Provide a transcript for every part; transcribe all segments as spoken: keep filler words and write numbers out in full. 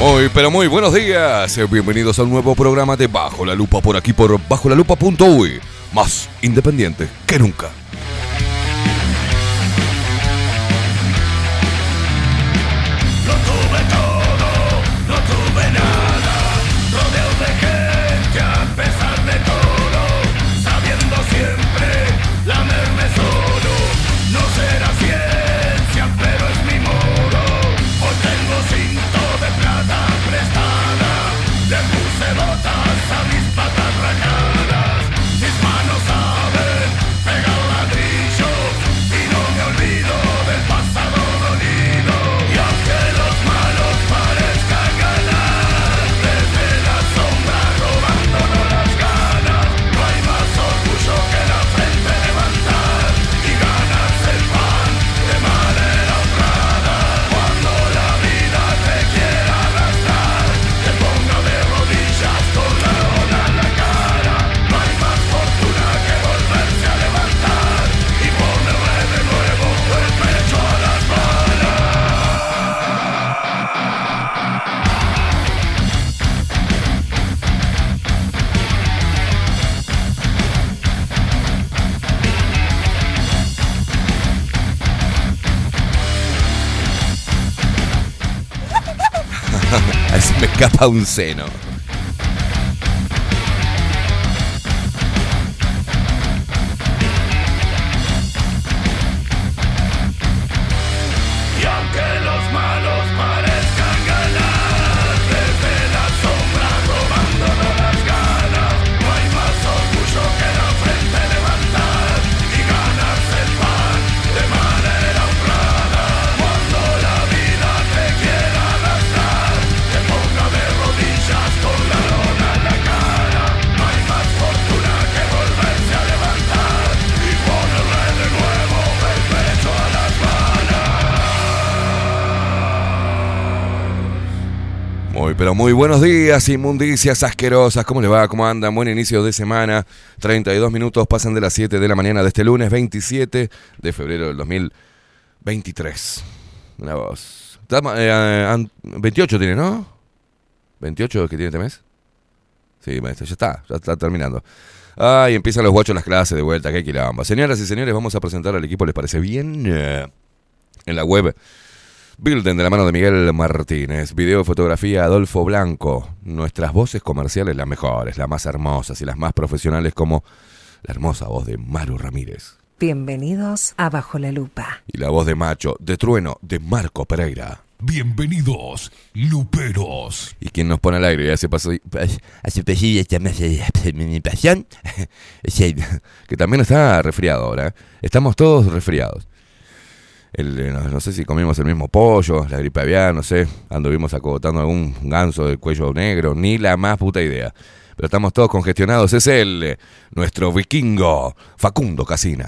Muy, pero muy buenos días. Bienvenidos a un nuevo programa de Bajo la Lupa por aquí por bajo la lupa punto u y. Más independiente que nunca. Así me escapa un seno. Y aunque los malos parezcan ganar, desde la sombra robándonos las ganas, no hay más orgullo que la frente levantar y ganarse el pan de manera honrada. Cuando la vida te quiera arrastrar, te ponga de rodillas con la lona en la cara. No hay más fortuna que volverse a levantar y ponerle de nuevo el pecho a las balas. Muy, pero muy buenos días, inmundicias asquerosas. ¿Cómo les va? ¿Cómo andan? Buen inicio de semana. treinta y dos minutos pasan de las siete de la mañana de este lunes veintisiete de febrero del dos mil veintitrés. Una voz. Eh, veintiocho tiene, ¿no? ¿veintiocho que tiene este mes? Sí, maestro, ya está, ya está terminando. Ay, empiezan los guachos las clases de vuelta, qué quilamba. Señoras y señores, vamos a presentar al equipo, ¿les parece bien? Eh, en la web Builden de la mano de Miguel Martínez, video y fotografía Adolfo Blanco, nuestras voces comerciales las mejores, las más hermosas y las más profesionales, como la hermosa voz de Maru Ramírez Bienvenidos a Bajo la Lupa. y la voz de macho, de trueno, de Marco Pereira. Bienvenidos, luperos. Y quien nos pone al aire y hace paso, hace posible esta pasión, que también está resfriado ahora, ¿eh? Estamos todos resfriados. El, no, no sé si comimos el mismo pollo, la gripe aviar, no sé, anduvimos acogotando algún ganso del cuello negro, ni la más puta idea. Pero estamos todos congestionados. Es él, nuestro vikingo, Facundo Casina.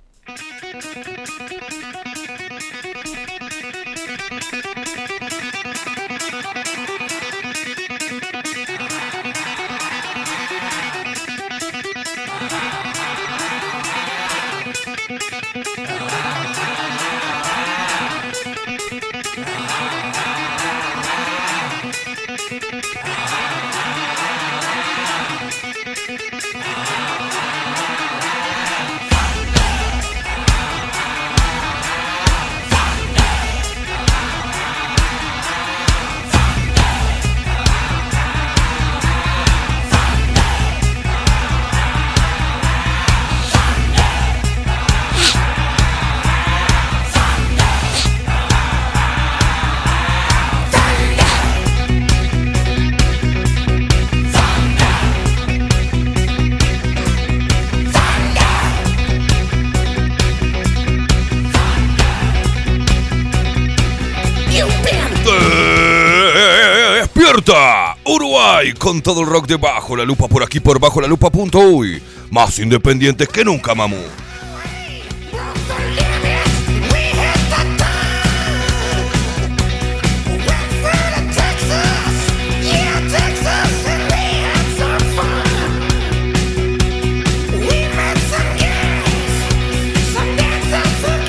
Uruguay, con todo el rock de Bajo la Lupa por aquí por bajo la lupa punto u y. Más independientes que nunca, mamú.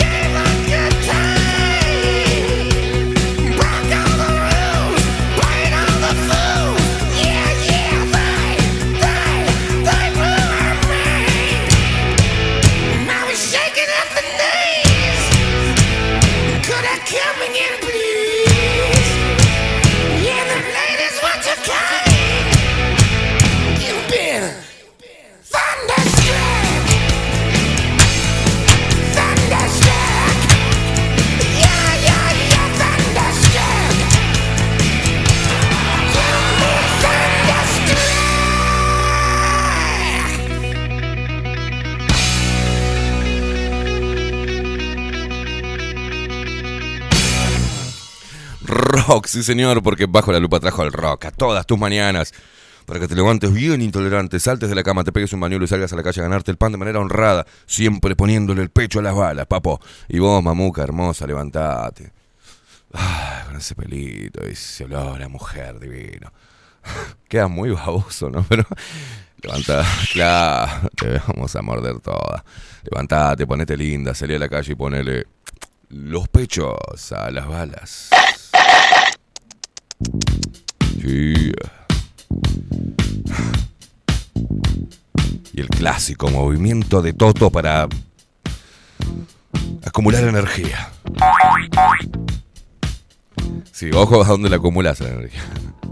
Played Singing blues. Yeah, the ladies want your kind. You've been thunderstruck. Thunderstruck. Yeah, yeah, yeah, thunderstruck. You've been thunderstruck. Rock, sí señor, porque Bajo la Lupa trajo el rock a todas tus mañanas. Para que te levantes bien intolerante, saltes de la cama, te pegues un bañuelo y salgas a la calle a ganarte el pan de manera honrada, siempre poniéndole el pecho a las balas, papo. Y vos, mamuca hermosa, levantate. Ay, con ese pelito, ese olor a mujer divino. Queda muy baboso, ¿no? Pero levantate, claro, te vamos a morder toda. Levantate, ponete linda, salí a la calle y ponele los pechos a las balas. Sí. Y el clásico movimiento de Toto para acumular energía. Sí, ojo a dónde la acumulas la energía.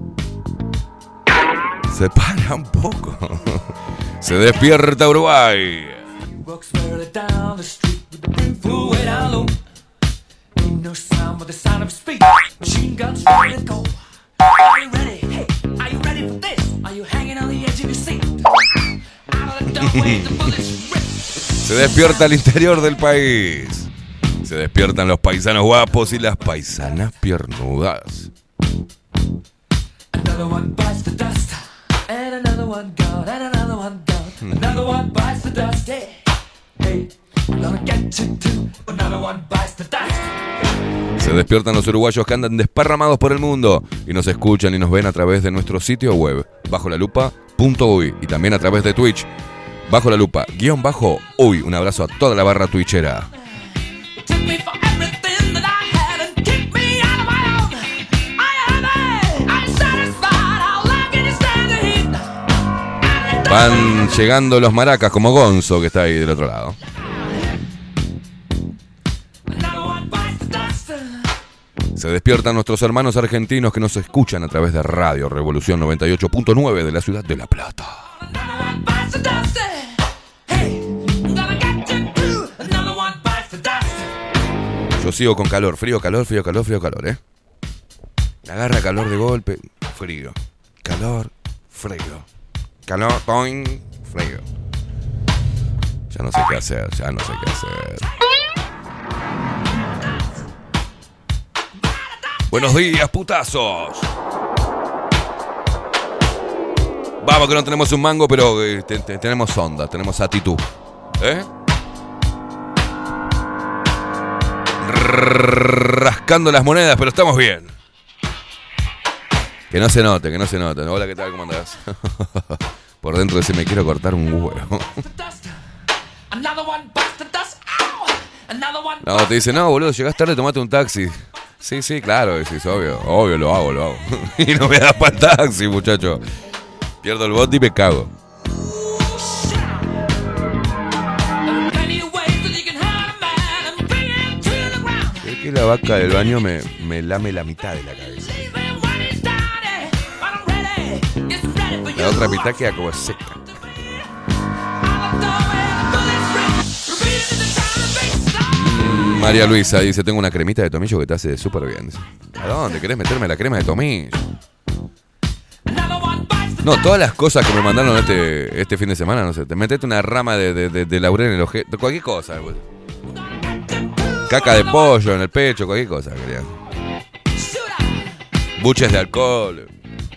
Se para un poco. Se despierta Uruguay. No sound but the sound of speed. Machine guns ready to go. Are you ready? Hey, are you ready for this? Are you hanging on the edge of your seat? Out of the doorway, the bullets rip. Se despierta el interior del país. Se despiertan los paisanos guapos y las paisanas piernudas. Another one bites the dust, and another one gone, and another one gone. Another one bites the dust. Hey, hey, I'm gonna get you too. Another one bites the dust. Se despiertan los uruguayos que andan desparramados por el mundo y nos escuchan y nos ven a través de nuestro sitio web, bajo la lupa punto uy, y también a través de Twitch, bajo la lupa, guión bajo uy. Un abrazo a toda la barra twitchera. Van llegando los maracas como Gonzo, que está ahí del otro lado. Se despiertan nuestros hermanos argentinos que nos escuchan a través de Radio Revolución noventa y ocho punto nueve de la ciudad de La Plata. Yo sigo con calor, frío, calor, frío, calor, frío, calor, ¿eh? Me agarra calor de golpe, frío. Calor, frío. Calor, toing, frío. Ya no sé qué hacer, ya no sé qué hacer. Buenos días, putazos. Vamos que no tenemos un mango, pero eh, te, te, tenemos onda, tenemos actitud. ¿Eh? Rascando las monedas, pero estamos bien. Que no se note, que no se note. Hola, ¿qué tal? ¿Cómo andás? Por dentro de ese me quiero cortar un huevo. No, te dice, no, boludo, llegás tarde, tomate un taxi. Sí, sí, claro, sí, es obvio. Obvio, lo hago, lo hago. Y no me da para el taxi, muchacho. Pierdo el bote y me cago. Creo que la vaca del baño me, me lame la mitad de la cabeza. La otra mitad queda como seca. María Luisa dice, tengo una cremita de tomillo que te hace súper bien. ¿A dónde querés meterme la crema de tomillo? No, todas las cosas que me mandaron este, este fin de semana, no sé, te metete una rama de, de, de, de laurel en el ojete, cualquier cosa. Pues. Caca de pollo en el pecho, cualquier cosa, quería. Buches de alcohol.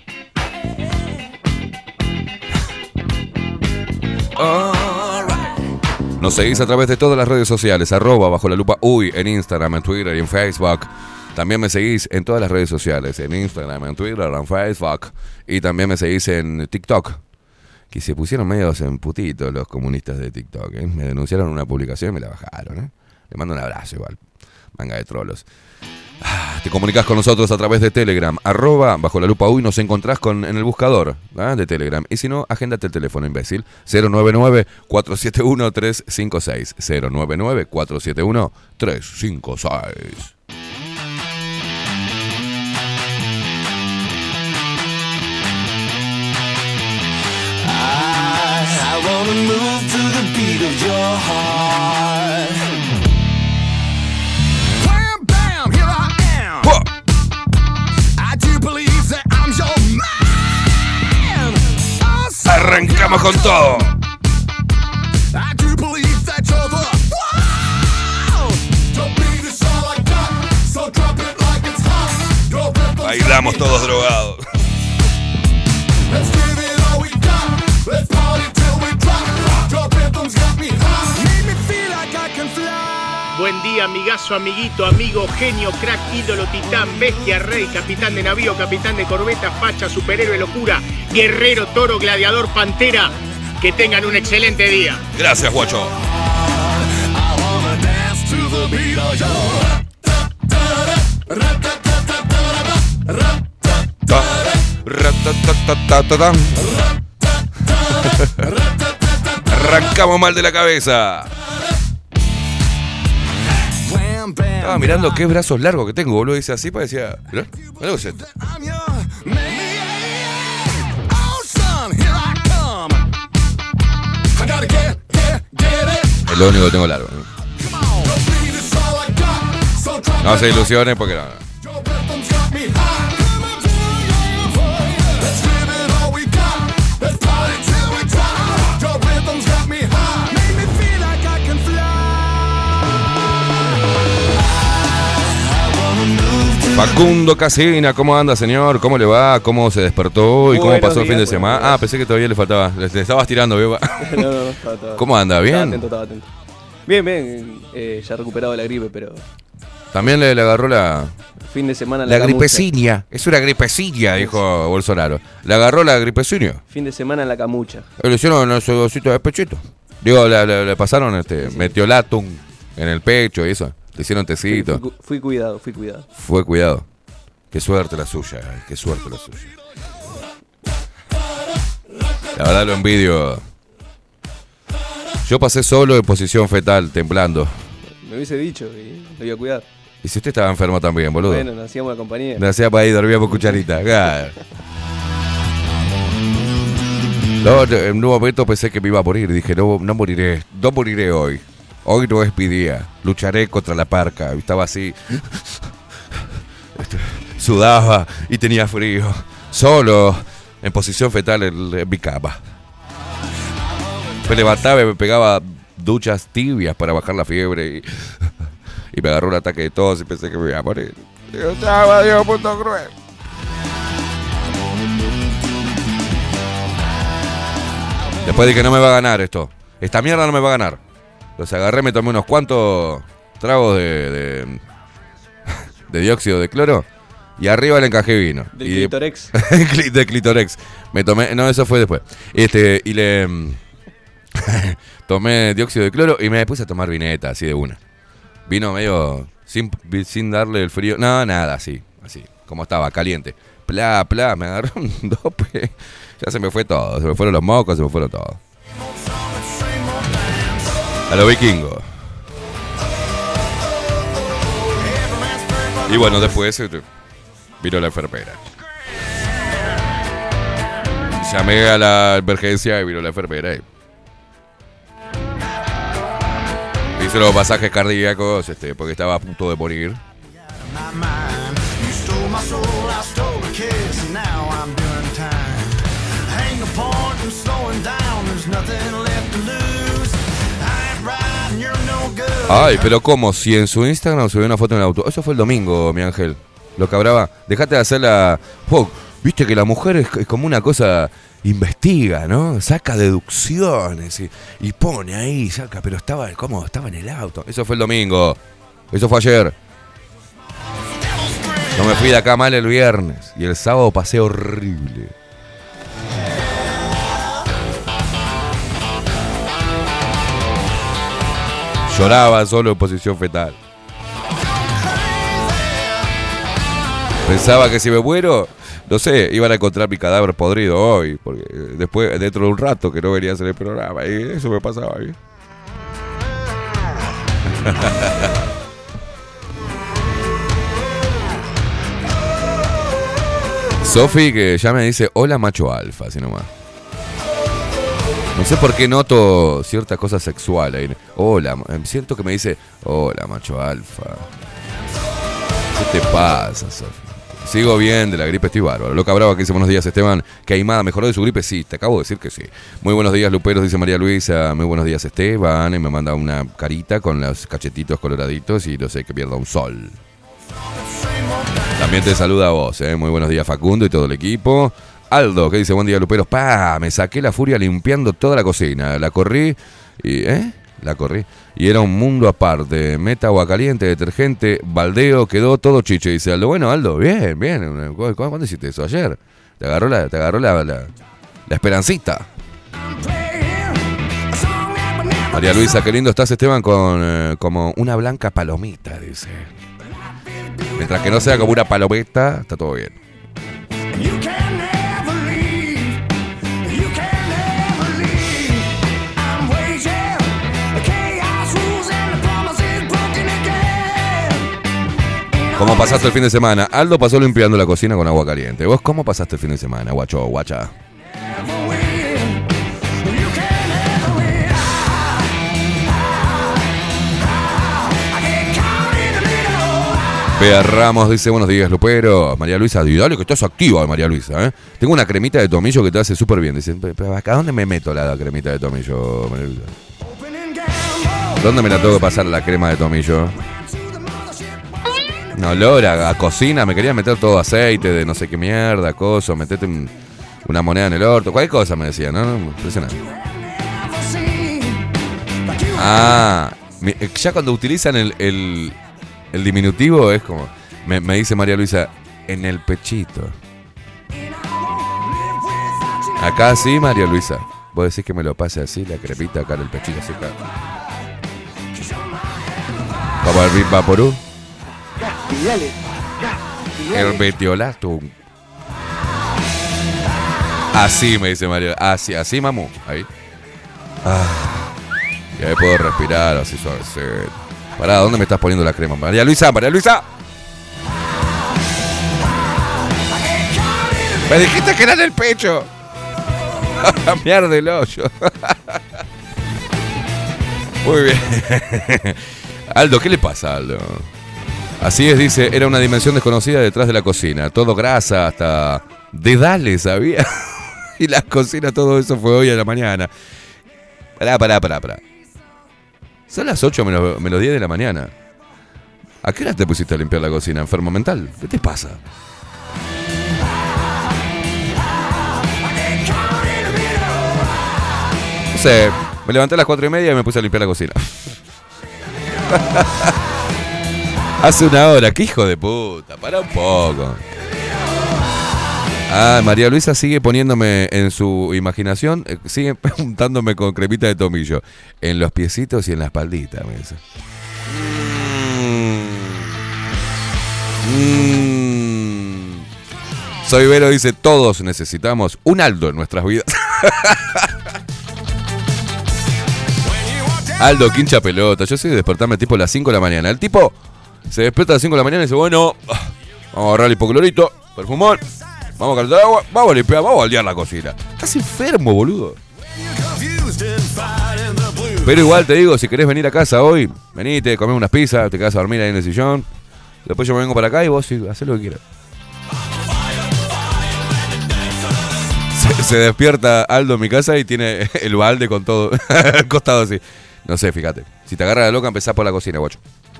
Nos seguís a través de todas las redes sociales, arroba bajo la lupa uy, en Instagram, en Twitter y en Facebook. También me seguís en todas las redes sociales, en Instagram, en Twitter, en Facebook. Y también me seguís en TikTok. Que se pusieron medios en putitos los comunistas de TikTok, ¿eh? Me denunciaron una publicación y me la bajaron, ¿eh? Le mando un abrazo igual, manga de trolos. Ah, te comunicas con nosotros a través de Telegram, arroba bajo la lupa uy, nos encontrás con, en el buscador, ¿eh? De Telegram. Y si no, agéndate el teléfono, imbécil, cero nueve nueve, cuatro siete uno, tres cinco seis, cero nueve nueve, cuatro siete uno, tres cinco seis. Vamos con todo. I do believe that you're the wow. Don't beat us all like that. So drop it like it's hot. Your rhythm's Bailamos got me todos hot. drogados. Let's give it all we got. Let's party till we drop. Your rhythm's got me hot. Make me feel like I can fly. Buen día, amigazo, amiguito, amigo, genio, crack, ídolo, titán, bestia, rey, capitán de navío, capitán de corbeta, facha, superhéroe, locura, guerrero, toro, gladiador, pantera. Que tengan un excelente día. Gracias, guacho. I wanna dance to the beat of your. Ratatatatatatam. Arrancamos mal de la cabeza. Estaba mirando qué brazos largos que tengo, boludo. Dice así, parecía. Mirá, mirá lo que es esto. I'm your man. Oh, son, here I come. I gotta get, get, get it. Es lo único que tengo largo. ¿No? Come on. The beat is all I got. So drop No it. se ilusionen porque no. no. Your rhythm's got me hot. Come on, do your voice. Let's give it all we got. Let's party till we drop. Your rhythm's got me hot. Make me feel like I can fly. I wanna move to. Facundo Casina, ¿cómo anda, señor? ¿Cómo le va? ¿Cómo se despertó? ¿Y cómo Buenos pasó el fin de días, semana? buenos días. Ah, pensé que todavía le faltaba. Le, le estabas tirando, ¿vio? No, no, no, estaba, estaba- ¿Cómo anda? Estaba ¿Bien? atento, estaba atento. Bien, bien, eh, ya recuperado de la gripe, pero También le, le agarró la, fin de semana la camucha. gripeciña. Es una gripecilla, dijo Bolsonaro. Le agarró la gripeciña. Fin de semana en la camucha. Le hicieron ese cosito de pechito. Digo, le, le- le pasaron este metiolatum en el pecho y eso. Le hicieron Fui, tecito. fui cu- fui cuidado, fui cuidado. Fue cuidado. Qué suerte la suya, ay, qué suerte la suya. La verdad lo envidio. Yo pasé solo en posición fetal, temblando. Me hubiese dicho y lo iba a cuidar. Y si usted estaba enfermo también, boludo. Bueno, nos hacíamos la compañía. Me hacía para ahí, dormía por cucharita. Claro. No, en un momento pensé que me iba a morir. Dije, no, no moriré, no moriré hoy. Hoy no es mi día. Lucharé contra la parca. Y estaba así. Sudaba y tenía frío. Solo, en posición fetal en, en mi cama. Me levantaba y me pegaba duchas tibias para bajar la fiebre. Y, y me agarró un ataque de tos y pensé que me iba a morir. Digo, chava, Dios, puto cruel. Después dije, no me va a ganar esto. Esta mierda no me va a ganar. Entonces agarré, me tomé unos cuantos tragos de, de, de dióxido de cloro y arriba le encajé vino. Del y Clitorex. Cli- de Clitorex. Me tomé, no, eso fue después. Este, y le tomé dióxido de cloro y me puse a tomar vineta, así de una. Vino medio sin, sin darle el frío. No, nada, así, así, como estaba, caliente. Pla, pla, me agarró un dope. Ya se me fue todo, se me fueron los mocos, se me fueron todo. A los vikingos. Y bueno, después este, vino la enfermera. Llamé a la emergencia y vino la enfermera y hice los masajes cardíacos este, porque estaba a punto de morir. My mind. You stole my soul, I stole a kiss, and now I'm doing time. Hang a point and slowing down, there's nothing left to lose. I ain't right and you're no good. Ay, pero ¿cómo? Si en su Instagram subió una foto en el auto. Eso fue el domingo, mi ángel. Lo que hablaba. Dejate de hacer la... Oh, viste que la mujer es, es como una cosa... Investiga, ¿no? Saca deducciones y, y pone ahí, saca. Pero estaba, ¿cómo? Estaba en el auto. Eso fue el domingo. Eso fue ayer. Yo me fui de acá mal el viernes. Y el sábado pasé horrible. Lloraba solo en posición fetal. Pensaba que si me muero, no sé, iban a encontrar mi cadáver podrido hoy, porque después, dentro de un rato que no venía a hacer el programa, y eso me pasaba bien. Sofi, que ya me dice, hola macho alfa, así nomás. No sé por qué noto cierta cosa sexual ahí. Hola, siento que me dice, hola macho alfa. ¿Qué te pasa, Sofi? Sigo bien, de la gripe estoy bárbaro. Loca Brava que dice buenos días, Esteban. Queimada, ¿mejoró de su gripe? Sí, te acabo de decir que sí. Muy buenos días, Luperos, dice María Luisa. Muy buenos días, Esteban. Y me manda una carita con los cachetitos coloraditos y no sé, que pierda un sol. También te saluda a vos, ¿eh? Muy buenos días, Facundo y todo el equipo. Aldo, que dice buen día, Luperos. Pa, me saqué la furia limpiando toda la cocina. La corrí y... ¿eh? La corrí. Y era un mundo aparte. Meta agua caliente, detergente, baldeo, quedó todo chiche. Dice Aldo. Bueno, Aldo, bien, bien. ¿Cuándo hiciste eso? ¿Ayer? Te agarró la, te agarró la, la, la esperancita. María Luisa, qué lindo estás, Esteban, con eh, como una blanca palomita, dice. Mientras que no sea como una palometa, está todo bien. ¿Cómo pasaste el fin de semana? Aldo pasó limpiando la cocina con agua caliente. ¿Vos cómo pasaste el fin de semana, guacho, guacha? Bea Ramos dice, buenos días, Lupero. María Luisa, dale que estás activa, María Luisa, ¿eh? Tengo una cremita de tomillo que te hace súper bien. Dice, pero ¿acá dónde me meto la cremita de tomillo, María Luisa? ¿Dónde me la tengo que pasar la crema de tomillo? No, olor a, a cocina, me quería meter todo aceite de no sé qué mierda, cosa, metete un, una moneda en el orto, cualquier cosa me decía, ¿no? Impresionante. Ah, mi, ya cuando utilizan el, el, el diminutivo es como, me, me dice María Luisa, en el pechito. Acá sí, María Luisa. Vos decís que me lo pase así, la crepita acá en el pechito, así acá. Como el Big Vaporú. Y dale, ya, el betiolato. Así me dice María. Así, así, mamu. Ahí. Ah, y ahí puedo respirar así suavecito. Pará, ¿dónde me estás poniendo la crema? María Luisa, María Luisa. Me dijiste que era en el pecho. Mierda el hoyo. Muy bien. Aldo, ¿qué le pasa, Aldo? Así es, dice, era una dimensión desconocida detrás de la cocina. Todo grasa, hasta dedales había. Y la cocina, todo eso fue hoy a la mañana. Pará, pará, pará, pará. Son las ocho menos, menos diez de la mañana. ¿A qué hora te pusiste a limpiar la cocina, enfermo mental? ¿Qué te pasa? No sé, me levanté a las cuatro y media y me puse a limpiar la cocina. Hace una hora, qué hijo de puta, para un poco. Ah, María Luisa sigue poniéndome en su imaginación, eh, sigue untándome con cremita de tomillo. En los piecitos y en la espaldita, me dice. Mm. Mm. Soy Vero, dice, todos necesitamos un Aldo en nuestras vidas. Aldo, qué hincha pelota. Yo soy de despertarme tipo a las cinco de la mañana. El tipo se despierta a las cinco de la mañana y dice, bueno, vamos a agarrar el hipoclorito, perfumón, vamos a calentar agua, vamos a limpiar, vamos a baldear la cocina. Estás enfermo, boludo. Pero igual te digo, si querés venir a casa hoy, venite, comés unas pizzas, te quedás a dormir ahí en el sillón. Después yo me vengo para acá y vos sí, hacés lo que quieras. Se, se despierta Aldo en mi casa y tiene el balde con todo al costado así. No sé, fíjate. Si te agarra la loca, empezás por la cocina, guacho.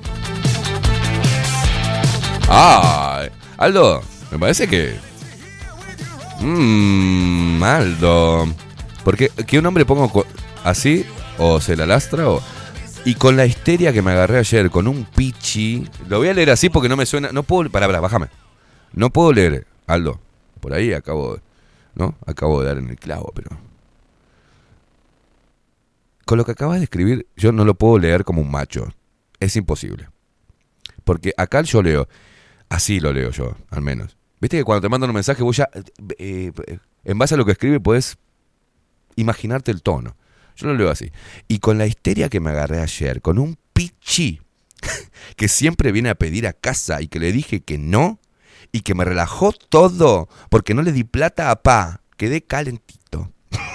Ah, Aldo, me parece que... Mmm, Aldo. Porque que un hombre ponga así, o se la lastra, o... Y con la histeria que me agarré ayer, con un pichi... Lo voy a leer así porque no me suena... No puedo... Pará, pará, bájame. No puedo leer, Aldo. Por ahí acabo... ¿No? Acabo de dar en el clavo, pero... Con lo que acabas de escribir, yo no lo puedo leer como un macho. Es imposible. Porque acá yo leo... Así lo leo yo, al menos. Viste que cuando te mandan un mensaje, vos ya... Eh, en base a lo que escribe, podés imaginarte el tono. Yo lo leo así. Y con la histeria que me agarré ayer, con un pichi que siempre viene a pedir a casa y que le dije que no, y que me relajó todo porque no le di plata a pa. Quedé calentito.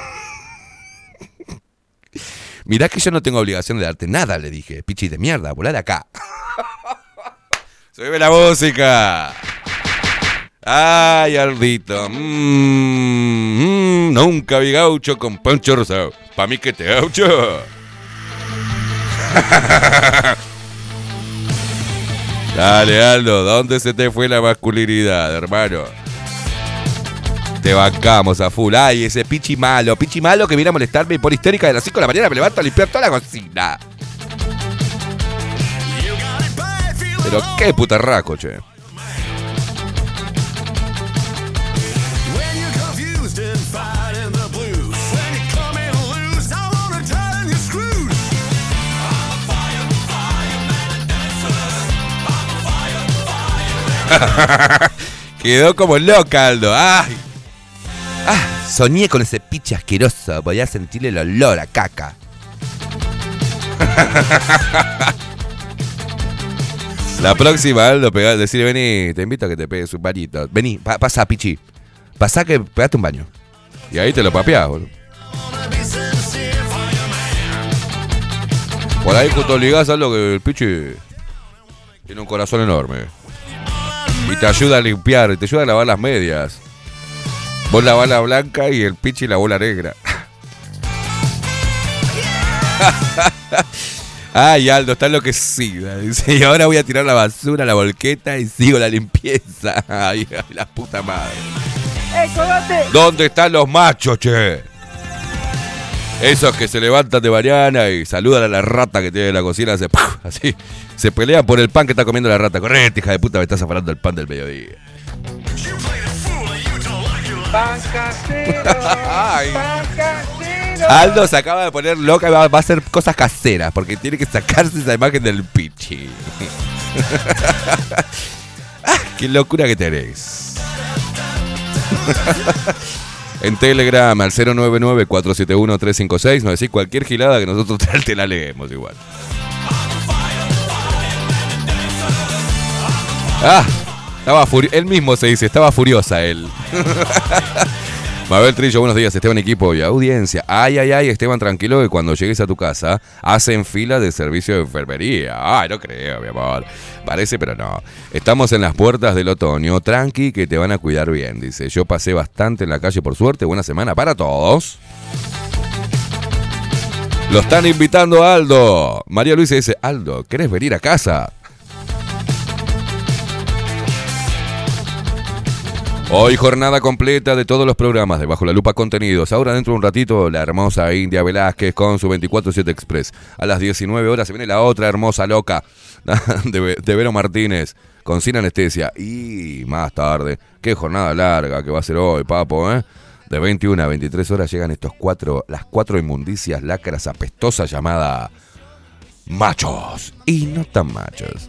Mirá que yo no tengo obligación de darte nada, le dije. Pichi de mierda, volá de acá. ¡Sube la música! Ay, Aldito. Mm, mm, nunca vi gaucho con poncho rosado. Pa' mí que te gaucho. Dale, Aldo, ¿dónde se te fue la masculinidad, hermano? Te bancamos a full. Ay, ese pichi malo, pichi malo que viene a molestarme por histérica de las cinco de la mañana. Me levanto a limpiar toda la cocina. Pero qué putarraco, che. Quedó como loca, Aldo. Ay. Ah, soñé con ese piche asqueroso. Podía sentirle el olor a caca. La próxima, Aldo, pegar, decirle, vení, te invito a que te pegues un bañito. Vení, pa pasa, pichi. Pasá que pegate un baño. Y ahí te lo papeás, boludo. Por ahí justo ligás, Aldo, que el pichi tiene un corazón enorme. Y te ayuda a limpiar, y te ayuda a lavar las medias. Vos lavás la blanca y el pichi la bola negra. Ay, Aldo, está enloquecida. Dice, y ahora voy a tirar la basura a la volqueta y sigo la limpieza. Ay, la puta madre. ¡Eh, colgate! ¿Dónde están los machos, che? Esos que se levantan de mañana y saludan a la rata que tiene en la cocina, se, así, se pelean por el pan que está comiendo la rata. Correte, hija de puta, me estás afanando el pan del mediodía. Pan casero, Ay. pan casero. Aldo se acaba de poner loca y va, va a hacer cosas caseras porque tiene que sacarse esa imagen del pichi. Ah, qué locura que tenés. En Telegram al cero nueve nueve, cuatro siete uno, tres cinco seis nos decís cualquier gilada que nosotros te la leemos igual. Ah, estaba furiosa. Él mismo se dice, estaba furiosa él. Mabel Trillo, buenos días, Esteban, equipo y audiencia. Ay, ay, ay, Esteban, tranquilo que cuando llegues a tu casa hacen fila de servicio de enfermería. Ay, no creo, mi amor. Parece, pero no. Estamos en las puertas del otoño. Tranqui, que te van a cuidar bien, dice. Yo pasé bastante en la calle, por suerte. Buena semana para todos. Lo están invitando a Aldo. María Luisa dice, Aldo, ¿querés venir a casa? Hoy jornada completa de todos los programas de Bajo la Lupa Contenidos. Ahora dentro de un ratito la hermosa India Velázquez con su veinticuatro siete Express. A las diecinueve horas se viene la otra hermosa loca de, de Vero Martínez con Sin Anestesia. Y más tarde, qué jornada larga que va a ser hoy, papo, ¿eh? De veintiuna a veintitrés horas llegan estos cuatro, las cuatro inmundicias lacras apestosas llamadas machos y no tan machos.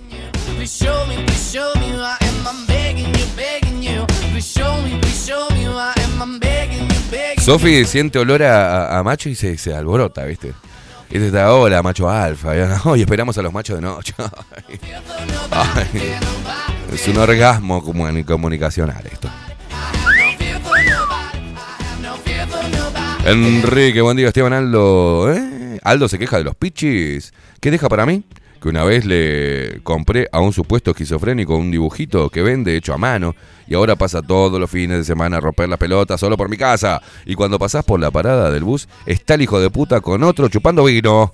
Sofi siente olor a, a macho y se, se alborota, ¿viste? Y te está, hola, macho alfa. Hoy esperamos a los machos de noche. Ay. Ay. Es un orgasmo comunicacional esto. Enrique, buen día, Esteban. Aldo. ¿Eh? Aldo se queja de los pichis. ¿Qué deja para mí? Que una vez le compré a un supuesto esquizofrénico un dibujito que vende hecho a mano y ahora pasa todos los fines de semana a romper la pelota solo por mi casa. Y cuando pasás por la parada del bus, está el hijo de puta con otro chupando vino.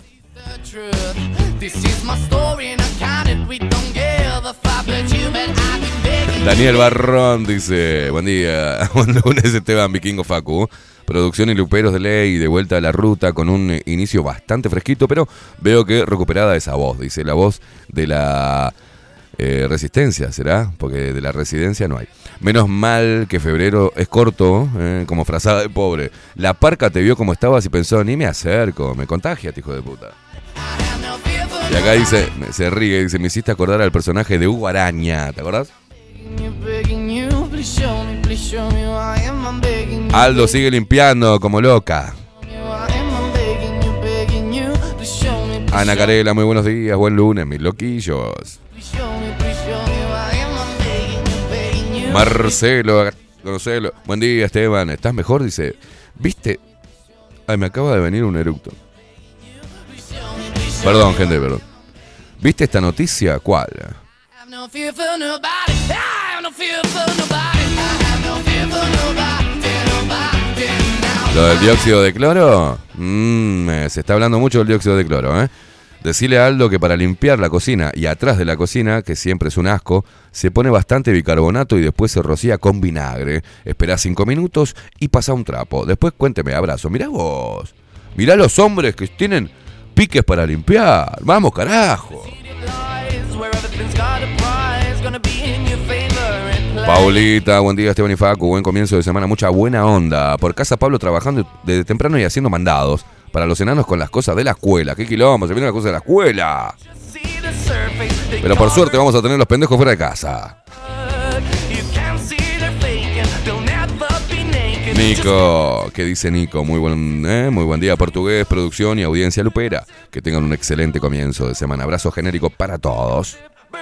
Daniel Barrón dice, buen día, buen lunes, Esteban, Vikingo, Facu. Producción y luperos de ley, de vuelta a la ruta con un inicio bastante fresquito, pero veo que recuperada esa voz, dice, la voz de la eh, resistencia, ¿será? Porque de la residencia no hay. Menos mal que febrero es corto, eh, como frazada de pobre. La parca te vio como estabas y pensó, ni me acerco, me contagias, hijo de puta. Y acá dice, se ríe, dice, me hiciste acordar al personaje de Hugo Araña, ¿te acordás? Aldo sigue limpiando como loca. Ana Carela, muy buenos días, buen lunes, mis loquillos. Marcelo, Marcelo, buen día, Esteban, ¿estás mejor? Dice, ¿viste? Ay, me acaba de venir un eructo. Perdón, gente, perdón. ¿Viste esta noticia? ¿Cuál? No fear for nobody. I have no fear for nobody. Lo del dióxido de cloro, mmm, se está hablando mucho del dióxido de cloro, ¿eh? Decile a Aldo que para limpiar la cocina y atrás de la cocina, que siempre es un asco, se pone bastante bicarbonato y después se rocía con vinagre. Esperá cinco minutos y pasa un trapo. Después cuénteme, abrazo. Mirá vos, mirá los hombres que tienen piques para limpiar. Vamos, carajo. Paulita, buen día Esteban y Facu, buen comienzo de semana, mucha buena onda. Por casa Pablo trabajando desde temprano y haciendo mandados para los enanos con las cosas de la escuela. ¿Qué quilombo? Se vienen las cosas de la escuela. Pero por suerte vamos a tener los pendejos fuera de casa. Nico, ¿qué dice Nico? Muy buen, eh, muy buen día, portugués, producción y audiencia lupera. Que tengan un excelente comienzo de semana. Abrazo genérico para todos.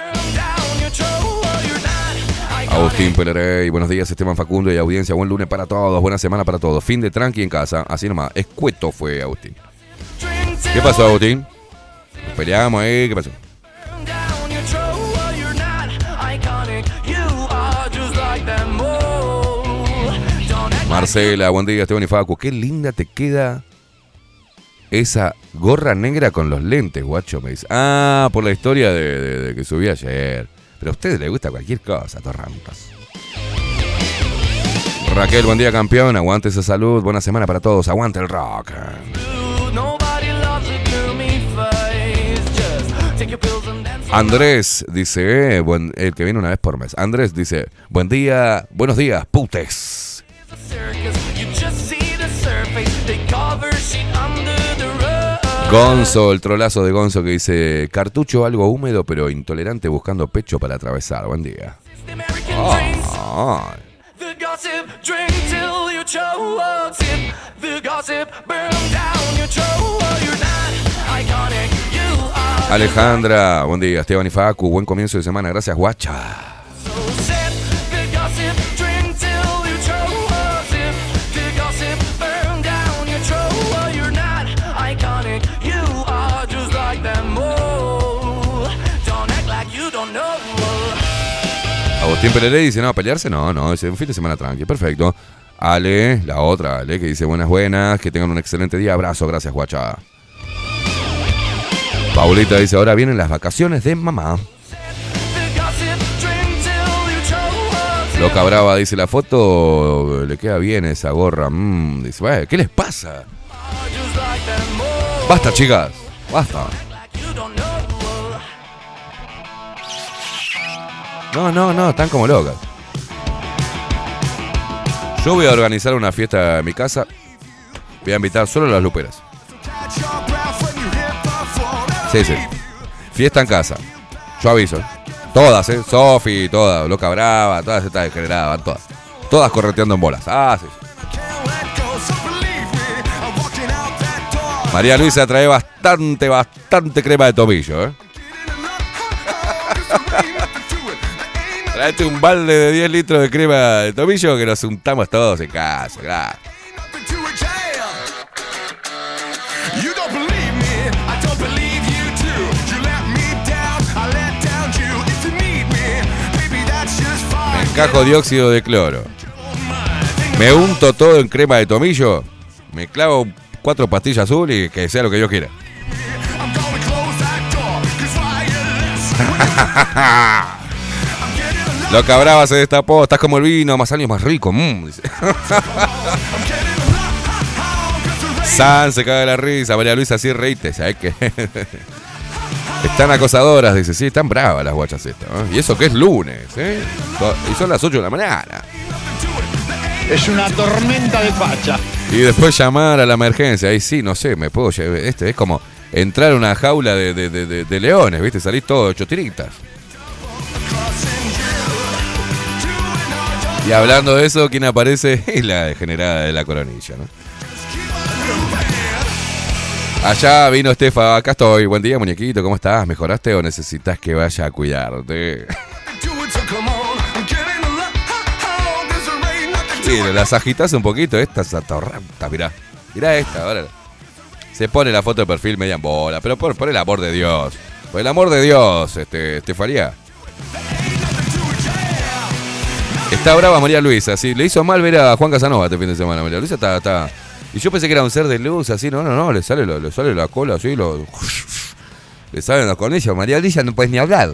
Agustín Pelerey, buenos días Esteban, Facundo y audiencia, buen lunes para todos, buena semana para todos, fin de tranqui en casa, así nomás, escueto fue Agustín. ¿Qué pasó Agustín? Nos peleamos ahí, ¿qué pasó? Marcela, buen día Esteban y Facu, qué linda te queda esa gorra negra con los lentes, guacho, me dice. Ah, por la historia de, de, de que subí ayer. Pero a ustedes les gusta cualquier cosa, torrantos. Raquel, buen día campeón, aguante esa salud, buena semana para todos, aguante el rock. Andrés dice, eh, buen, el que viene una vez por mes. Andrés dice, buen día, buenos días, putes. Gonzo, el trolazo de Gonzo que dice, cartucho algo húmedo pero intolerante buscando pecho para atravesar. Buen día. Oh, oh. Alejandra, buen día Esteban y Facu, buen comienzo de semana, gracias guacha. Agustín Pelerey dice, no, pelearse no, no, es un fin de semana tranqui, perfecto. Ale, la otra Ale, que dice buenas, buenas, que tengan un excelente día, abrazo, gracias guacha. Paulita dice, ahora vienen las vacaciones de mamá. Loca Brava dice, la foto le queda bien esa gorra. Mm, dice, bueno, ¿qué les pasa? Basta, chicas, basta. No, no, no, están como locas. Yo voy a organizar una fiesta en mi casa. Voy a invitar solo a las luperas. Sí, sí. Fiesta en casa. Yo aviso. Todas, ¿eh? Sofi, todas. Loca Brava, todas estas degeneradas, van todas. Todas correteando en bolas. Ah, sí, sí. María Luisa trae bastante, bastante crema de tomillo, ¿eh? Traete un balde de diez litros de crema de tomillo que nos untamos todos en casa. Gracias. Me encajo dióxido de cloro. Me unto todo en crema de tomillo. Me clavo cuatro pastillas azul y que sea lo que yo quiera. Loca Brava se destapó, estás como el vino, más años más rico. Mm, dice. San se caga de la risa, María Luisa, así reíte, ¿sabes qué? Están acosadoras, dice, sí, están bravas las guachas estas, ¿eh? Y eso que es lunes, ¿eh? Y son las ocho de la mañana. Es una tormenta de facha. Y después llamar a la emergencia, ahí sí, no sé, me puedo llevar, este es como entrar a una jaula de, de, de, de, de leones, ¿viste? Salís todo hecho tiritas. Y hablando de eso, ¿quién aparece? Es la degenerada de la Coronilla, ¿no? Allá vino Estefa, acá estoy. Buen día, muñequito, ¿cómo estás? ¿Mejoraste o necesitas que vaya a cuidarte? Sí, las agitas un poquito, esta es atorranta, mirá. Mirá esta, ahora. Se pone la foto de perfil media en bola, pero por, por el amor de Dios. Por el amor de Dios, este, Estefanía. Está brava María Luisa, sí, le hizo mal ver a Juan Casanova este fin de semana. María Luisa está, está, Y yo pensé que era un ser de luz, así, no, no, no, le sale, lo, le sale la cola así, lo, le salen los colmillos. María Alicia no puedes ni hablar.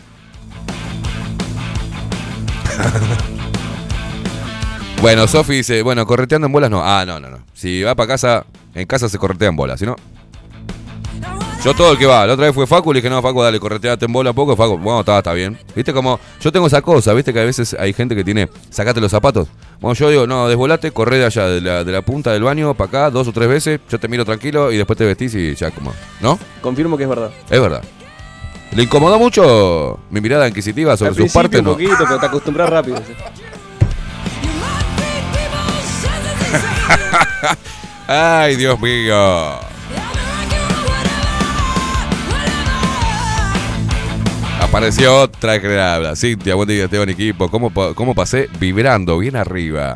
Bueno, Sofi dice, bueno, correteando en bolas no. Ah, no, no, no. Si va para casa, en casa se corretea en bolas, si no... Yo todo el que va, la otra vez fue Facu, le dije, no, Facu, dale, correteate en bola un poco. Facu, bueno, está, está bien. Viste como, yo tengo esa cosa, viste que a veces hay gente que tiene, sacate los zapatos. Bueno, yo digo, no, desvolate, corre de allá, de la, de la punta del baño para acá, dos o tres veces, yo te miro tranquilo y después te vestís y ya como, ¿no? Confirmo que es verdad. Es verdad. ¿Le incomodó mucho mi mirada inquisitiva sobre sus partes? Un poquito, no. Pero te acostumbras rápido. ¿Sí? Ay, Dios mío. Apareció otra que le habla. Cintia, buen día, Esteban equipo. ¿Cómo, cómo pasé? Vibrando, bien arriba.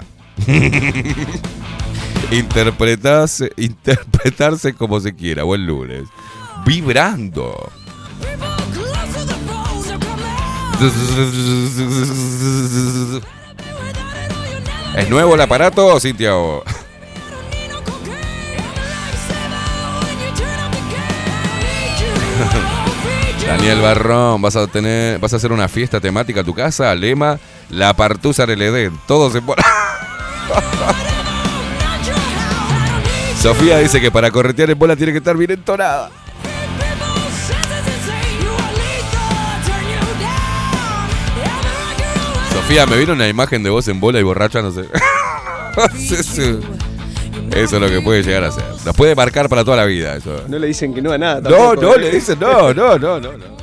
Interpretarse, interpretarse como se quiera. Buen lunes. Vibrando. ¿Es nuevo el aparato, Cintia? Daniel Barrón, vas a tener, vas a hacer una fiesta temática a tu casa, lema, la partusa en el Edén, todos se ponen. Sofía dice que para corretear en bola tiene que estar bien entonada. Sofía, me vino una imagen de vos en bola y borracha, no sé. Eso es lo que puede llegar a ser. Nos puede marcar para toda la vida eso. No le dicen que no a nada. No, no, le dicen no, no, no, no, no.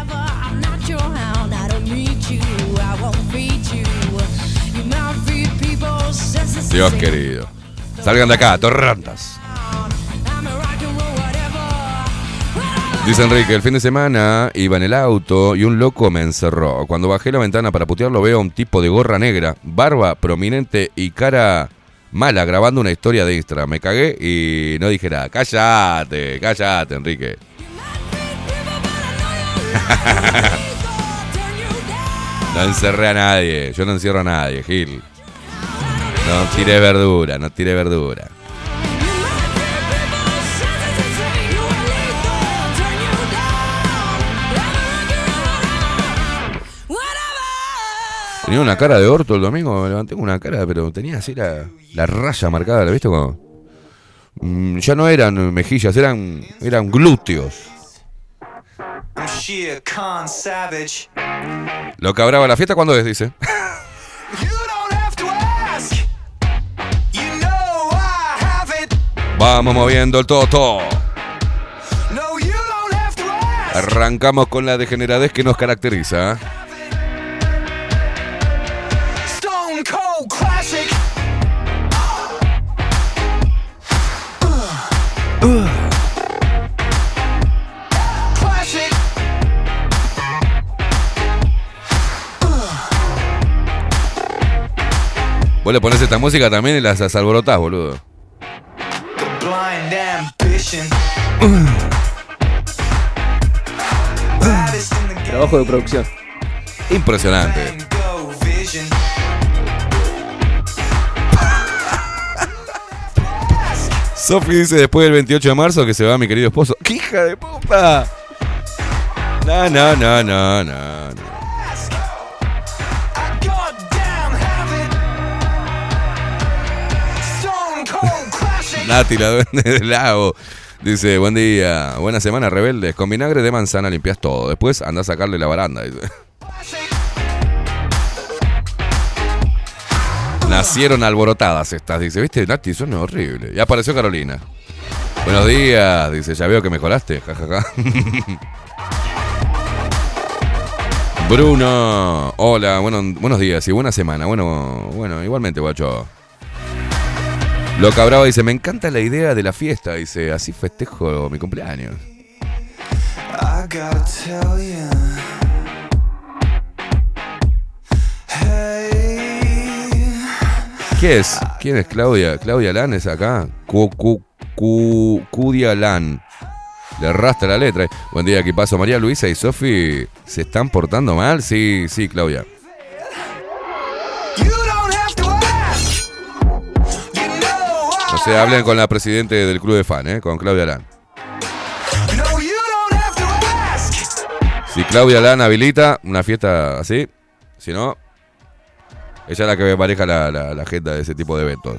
Dios querido. Salgan de acá, torrantas. Dice Enrique, el fin de semana iba en el auto y un loco me encerró. Cuando bajé la ventana para putearlo veo a un tipo de gorra negra, barba prominente y cara... mala, grabando una historia de Instagram. Me cagué y no dije nada. Cállate, cállate, Enrique. No encerré a nadie. Yo no encierro a nadie, Gil. No tiré verdura, no tiré verdura. Tenía una cara de orto el domingo, me levanté con una cara, pero tenía así la, la raya marcada, ¿la viste? Como, mm, ya no eran mejillas, eran, eran glúteos. Lo que habrá la fiesta, ¿cuándo es? Dice. Vamos moviendo el toto. Arrancamos con la degeneradez que nos caracteriza. Uh. Vos le ponés esta música también y las, las alborotás, boludo. Uh. Trabajo de producción. Impresionante. Sofi dice después del veintiocho de marzo que se va mi querido esposo. ¡Qué hija de puta! No, no, no, no, no, no. Nati, la duende del lago. Dice, buen día, buena semana, rebeldes. Con vinagre de manzana limpias todo. Después anda a sacarle la baranda, dice. Nacieron alborotadas estas, dice, ¿viste? Nati, son horribles. Y apareció Carolina. Buenos días, dice, ya veo que mejoraste. Ja, ja, ja. Bruno, hola, bueno, buenos días y buena semana. Bueno, bueno, igualmente, guacho. Loca Brava dice, me encanta la idea de la fiesta, dice, así festejo mi cumpleaños. I gotta tell you. ¿Qué es? ¿Quién es Claudia? Claudia Lan es acá. Cu, cu, cu, Cudia Lan. Le arrastra la letra. Buen día, ¿qué pasó? María Luisa y Sofi se están portando mal. Sí, sí, Claudia. sea, hablen con la presidente del club de fan, ¿eh? Con Claudia Alán. Si Claudia Alán habilita una fiesta así, si no, ella es la que maneja la, la, la agenda de ese tipo de eventos.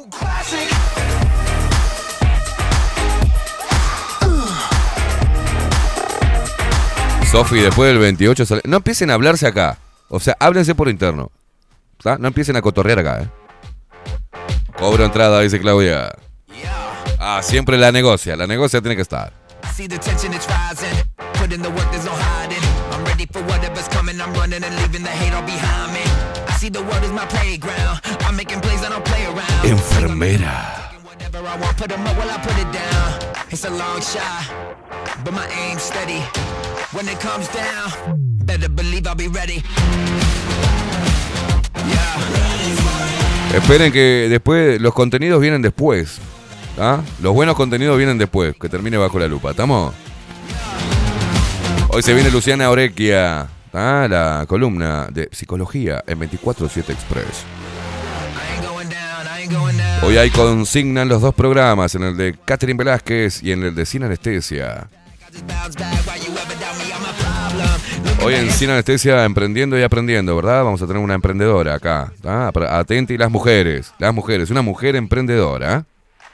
Sofi, después del veintiocho sale... No empiecen a hablarse acá. O sea, háblense por interno. ¿Tá? No empiecen a cotorrear acá, ¿eh? Cobro entrada, dice Claudia. Ah, siempre la negocia. La negocia tiene que estar. Enfermera. Esperen que después los contenidos vienen después. ¿Ah? Los buenos contenidos vienen después, que termine Bajo la Lupa. ¿Estamos? Hoy se viene Luciana Orequia, ¿ah? La columna de psicología en veinticuatro siete Express. Hoy hay consigna en los dos programas, en el de Catherine Velázquez y en el de Sin Anestesia. Hoy en Sin Anestesia, emprendiendo y aprendiendo, ¿verdad? Vamos a tener una emprendedora acá. ¿Ah? Atenti las mujeres, las mujeres, una mujer emprendedora.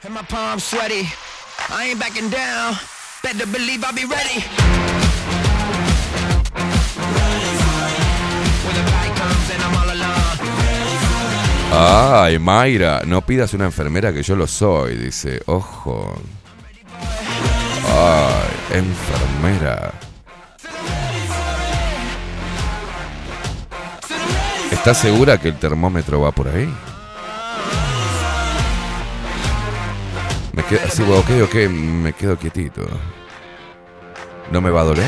Ay, Mayra, no pidas una enfermera que yo lo soy, dice. Ojo. Ay, enfermera. ¿Estás segura que el termómetro va por ahí? Me quedo así, ok, ok, me quedo quietito. ¿No me va a doler?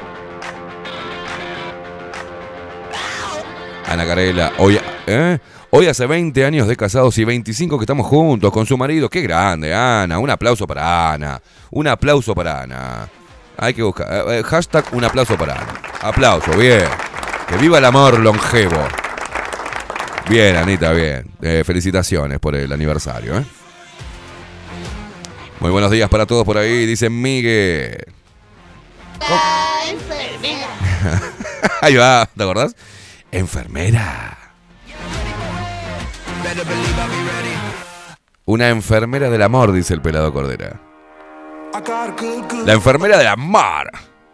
Ana Carela, hoy, ¿eh? Hoy hace veinte años de casados y veinticinco que estamos juntos con su marido. ¡Qué grande, Ana! Un aplauso para Ana. Un aplauso para Ana. Hay que buscar. Eh, hashtag un aplauso para Ana. Aplauso, bien. Que viva el amor longevo. Bien, Anita, bien. Eh, felicitaciones por el aniversario, ¿eh? Muy buenos días para todos por ahí, dice Miguel. Enfermera. Ahí va, ¿te acordás? Enfermera. Una enfermera del amor, dice el pelado Cordera. La enfermera del amor.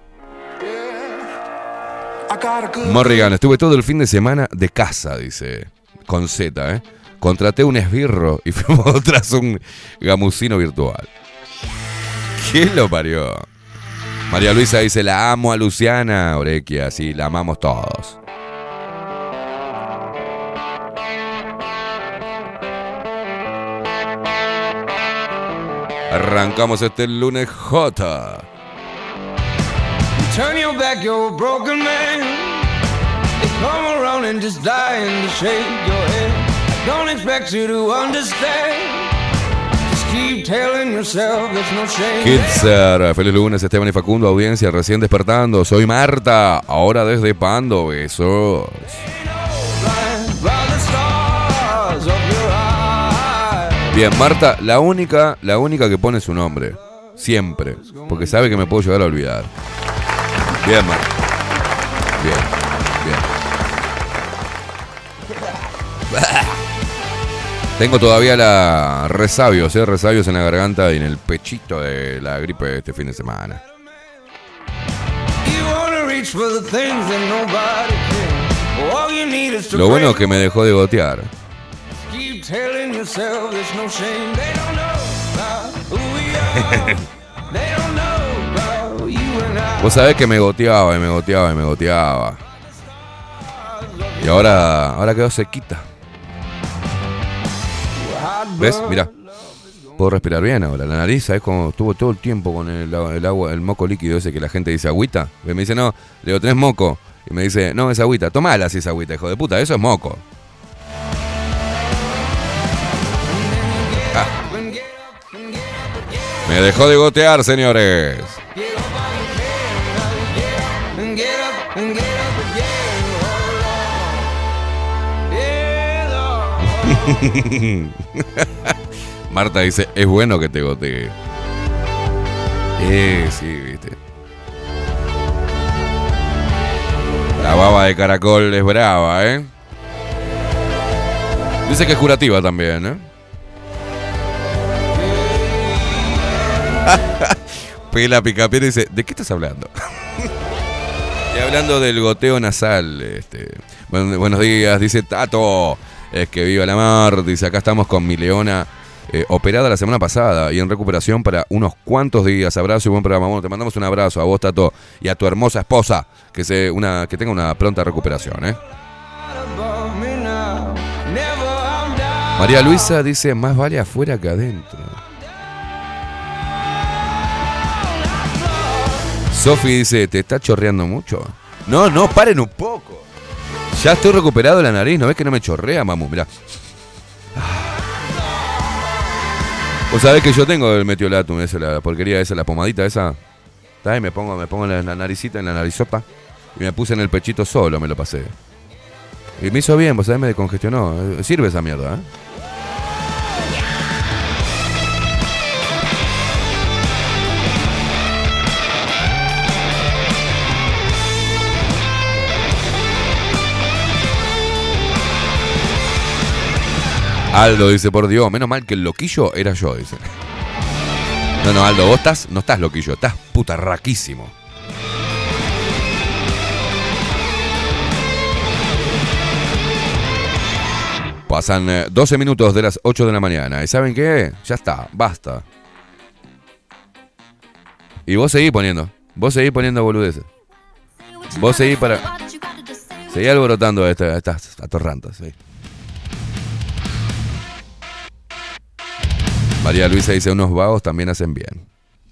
Morrigan, estuve todo el fin de semana de casa, dice. Con Z, ¿eh? Contraté un esbirro y fuimos tras un gamusino virtual. ¿Quién lo parió? María Luisa dice, la amo a Luciana Orequia. Sí, la amamos todos. Arrancamos este lunes J. Turn your back, you're a broken man. They come around and just dying to shake your head. I don't expect you to understand. Just keep telling yourself there's no shame. Kidser, feliz lunes, Esteban y Facundo, audiencia recién despertando. Soy Marta, ahora desde Pando, besos. Bien, Marta, la única, la única que pone su nombre. Siempre. Porque sabe que me puedo llegar a olvidar. Bien, Marta. Bien, bien. Tengo todavía la resabios, ¿eh? Resabios en la garganta y en el pechito de la gripe de este fin de semana. Lo bueno es que me dejó de gotear. Vos sabés que me goteaba y me goteaba y me goteaba. Y ahora, ahora quedó sequita. ¿Ves? Mirá. Puedo respirar bien ahora. La nariz, ¿sabés cómo estuvo todo el tiempo con el, el agua, el moco líquido ese que la gente dice agüita? Y me dice, no, le digo, ¿tenés moco? Y me dice, no, es agüita. Tomala si es agüita, hijo de puta, eso es moco. Ah. Me dejó de gotear, señores. Marta dice, es bueno que te gotee. Eh, sí, viste. La baba de caracol es brava, ¿eh? Dice que es curativa también, ¿eh? Pela Picapiedra dice, ¿de qué estás hablando? Y hablando del goteo nasal, este, bueno, buenos días, dice Tato, es que viva la mar, dice, acá estamos con mi leona eh, operada la semana pasada y en recuperación para unos cuantos días. Abrazo y buen programa. Bueno, te mandamos un abrazo a vos, Tato, y a tu hermosa esposa, que se una que tenga una pronta recuperación, ¿eh? María Luisa dice, más vale afuera que adentro. Sofi dice, ¿te está chorreando mucho? No, no, paren un poco. Ya estoy recuperado de la nariz, ¿no ves que no me chorrea, mamu? Mirá. Vos sabés que yo tengo el metiolatum, esa, la porquería esa, la pomadita esa. Está ahí, me pongo, me pongo en la naricita, en la narizota. Y me puse en el pechito solo, me lo pasé. Y me hizo bien, vos sabés, me descongestionó. Sirve esa mierda, ¿eh? Aldo dice, por Dios, menos mal que el loquillo era yo, dice. No, no, Aldo, vos estás, no estás loquillo, estás putarraquísimo. Pasan eh, doce minutos de las ocho de la mañana. ¿Y saben qué? Ya está, basta. Y vos seguís poniendo, vos seguís poniendo boludeces. Vos seguís para... Seguí alborotando a estas, estas atorrantas, ¿sí? María Luisa dice, unos vagos también hacen bien.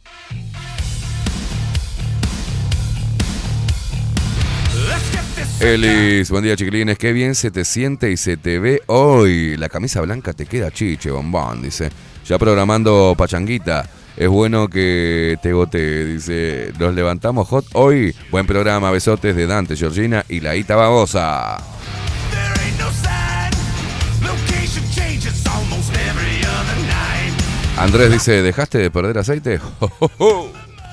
Elis, buen día chiquilines, qué bien se te siente y se te ve hoy. La camisa blanca te queda chiche, bombón, dice. Ya programando pachanguita, es bueno que te gote, dice. Nos levantamos hot hoy. Buen programa, besotes de Dante, Georgina y la Ita Babosa. Andrés dice, ¿dejaste de perder aceite? Oh, oh, oh.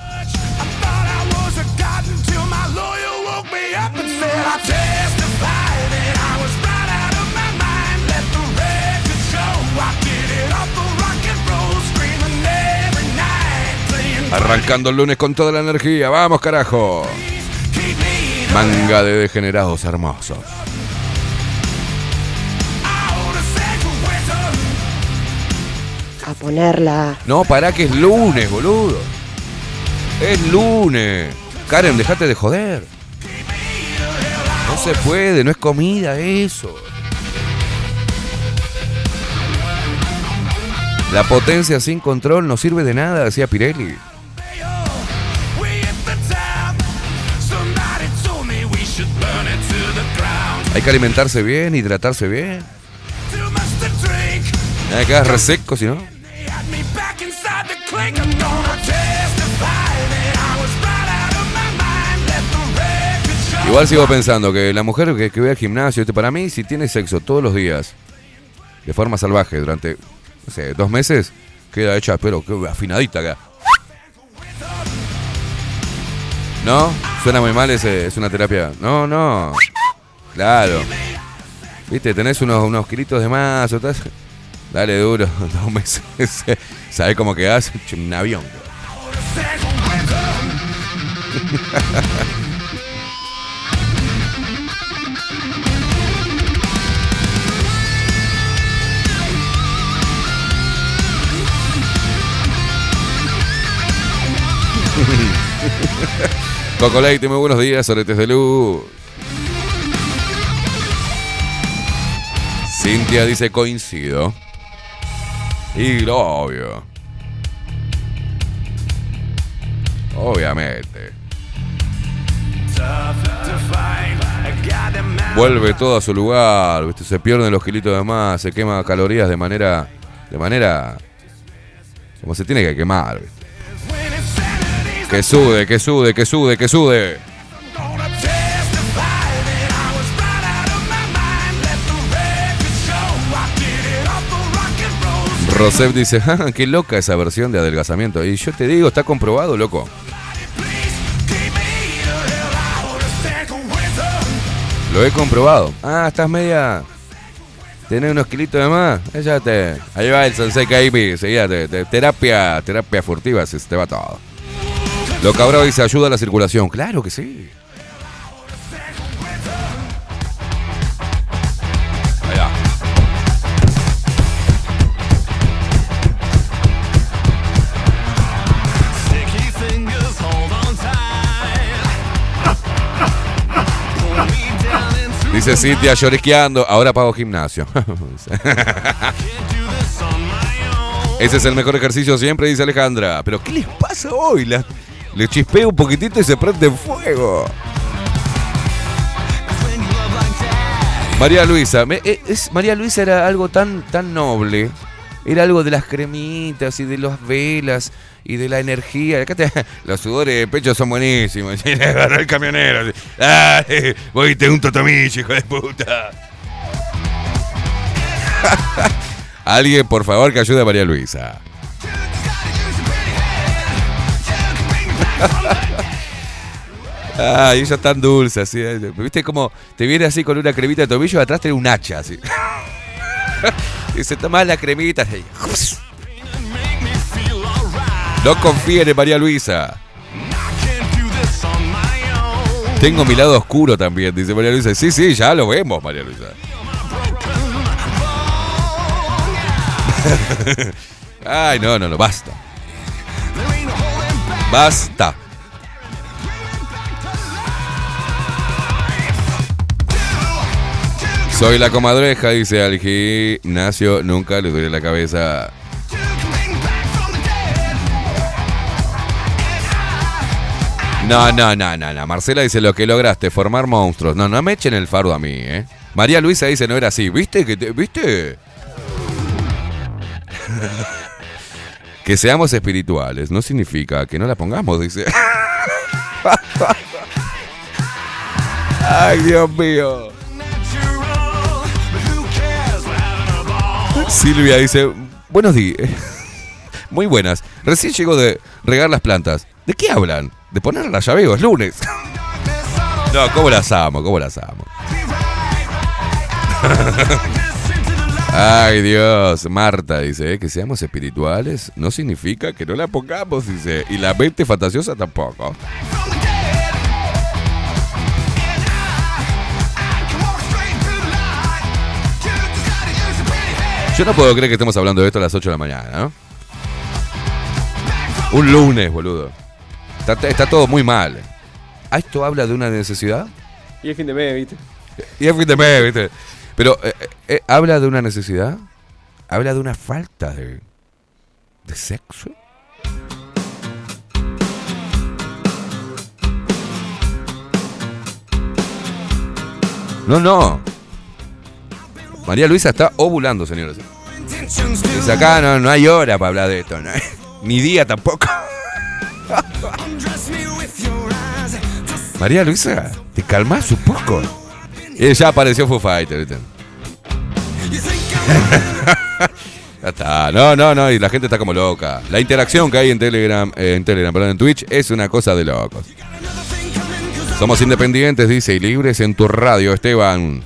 Arrancando el lunes con toda la energía. ¡Vamos, carajo! Manga de degenerados hermosos. A ponerla. No, pará que es lunes, boludo. Es lunes. Karen, dejate de joder. No se puede, no es comida eso. La potencia sin control no sirve de nada, decía Pirelli. Hay que alimentarse bien, hidratarse bien. Nada que quedar reseco, si no. Igual sigo pensando que la mujer que, que ve al gimnasio, este, para mí, si tiene sexo todos los días, de forma salvaje, durante, no sé, dos meses, queda hecha, pero que afinadita queda. ¿No? Suena muy mal, ese, es una terapia. No, no. Claro. Viste, tenés unos, unos kilitos de más, o tal. Dale duro, dos meses. ¿Sabés cómo quedás? Un avión. Coco Leite, muy buenos días, soletes de luz. Cintia dice, coincido. Y lo obvio. Obviamente. Vuelve todo a su lugar, ¿viste? Se pierden los kilitos de más, se quema calorías de manera, de manera como se tiene que quemar, ¿viste? Que sude, que sude, que sude, que sude. Rosef dice, ah, qué loca esa versión de adelgazamiento. Y yo te digo, está comprobado, loco. Lo he comprobado. Ah, estás media... Tenés unos kilitos de más. Ya te... Ahí va el Sensei Kaipi. Seguía, te, te, terapia, terapia furtiva, se te va todo. Lo cabrón dice, ayuda a la circulación. Claro que sí. Allá. Dice Cintia lloriqueando, ahora pago gimnasio. Ese es el mejor ejercicio siempre, dice Alejandra. Pero ¿qué les pasa hoy? La, le chispea un poquitito y se prende fuego. María Luisa, me, es, María Luisa era algo tan, tan noble. Era algo de las cremitas y de las velas y de la energía. Acá te, los sudores de pecho son buenísimos. Agarró el camionero. ¡Ay! Voy te un totomillo, hijo de puta. Alguien, por favor, que ayude a María Luisa. Ay, ella es tan dulce, así. ¿Viste cómo te viene así con una cremita de tobillo y atrás tiene un hacha, así? Y se toma la cremita. Así. No confíen en María Luisa. Tengo mi lado oscuro también, dice María Luisa. Sí, sí, ya lo vemos, María Luisa. Ay, no, no, no, basta. Basta. Soy la comadreja, dice al gimnasio, nunca le duele la cabeza. No, no, no, no, no. Marcela dice, lo que lograste, formar monstruos. No, no me echen el fardo a mí, ¿eh? María Luisa dice, no era así. ¿Viste? que te, ¿Viste? Que seamos espirituales no significa que no la pongamos, dice. Ay, Dios mío. Silvia dice, buenos días. Muy buenas. Recién llego de regar las plantas. ¿De qué hablan? De poner la llaveo, es lunes. No, ¿cómo las amo? ¿Cómo las amo? Ay, Dios. Marta dice, ¿eh? Que seamos espirituales no significa que no la pongamos, dice. Y la mente fantasiosa tampoco. Yo no puedo creer que estemos hablando de esto a las ocho de la mañana, ¿no? Un lunes, boludo. Está, está todo muy mal. ¿A esto habla de una necesidad? Y es fin de mes, ¿viste? Y es fin de mes, ¿viste? Pero, eh, eh, ¿habla de una necesidad? ¿Habla de una falta de, de sexo? No, no. María Luisa está ovulando, señores. Dice acá, no, no hay hora para hablar de esto, no hay, ni día tampoco. María Luisa, ¿te calmas un poco? Y ya apareció Foo Fighter, ¿viste? Ya está, no, no, no, y la gente está como loca. La interacción que hay en Telegram, eh, en Telegram, perdón, en Twitch, es una cosa de locos. Somos independientes, dice, y libres en tu radio, Esteban.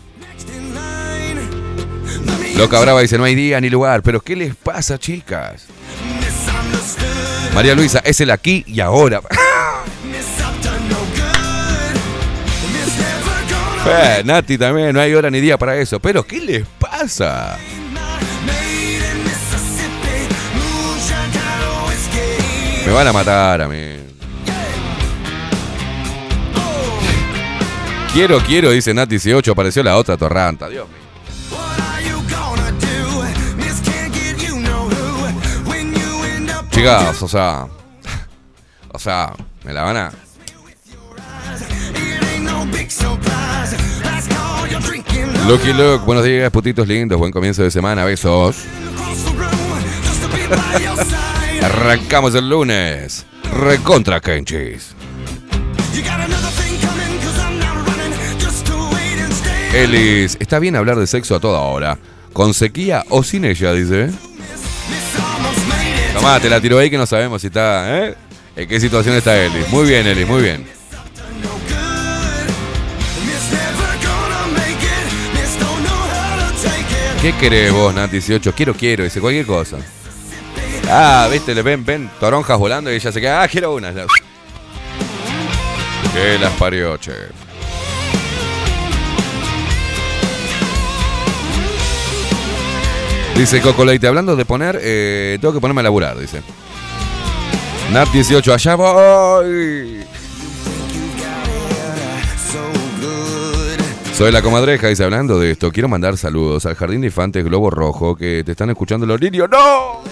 Loca Brava dice, no hay día ni lugar, pero ¿qué les pasa, chicas? María Luisa, es el aquí y ahora. Eh, Nati también, no hay hora ni día para eso. Pero ¿qué les pasa? Me van a matar a mí. Quiero, quiero, dice Nati dieciocho, apareció la otra torranta. Dios mío. Chicas, o sea, o sea, me la van a... Lucky Luke, buenos días, putitos lindos, buen comienzo de semana, besos. Arrancamos el lunes, recontra Kenchis. Elis, está bien hablar de sexo a toda hora, con sequía o sin ella, dice. Tomá, te la tiro ahí que no sabemos si está, ¿eh? ¿En qué situación está Eli? Muy bien, Eli, muy bien. ¿Qué querés vos, Nat dieciocho? Quiero, quiero, dice cualquier cosa. Ah, viste, le ven, ven, toronjas volando y ella se queda, ah, quiero una. Que las parió, che. Dice Coco Leite, hablando de poner, eh, tengo que ponerme a laburar, dice. Nat dieciocho, allá voy. Soy la comadreja, dice, hablando de esto, quiero mandar saludos al Jardín de Infantes Globo Rojo, que te están escuchando los niños. ¡No!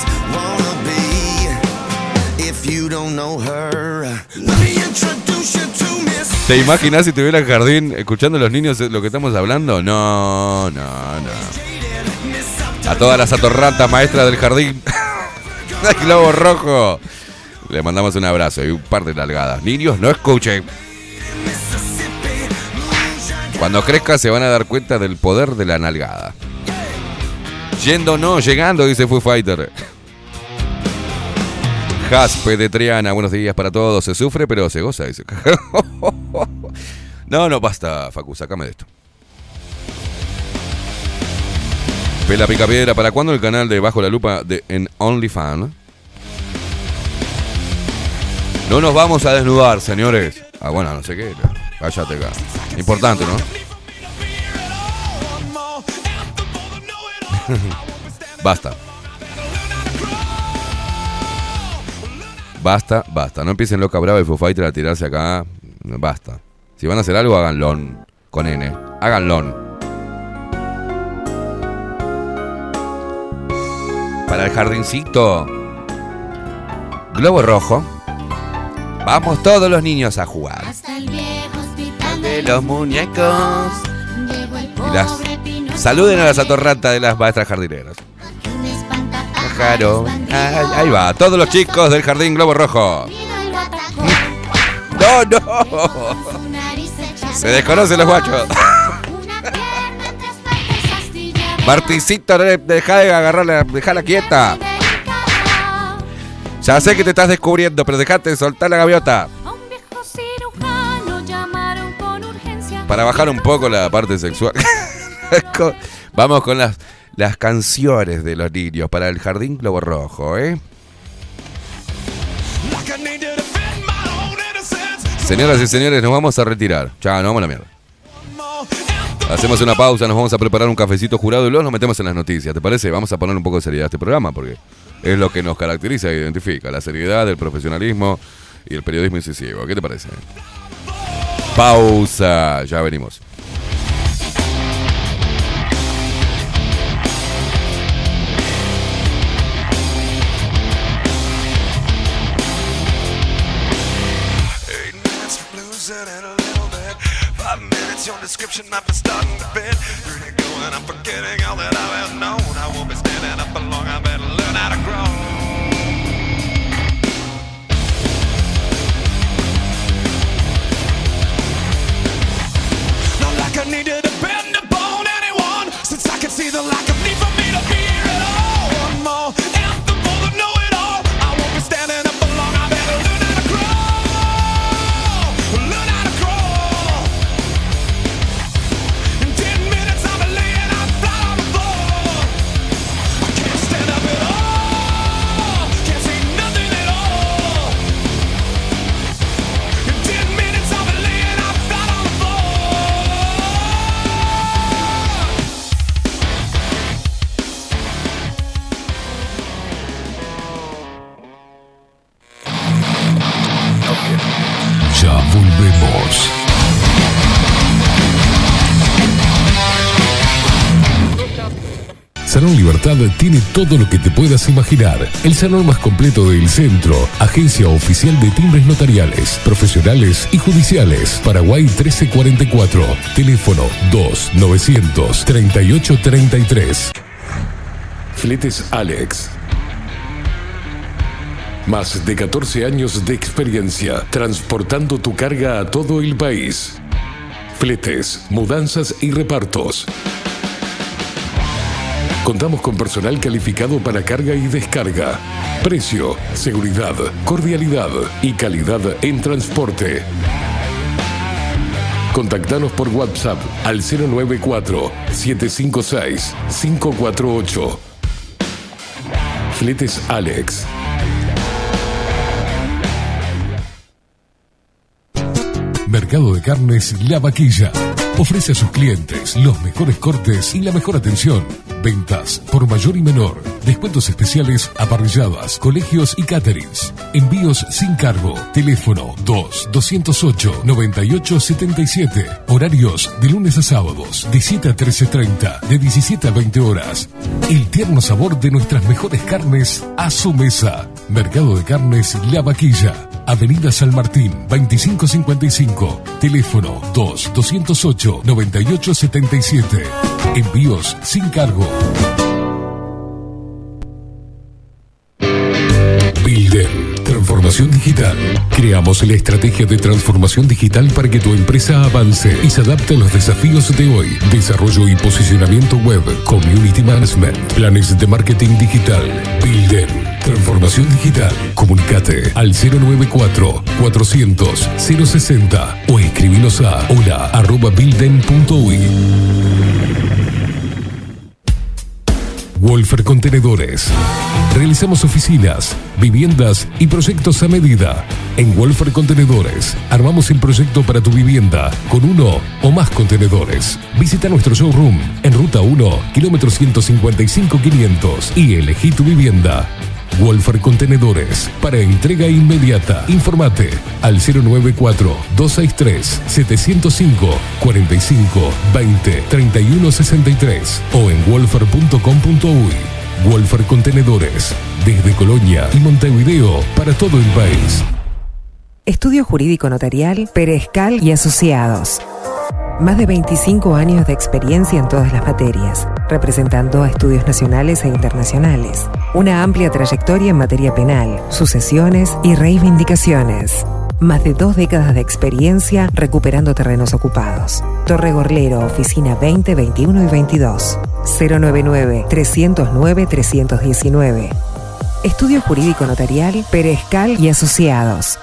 ¿Te imaginas si tuviera el jardín escuchando a los niños lo que estamos hablando? No, no, no. A todas las atorrantas maestras del jardín del Globo Rojo le mandamos un abrazo y un par de nalgadas. Niños, no escuchen. Cuando crezca se van a dar cuenta del poder de la nalgada. Yendo no, llegando, dice Foo Fighter. Jaspe de Triana, buenos días para todos. Se sufre pero se goza, dice. No, no, basta, Facu, sácame de esto. Pela Picapiedra, ¿para cuándo el canal de Bajo la Lupa de, en OnlyFans? No nos vamos a desnudar, señores. Ah, bueno, no sé qué. Cállate acá. Importante, ¿no? Basta. Basta, basta. No empiecen Loca Brava y Foo Fighter a tirarse acá. Basta. Si van a hacer algo, háganlo. Con N. Háganlo. Para el jardincito. Globo Rojo. Vamos todos los niños a jugar. Hasta el viejo hospital de los muñecos. Y las saluden a las atorrantas de las maestras jardineras. Claro. Ahí, ahí va, todos los chicos del Jardín Globo Rojo. No, no. Se desconocen los guachos. Martincito, deja de agarrarla, dejala quieta. Ya sé que te estás descubriendo, pero dejate de soltar la gaviota. Para bajar un poco la parte sexual. Vamos con las, las canciones de los niños para el Jardín Globo Rojo, ¿eh? Señoras y señores, nos vamos a retirar. Ya, nos vamos a la mierda. Hacemos una pausa, nos vamos a preparar un cafecito jurado y luego nos metemos en las noticias. ¿Te parece? Vamos a poner un poco de seriedad a este programa porque es lo que nos caracteriza e identifica. La seriedad, el profesionalismo y el periodismo incisivo. ¿Qué te parece? Pausa. Ya venimos. Your description, I've been starting to bed. Really going, I'm forgetting all that I have known. I won't be standing up for long, I better learn how to grow. Not like I need to depend upon anyone, since I can see the lack of need for me to be here at all. One more anthem for the know-it-all. I won't be standing up for long, I better learn how to grow. Learn how to grow. Ya volvemos. Salón Libertad tiene todo lo que te puedas imaginar. El salón más completo del centro. Agencia oficial de timbres notariales, profesionales y judiciales. Paraguay trece cuarenta y cuatro. Teléfono dos novecientos treinta y ocho treinta y tres. Fletes Alex. Más de catorce años de experiencia transportando tu carga a todo el país. Fletes, mudanzas y repartos. Contamos con personal calificado para carga y descarga. Precio, seguridad, cordialidad y calidad en transporte. Contactanos por WhatsApp al cero nueve cuatro, siete cinco seis, cinco cuatro ocho. Fletes Alex. Mercado de Carnes La Vaquilla. Ofrece a sus clientes los mejores cortes y la mejor atención. Ventas por mayor y menor. Descuentos especiales a parrilladas, colegios y caterings. Envíos sin cargo. Teléfono dos, doscientos ocho, noventa y ocho setenta y siete. Horarios de lunes a sábados, de siete a trece treinta, de diecisiete a veinte horas. El tierno sabor de nuestras mejores carnes a su mesa. Mercado de Carnes La Vaquilla. Avenida San Martín, veinticinco cincuenta y cinco. Teléfono dos, doscientos ocho, noventa y ocho setenta y siete. Envíos sin cargo. Builden. Transformación digital. Creamos la estrategia de transformación digital para que tu empresa avance y se adapte a los desafíos de hoy. Desarrollo y posicionamiento web, community management, planes de marketing digital. Builden. Transformación digital. Comunicate al cero nueve cuatro, cuatrocientos, cero sesenta o escribinos a hola arroba builden punto uy. Wolfer Contenedores. Realizamos oficinas, viviendas y proyectos a medida. En Wolfer Contenedores armamos el proyecto para tu vivienda con uno o más contenedores. Visita nuestro showroom en Ruta uno, kilómetro ciento cincuenta y cinco quinientos y elegí tu vivienda. Wolfer Contenedores, para entrega inmediata. Informate al cero nueve cuatro, dos seis tres, siete cero cinco, cuatro cinco, veinte, treinta y uno sesenta y tres o en wolfer punto com punto uy. Wolfer Contenedores, desde Colonia y Montevideo para todo el país. Estudio Jurídico Notarial, Perezcal y Asociados. Más de veinticinco años de experiencia en todas las materias, representando a estudios nacionales e internacionales. Una amplia trayectoria en materia penal, sucesiones y reivindicaciones. Más de dos décadas de experiencia recuperando terrenos ocupados. Torre Gorlero, oficina veinte, veintiuno y veintidós. cero noventa y nueve, trescientos nueve, trescientos diecinueve. Estudio Jurídico Notarial, Perezcal y Asociados.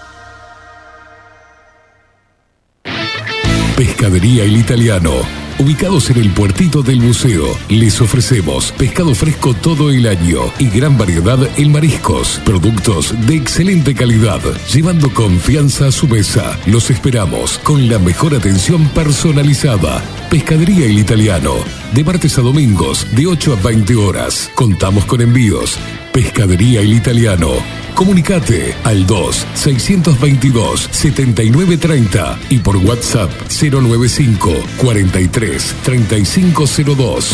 Pescadería El Italiano. Ubicados en el puertito del buceo, les ofrecemos pescado fresco todo el año y gran variedad en mariscos, productos de excelente calidad, llevando confianza a su mesa. Los esperamos con la mejor atención personalizada. Pescadería El Italiano, de martes a domingos, de ocho a veinte horas. Contamos con envíos. Pescadería El Italiano. Comunicate al dos, seiscientos veintidós, setenta y nueve treinta y por WhatsApp cero noventa y cinco, cuarenta y tres, treinta y cinco cero dos.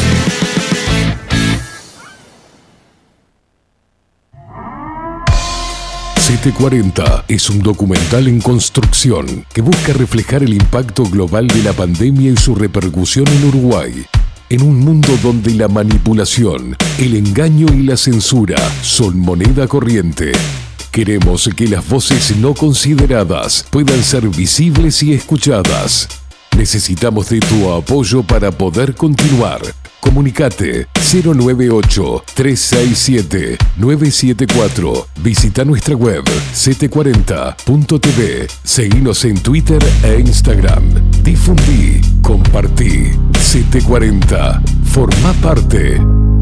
setecientos cuarenta es un documental en construcción que busca reflejar el impacto global de la pandemia y su repercusión en Uruguay. En un mundo donde la manipulación, el engaño y la censura son moneda corriente, queremos que las voces no consideradas puedan ser visibles y escuchadas. Necesitamos de tu apoyo para poder continuar. Comunicate cero nueve ocho, tres seis siete, nueve siete cuatro. Visita nuestra web setecientos cuarenta punto t v. Seguinos en Twitter e Instagram. Difundí, compartí. setecientos cuarenta. Forma parte.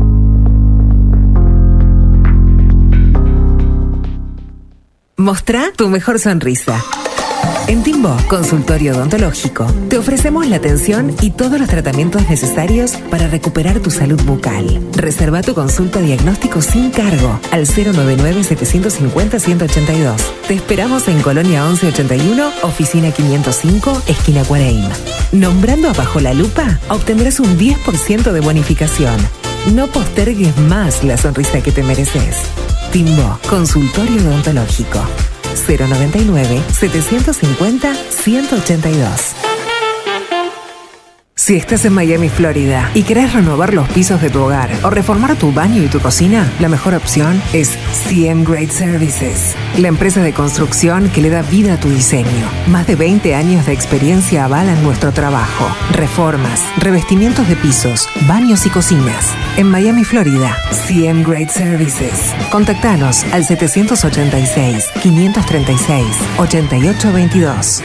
Mostrá tu mejor sonrisa. En Timbo, consultorio odontológico, te ofrecemos la atención y todos los tratamientos necesarios para recuperar tu salud bucal. Reserva tu consulta diagnóstico sin cargo al cero noventa y nueve, setecientos cincuenta, ciento ochenta y dos. Te esperamos en Colonia once ochenta y uno, oficina quinientos cinco, esquina Cuareim. Nombrando a Bajo la Lupa, obtendrás un diez por ciento de bonificación. No postergues más la sonrisa que te mereces. Timbo, consultorio odontológico. cero noventa y nueve, setecientos cincuenta, ciento ochenta y dos. Si estás en Miami, Florida y querés renovar los pisos de tu hogar o reformar tu baño y tu cocina, la mejor opción es C M Great Services, la empresa de construcción que le da vida a tu diseño. Más de veinte años de experiencia avalan nuestro trabajo. Reformas, revestimientos de pisos, baños y cocinas. En Miami, Florida, C M Great Services. Contactanos al setecientos ochenta y seis, quinientos treinta y seis, ochenta y ocho veintidós.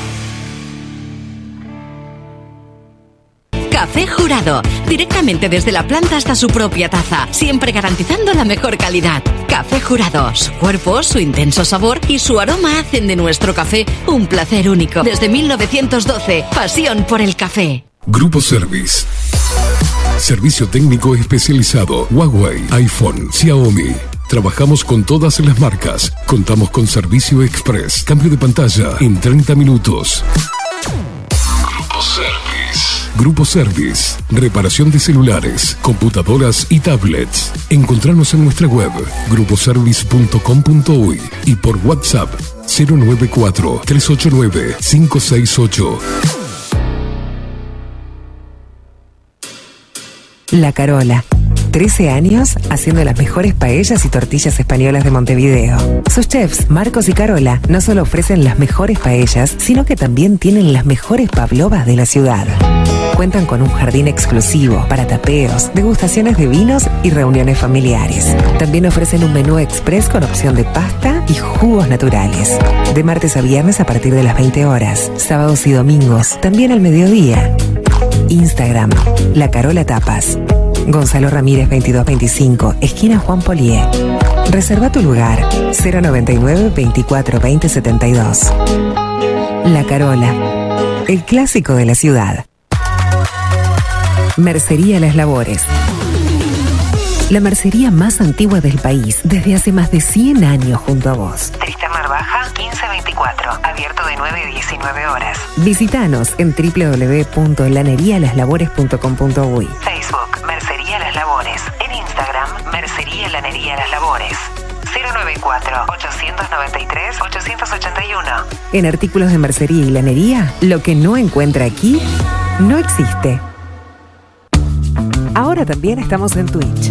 Café Jurado, directamente desde la planta hasta su propia taza, siempre garantizando la mejor calidad. Café Jurado, su cuerpo, su intenso sabor y su aroma hacen de nuestro café un placer único. Desde mil novecientos doce, pasión por el café. Grupo Service. Servicio técnico especializado. Huawei, iPhone, Xiaomi. Trabajamos con todas las marcas. Contamos con servicio express. Cambio de pantalla en treinta minutos. Grupo Service. Grupo Service. Reparación de celulares, computadoras y tablets. Encontranos en nuestra web grupo service punto com punto uy y por WhatsApp cero nueve cuatro, tres ocho nueve, cinco seis ocho. La Carola. trece años haciendo las mejores paellas y tortillas españolas de Montevideo. Sus chefs, Marcos y Carola, no solo ofrecen las mejores paellas, sino que también tienen las mejores pavlovas de la ciudad. Cuentan con un jardín exclusivo para tapeos, degustaciones de vinos y reuniones familiares. También ofrecen un menú express con opción de pasta y jugos naturales. De martes a viernes a partir de las veinte horas, sábados y domingos, también al mediodía. Instagram, La Carola Tapas. Gonzalo Ramírez veintidós veinticinco, esquina Juan Polié. Reserva tu lugar cero noventa y nueve, veinticuatro, veinte, setenta y dos. La Carola, el clásico de la ciudad. Mercería Las Labores. La mercería más antigua del país, desde hace más de cien años junto a vos. Tristán Marbaja, quince veinticuatro, abierto de nueve a diecinueve horas. Visítanos en doble u doble u doble u punto lanería las labores punto com punto uy. Facebook, Mercería Las Labores. En Instagram, Mercería Lanería Las Labores. cero noventa y cuatro, ochocientos noventa y tres, ochocientos ochenta y uno. En artículos de mercería y lanería, lo que no encuentra aquí, no existe. Ahora también estamos en Twitch.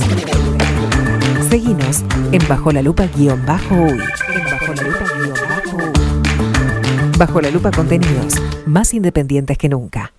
Seguinos en Bajo la Lupa guión bajo uy. En Bajo la Lupa guión bajo uy. Bajo la Lupa contenidos más independientes que nunca.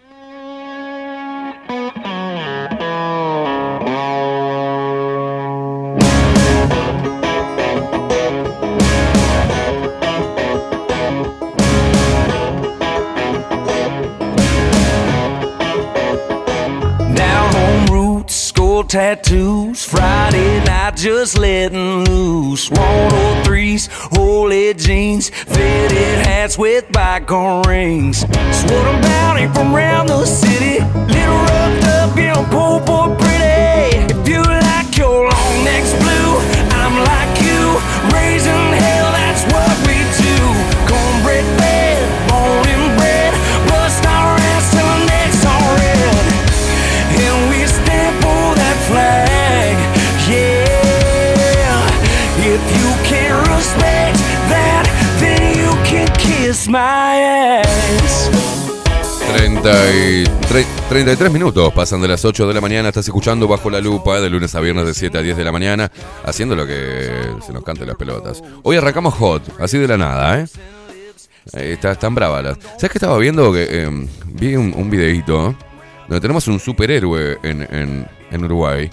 Tattoos, Friday night just letting loose. one oh threes, holy jeans, fitted hats with bygone rings. Swore I'm bounty from around the city, little roughed up, you know, poor boy pretty. If you like your long necks blue, I'm like you, raising hell, that's what we do. Cornbread fed, born and bred, bust our ass till our necks are red, and we stample that flag, yeah. If you can't respect that, then you can kiss my ass. treinta y tres, treinta y tres minutos pasan de las ocho de la mañana. Estás escuchando Bajo la Lupa de lunes a viernes de siete a diez de la mañana, haciendo lo que se nos cante las pelotas. Hoy arrancamos hot, así de la nada, ¿eh? Está tan brava la... ¿Sabes qué estaba viendo? Que eh, vi un, un videíto donde tenemos un superhéroe en, en, en Uruguay.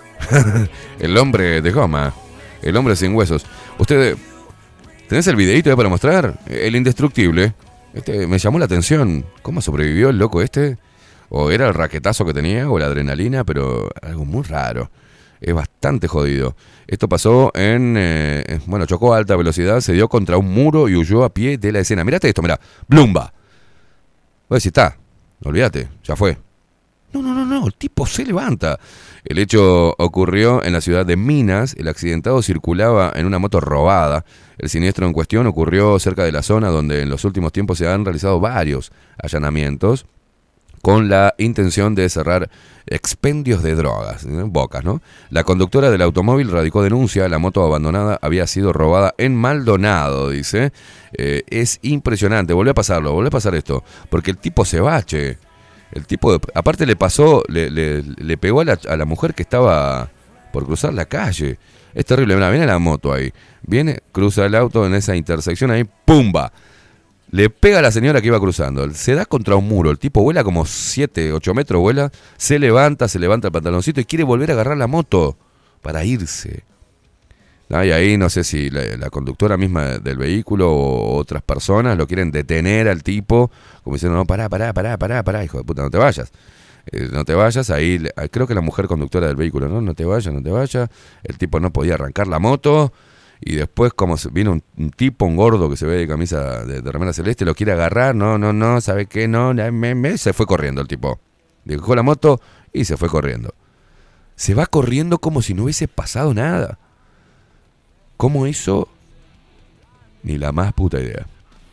El hombre de goma, el hombre sin huesos. Ustedes, ¿tenés el videíto ya para mostrar? El indestructible. Este me llamó la atención. ¿Cómo sobrevivió el loco este? O era el raquetazo que tenía, o la adrenalina, pero algo muy raro. Es bastante jodido. Esto pasó en... Eh, bueno, chocó a alta velocidad, se dio contra un muro y huyó a pie de la escena. Mirate esto, mirá. Blumba. Voy a decir, está. Olvídate, ya fue. No, no, no, no, el tipo se levanta. El hecho ocurrió en la ciudad de Minas. El accidentado circulaba en una moto robada. El siniestro en cuestión ocurrió cerca de la zona donde en los últimos tiempos se han realizado varios allanamientos con la intención de cerrar expendios de drogas, ¿eh? Bocas, ¿no? La conductora del automóvil radicó denuncia. La moto abandonada había sido robada en Maldonado, dice. Eh, es impresionante. Volvió a pasarlo, volvió a pasar esto. Porque el tipo se bache. El tipo, aparte le pasó, le, le, le pegó a la, a la mujer que estaba por cruzar la calle. Es terrible. Mira, viene la moto ahí. Viene, cruza el auto en esa intersección ahí, ¡pumba! Le pega a la señora que iba cruzando. Se da contra un muro. El tipo vuela como siete, ocho metros, vuela. Se levanta, se levanta el pantaloncito y quiere volver a agarrar la moto para irse. ¿No? Y ahí no sé si la, la conductora misma del vehículo o otras personas lo quieren detener al tipo. Como diciendo, no, pará, pará, pará, pará, pará, hijo de puta, no te vayas. Eh, no te vayas. Ahí creo que la mujer conductora del vehículo, no, no te vayas, no te vayas. El tipo no podía arrancar la moto. Y después, como vino un, un tipo, un gordo que se ve de camisa de, de remera celeste, lo quiere agarrar, no, no, no, ¿sabe qué? No, me, me, se fue corriendo el tipo. Dejó la moto y se fue corriendo. Se va corriendo como si no hubiese pasado nada. ¿Cómo hizo? Ni la más puta idea.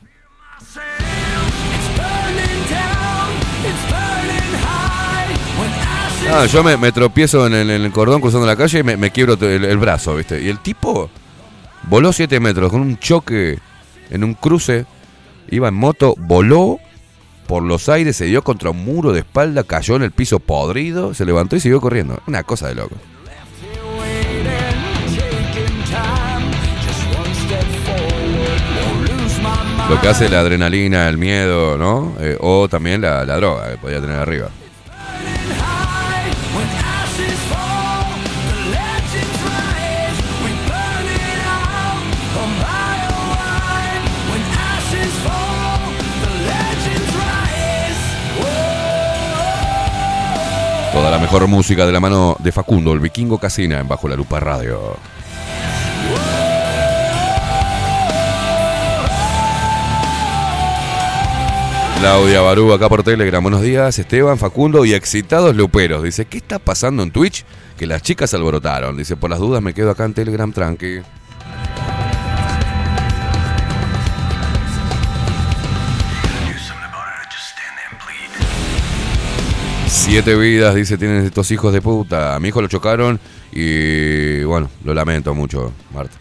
Ah, yo me, me tropiezo en el, en el cordón cruzando la calle y me, me quiebro el, el brazo, ¿viste? Y el tipo voló siete metros con un choque en un cruce, iba en moto, voló por los aires, se dio contra un muro de espalda, cayó en el piso podrido, se levantó y siguió corriendo. Una cosa de loco. Lo que hace la adrenalina, el miedo, ¿no? Eh, o también la, la droga que podía tener arriba. Toda la mejor música de la mano de Facundo, el vikingo Casina, en Bajo la Lupa Radio. Claudia Barú acá por Telegram. Buenos días, Esteban, Facundo y excitados luperos. Dice, ¿qué está pasando en Twitch? Que las chicas alborotaron. Dice, por las dudas me quedo acá en Telegram, tranqui. Siete vidas, dice, tienen estos hijos de puta. A mi hijo lo chocaron y, bueno, lo lamento mucho, Marta.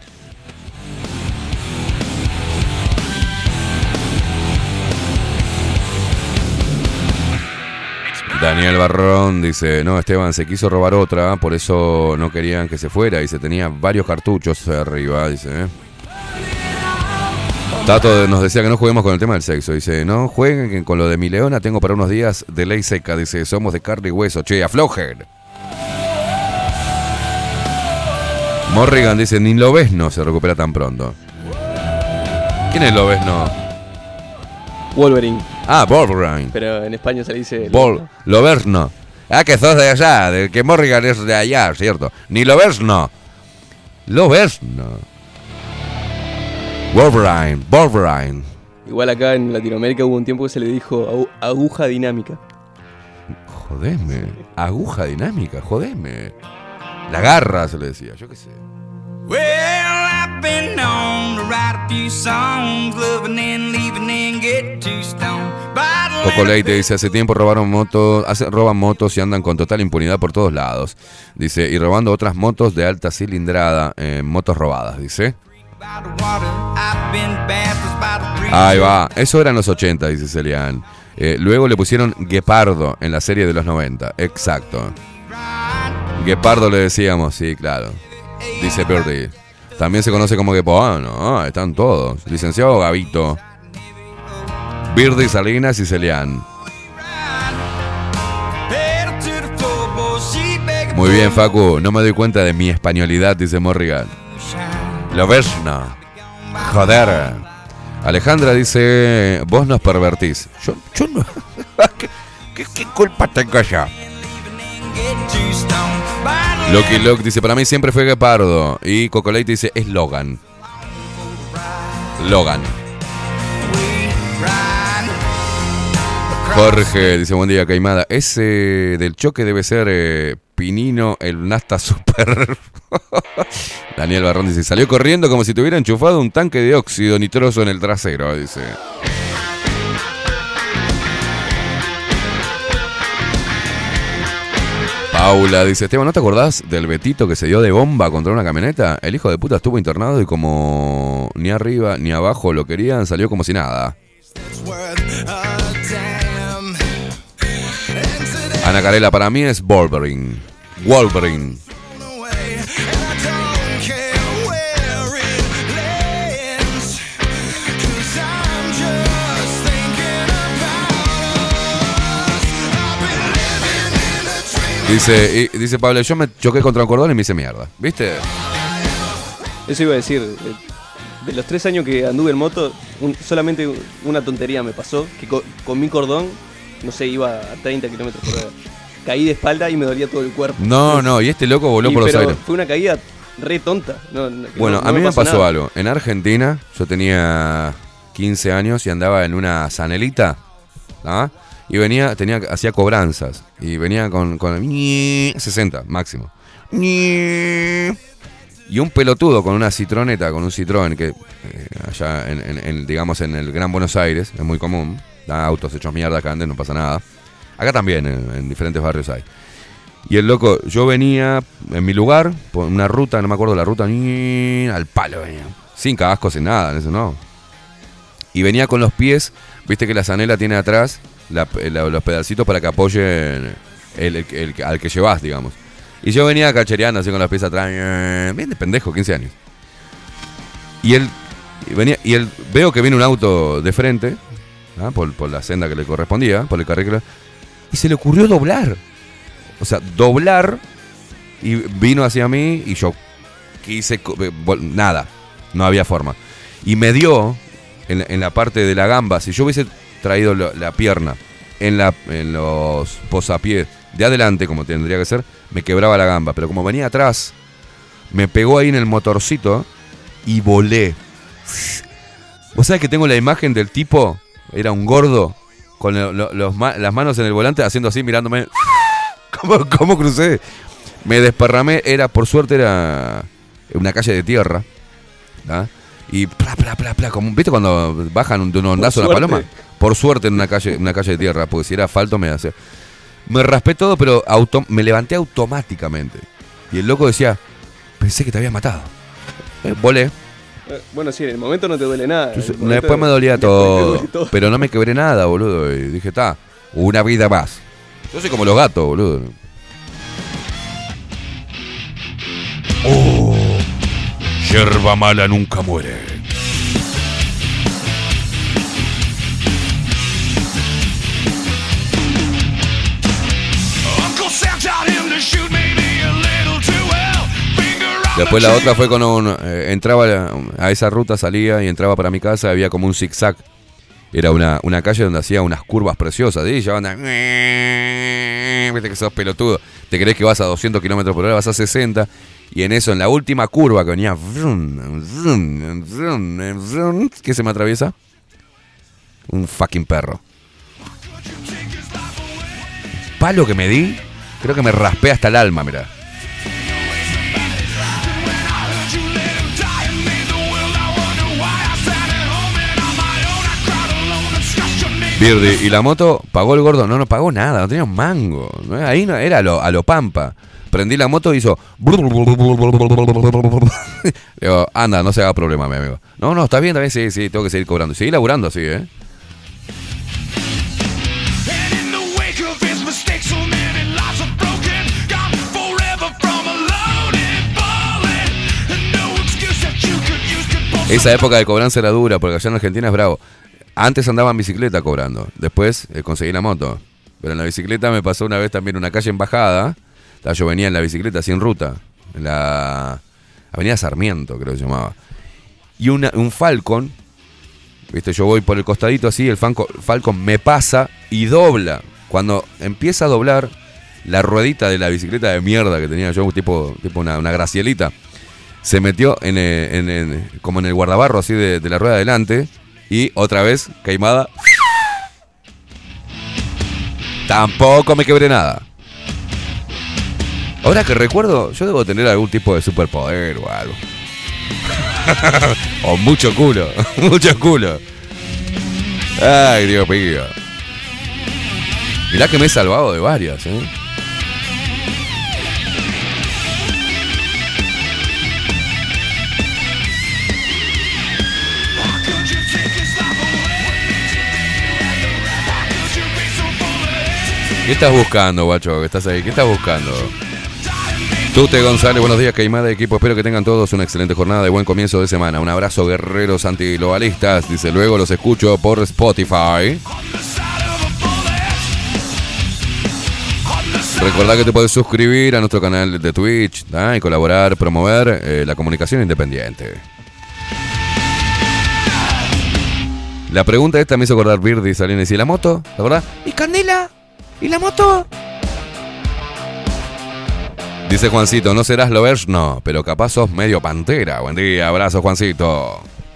Daniel Barrón dice, no, Esteban se quiso robar otra, por eso no querían que se fuera. Dice, tenía varios cartuchos arriba, dice. Tato nos decía que no juguemos con el tema del sexo. Dice, no jueguen con lo de mi leona, tengo para unos días de ley seca. Dice, somos de carne y hueso, che, aflojen. Morrigan dice, ni Lobezno se recupera tan pronto. ¿Quién es Lobezno? Wolverine. Ah, Wolverine. Pero en España se le dice... Bol, Lobezno. Ah, que sos de allá, de que Morrigan es de allá, ¿cierto? Ni Lobezno. Lobezno. Wolverine, Wolverine. Igual acá en Latinoamérica hubo un tiempo que se le dijo agu- aguja dinámica. Jodeme. Aguja dinámica, jodeme. La garra se le decía, yo qué sé. Well, I've been known to write a few songs, loving and leaving and get too stoned. Coco Leite dice, hace tiempo robaron motos, hace, roban motos y andan con total impunidad por todos lados. Dice, y robando otras motos de alta cilindrada, eh, motos robadas, dice. Ahí va, eso era en los ochenta, dice Celian. Eh, luego le pusieron Guepardo en la serie de los noventa, exacto. Guepardo le decíamos, sí, claro. Dice Birdie. También se conoce como Guepardo, no, están todos. Licenciado Gavito. Birdie, Salinas y Celian. Muy bien, Facu, no me doy cuenta de mi españolidad, dice Morrigan. Lo ves, no. Joder. Alejandra dice, vos nos pervertís. Yo, yo no. ¿Qué, qué, ¿Qué culpa tengo yo? Loki Lock dice, para mí siempre fue Guepardo. Y Cocolate dice, es Logan. Logan. Jorge dice, buen día, Caimada. Ese del choque debe ser eh, Pinino, el Nasta Super. Daniel Barrón dice, salió corriendo como si tuviera enchufado un tanque de óxido nitroso en el trasero, dice. Paula dice, Esteban, ¿no te acordás del Betito que se dio de bomba contra una camioneta? El hijo de puta estuvo internado y como ni arriba ni abajo lo querían, salió como si nada. Ana Carela para mí es Wolverine. Wolverine. Dice, y, dice Pablo, yo me choqué contra un cordón y me hice mierda. ¿Viste? Eso iba a decir. De los tres años que anduve en moto, un, solamente una tontería me pasó. Que co, con mi cordón, no sé, iba a treinta kilómetros por hora. Caí de espalda y me dolía todo el cuerpo. No, no, y este loco voló y, por los pero aires. Fue una caída re tonta. No, no, bueno, no, no a mí me pasó, nada. algo. En Argentina, yo tenía quince años y andaba en una Sanelita. ¿Ah? Y venía, tenía, hacía cobranzas. Y venía con, con sesenta máximo. Y un pelotudo con una citroneta, con un Citroën, que eh, allá, en, en, en, digamos, en el Gran Buenos Aires, es muy común. Da autos hechos mierda acá antes, no pasa nada. Acá también, en, en diferentes barrios hay. Y el loco, yo venía en mi lugar, por una ruta, no me acuerdo la ruta, al palo venía. Sin casco, sin nada, eso no. Y venía con los pies, viste que la zanela tiene atrás la, la, los pedacitos para que apoyen el, el, el, el, al que llevas, digamos. Y yo venía cachereando así con los pies atrás, bien de pendejo, quince años. Y él, y venía, y él veo que viene un auto de frente, ¿ah? por, por la senda que le correspondía, por el carril que le, y se le ocurrió doblar. O sea, doblar, y vino hacia mí y yo quise, nada, no había forma. Y me dio en, en la parte de la gamba, si yo hubiese traído la, la pierna en, la, en los posapiés de adelante, como tendría que ser, me quebraba la gamba. Pero como venía atrás, me pegó ahí en el motorcito y volé. ¿Vos sabés que tengo la imagen del tipo? Era un gordo con lo, lo, los, las manos en el volante haciendo así, mirándome. ¿Cómo, cómo crucé? Me desparramé, era, por suerte era una calle de tierra, ¿ah? Y pla, pla, pla, pla, como, ¿viste cuando bajan de un ondazo a la paloma? Por suerte en una calle, una calle de tierra, porque si era asfalto me hacía. Me raspé todo, pero auto, me levanté automáticamente. Y el loco decía, pensé que te había matado. Eh, volé. Eh, bueno, sí, en el momento no te duele nada. Entonces, después me dolía todo, duele todo, pero no me quebré nada, boludo. Y dije, está, una vida más. Yo soy como los gatos, boludo. Oh, yerba mala nunca muere. Después la otra fue con un... Eh, entraba a esa ruta, salía y entraba para mi casa, había como un zigzag. Era una, una calle donde hacía unas curvas preciosas. Y ya anda... Viste que sos pelotudo. Te crees que vas a doscientos kilómetros por hora, vas a sesenta. Y en eso, en la última curva que venía... ¿Qué se me atraviesa? Un fucking perro. Palo que me di, creo que me raspé hasta el alma, mirá. Birdi, ¿y la moto pagó el gordo? No, no pagó nada, no tenía un mango. ¿No? Ahí no, era a lo, a lo pampa. Prendí la moto y hizo... Digo, anda, no se haga problema, mi amigo. No, no, está bien, está bien, sí, sí, tengo que seguir cobrando. Seguí laburando así, ¿eh? Esa época de cobranza era dura, porque allá en Argentina es bravo. Antes andaba en bicicleta cobrando, después eh, conseguí la moto. Pero en la bicicleta me pasó una vez también una calle en bajada. Yo venía en la bicicleta sin ruta, en la avenida Sarmiento, creo que se llamaba. Y una, un Falcon, viste, yo voy por el costadito así, el Falcon me pasa y dobla. Cuando empieza a doblar, la ruedita de la bicicleta de mierda que tenía yo, tipo, tipo una, una gracielita, se metió en, el, en, el, como en el guardabarro así de, de la rueda de adelante. Y otra vez, queimada. Tampoco me quebré nada. Ahora que recuerdo, yo debo tener algún tipo de superpoder o algo. O mucho culo, mucho culo. Ay, Dios mío. Mirá que me he salvado de varias, ¿eh? ¿Qué estás buscando, guacho? ¿Qué estás ahí? ¿Qué estás buscando? Tute González, buenos días, Caimada de equipo. Espero que tengan todos una excelente jornada de buen comienzo de semana. Un abrazo, guerreros antiglobalistas. Dice, luego los escucho por Spotify. Recordá que te puedes suscribir a nuestro canal de Twitch, ¿tá? Y colaborar, promover eh, la comunicación independiente. La pregunta esta me hizo acordar Birdy Salinas. ¿Y la moto? ¿La verdad? ¿Y Candela? ¿Y la moto? Dice Juancito, ¿no serás Lovers? No, pero capaz sos medio Pantera. Buen día, abrazo, Juancito.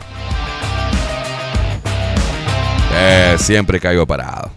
Eh, siempre caigo parado.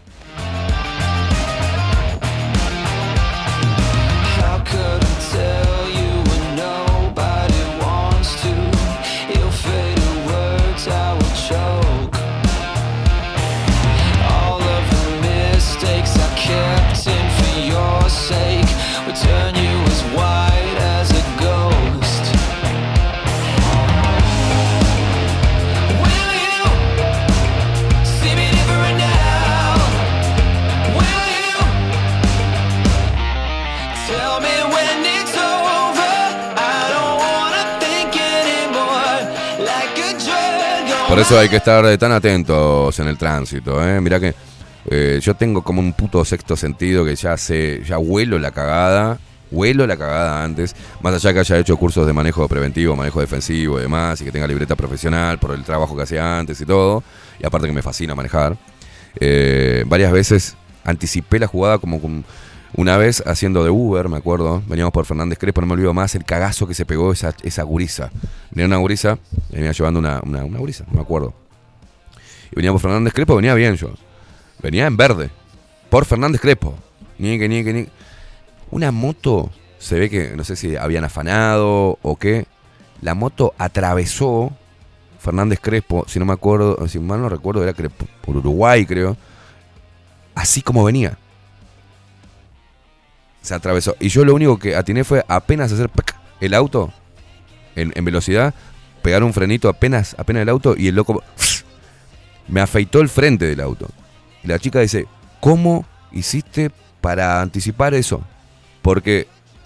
Por eso hay que estar tan atentos en el tránsito, ¿eh? Mirá que eh, yo tengo como un puto sexto sentido que ya sé, ya huelo la cagada, huelo la cagada antes, más allá que haya hecho cursos de manejo preventivo, manejo defensivo y demás, y que tenga libreta profesional por el trabajo que hacía antes y todo, y aparte que me fascina manejar. Eh, varias veces anticipé la jugada como con... Una vez haciendo de Uber, me acuerdo, veníamos por Fernández Crespo, no me olvido más el cagazo que se pegó esa, esa gurisa. Venía una gurisa, venía llevando una, una, una gurisa, no me acuerdo. Y venía por Fernández Crespo, venía bien yo. Venía en verde, por Fernández Crespo. Niegue, niegue, niegue. Una moto, se ve que, no sé si habían afanado o qué. La moto atravesó Fernández Crespo, si no me acuerdo, si mal no recuerdo, era por Uruguay, creo. Así como venía. Se atravesó. Y yo lo único que atiné fue apenas hacer el auto en, en velocidad, pegar un frenito apenas, apenas el auto y el loco me afeitó el frente del auto. Y la chica dice, ¿cómo hiciste para anticipar eso? Porque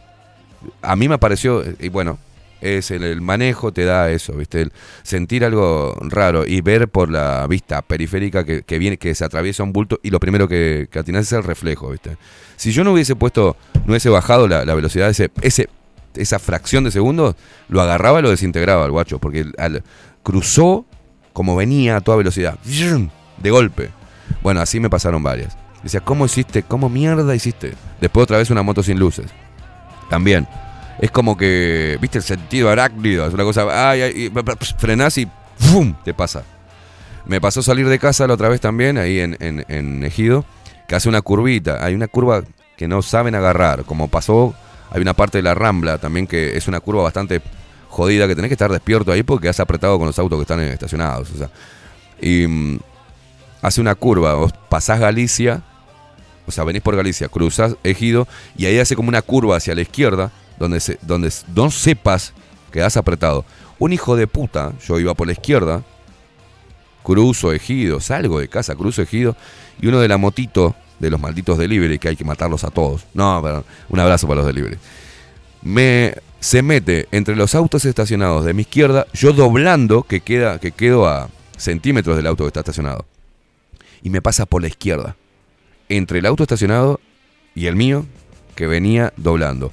a mí me pareció, y bueno, es el, el manejo te da eso, ¿viste? El sentir algo raro y ver por la vista periférica que, que viene, que se atraviesa un bulto y lo primero que, que atinás es el reflejo, ¿viste? Si yo no hubiese puesto, no hubiese bajado la, la velocidad, ese, ese, esa fracción de segundos, lo agarraba y lo desintegraba el guacho, porque al, cruzó como venía a toda velocidad, de golpe. Bueno, así me pasaron varias. Decía, ¿cómo hiciste? ¿Cómo mierda hiciste? Después otra vez una moto sin luces. También. Es como que, viste, el sentido arácnido, es una cosa, ay, ay, frenás y ¡fum! Te pasa. Me pasó salir de casa la otra vez también, ahí en, en, en Ejido, que hace una curvita, hay una curva que no saben agarrar, como pasó, hay una parte de la Rambla también que es una curva bastante jodida, que tenés que estar despierto ahí porque has apretado con los autos que están estacionados, o sea, y mm, hace una curva, vos pasás Galicia, o sea, venís por Galicia, cruzás Ejido, y ahí hace como una curva hacia la izquierda, Donde, se, donde no sepas, quedás apretado. Un hijo de puta, yo iba por la izquierda, cruzo Ejido, salgo de casa, cruzo Ejido, y uno de la motito de los malditos delivery, que hay que matarlos a todos. No, perdón, un abrazo para los delivery. Me, se mete entre los autos estacionados de mi izquierda, yo doblando, que, queda, que quedo a centímetros del auto que está estacionado. Y me pasa por la izquierda, entre el auto estacionado y el mío, que venía doblando.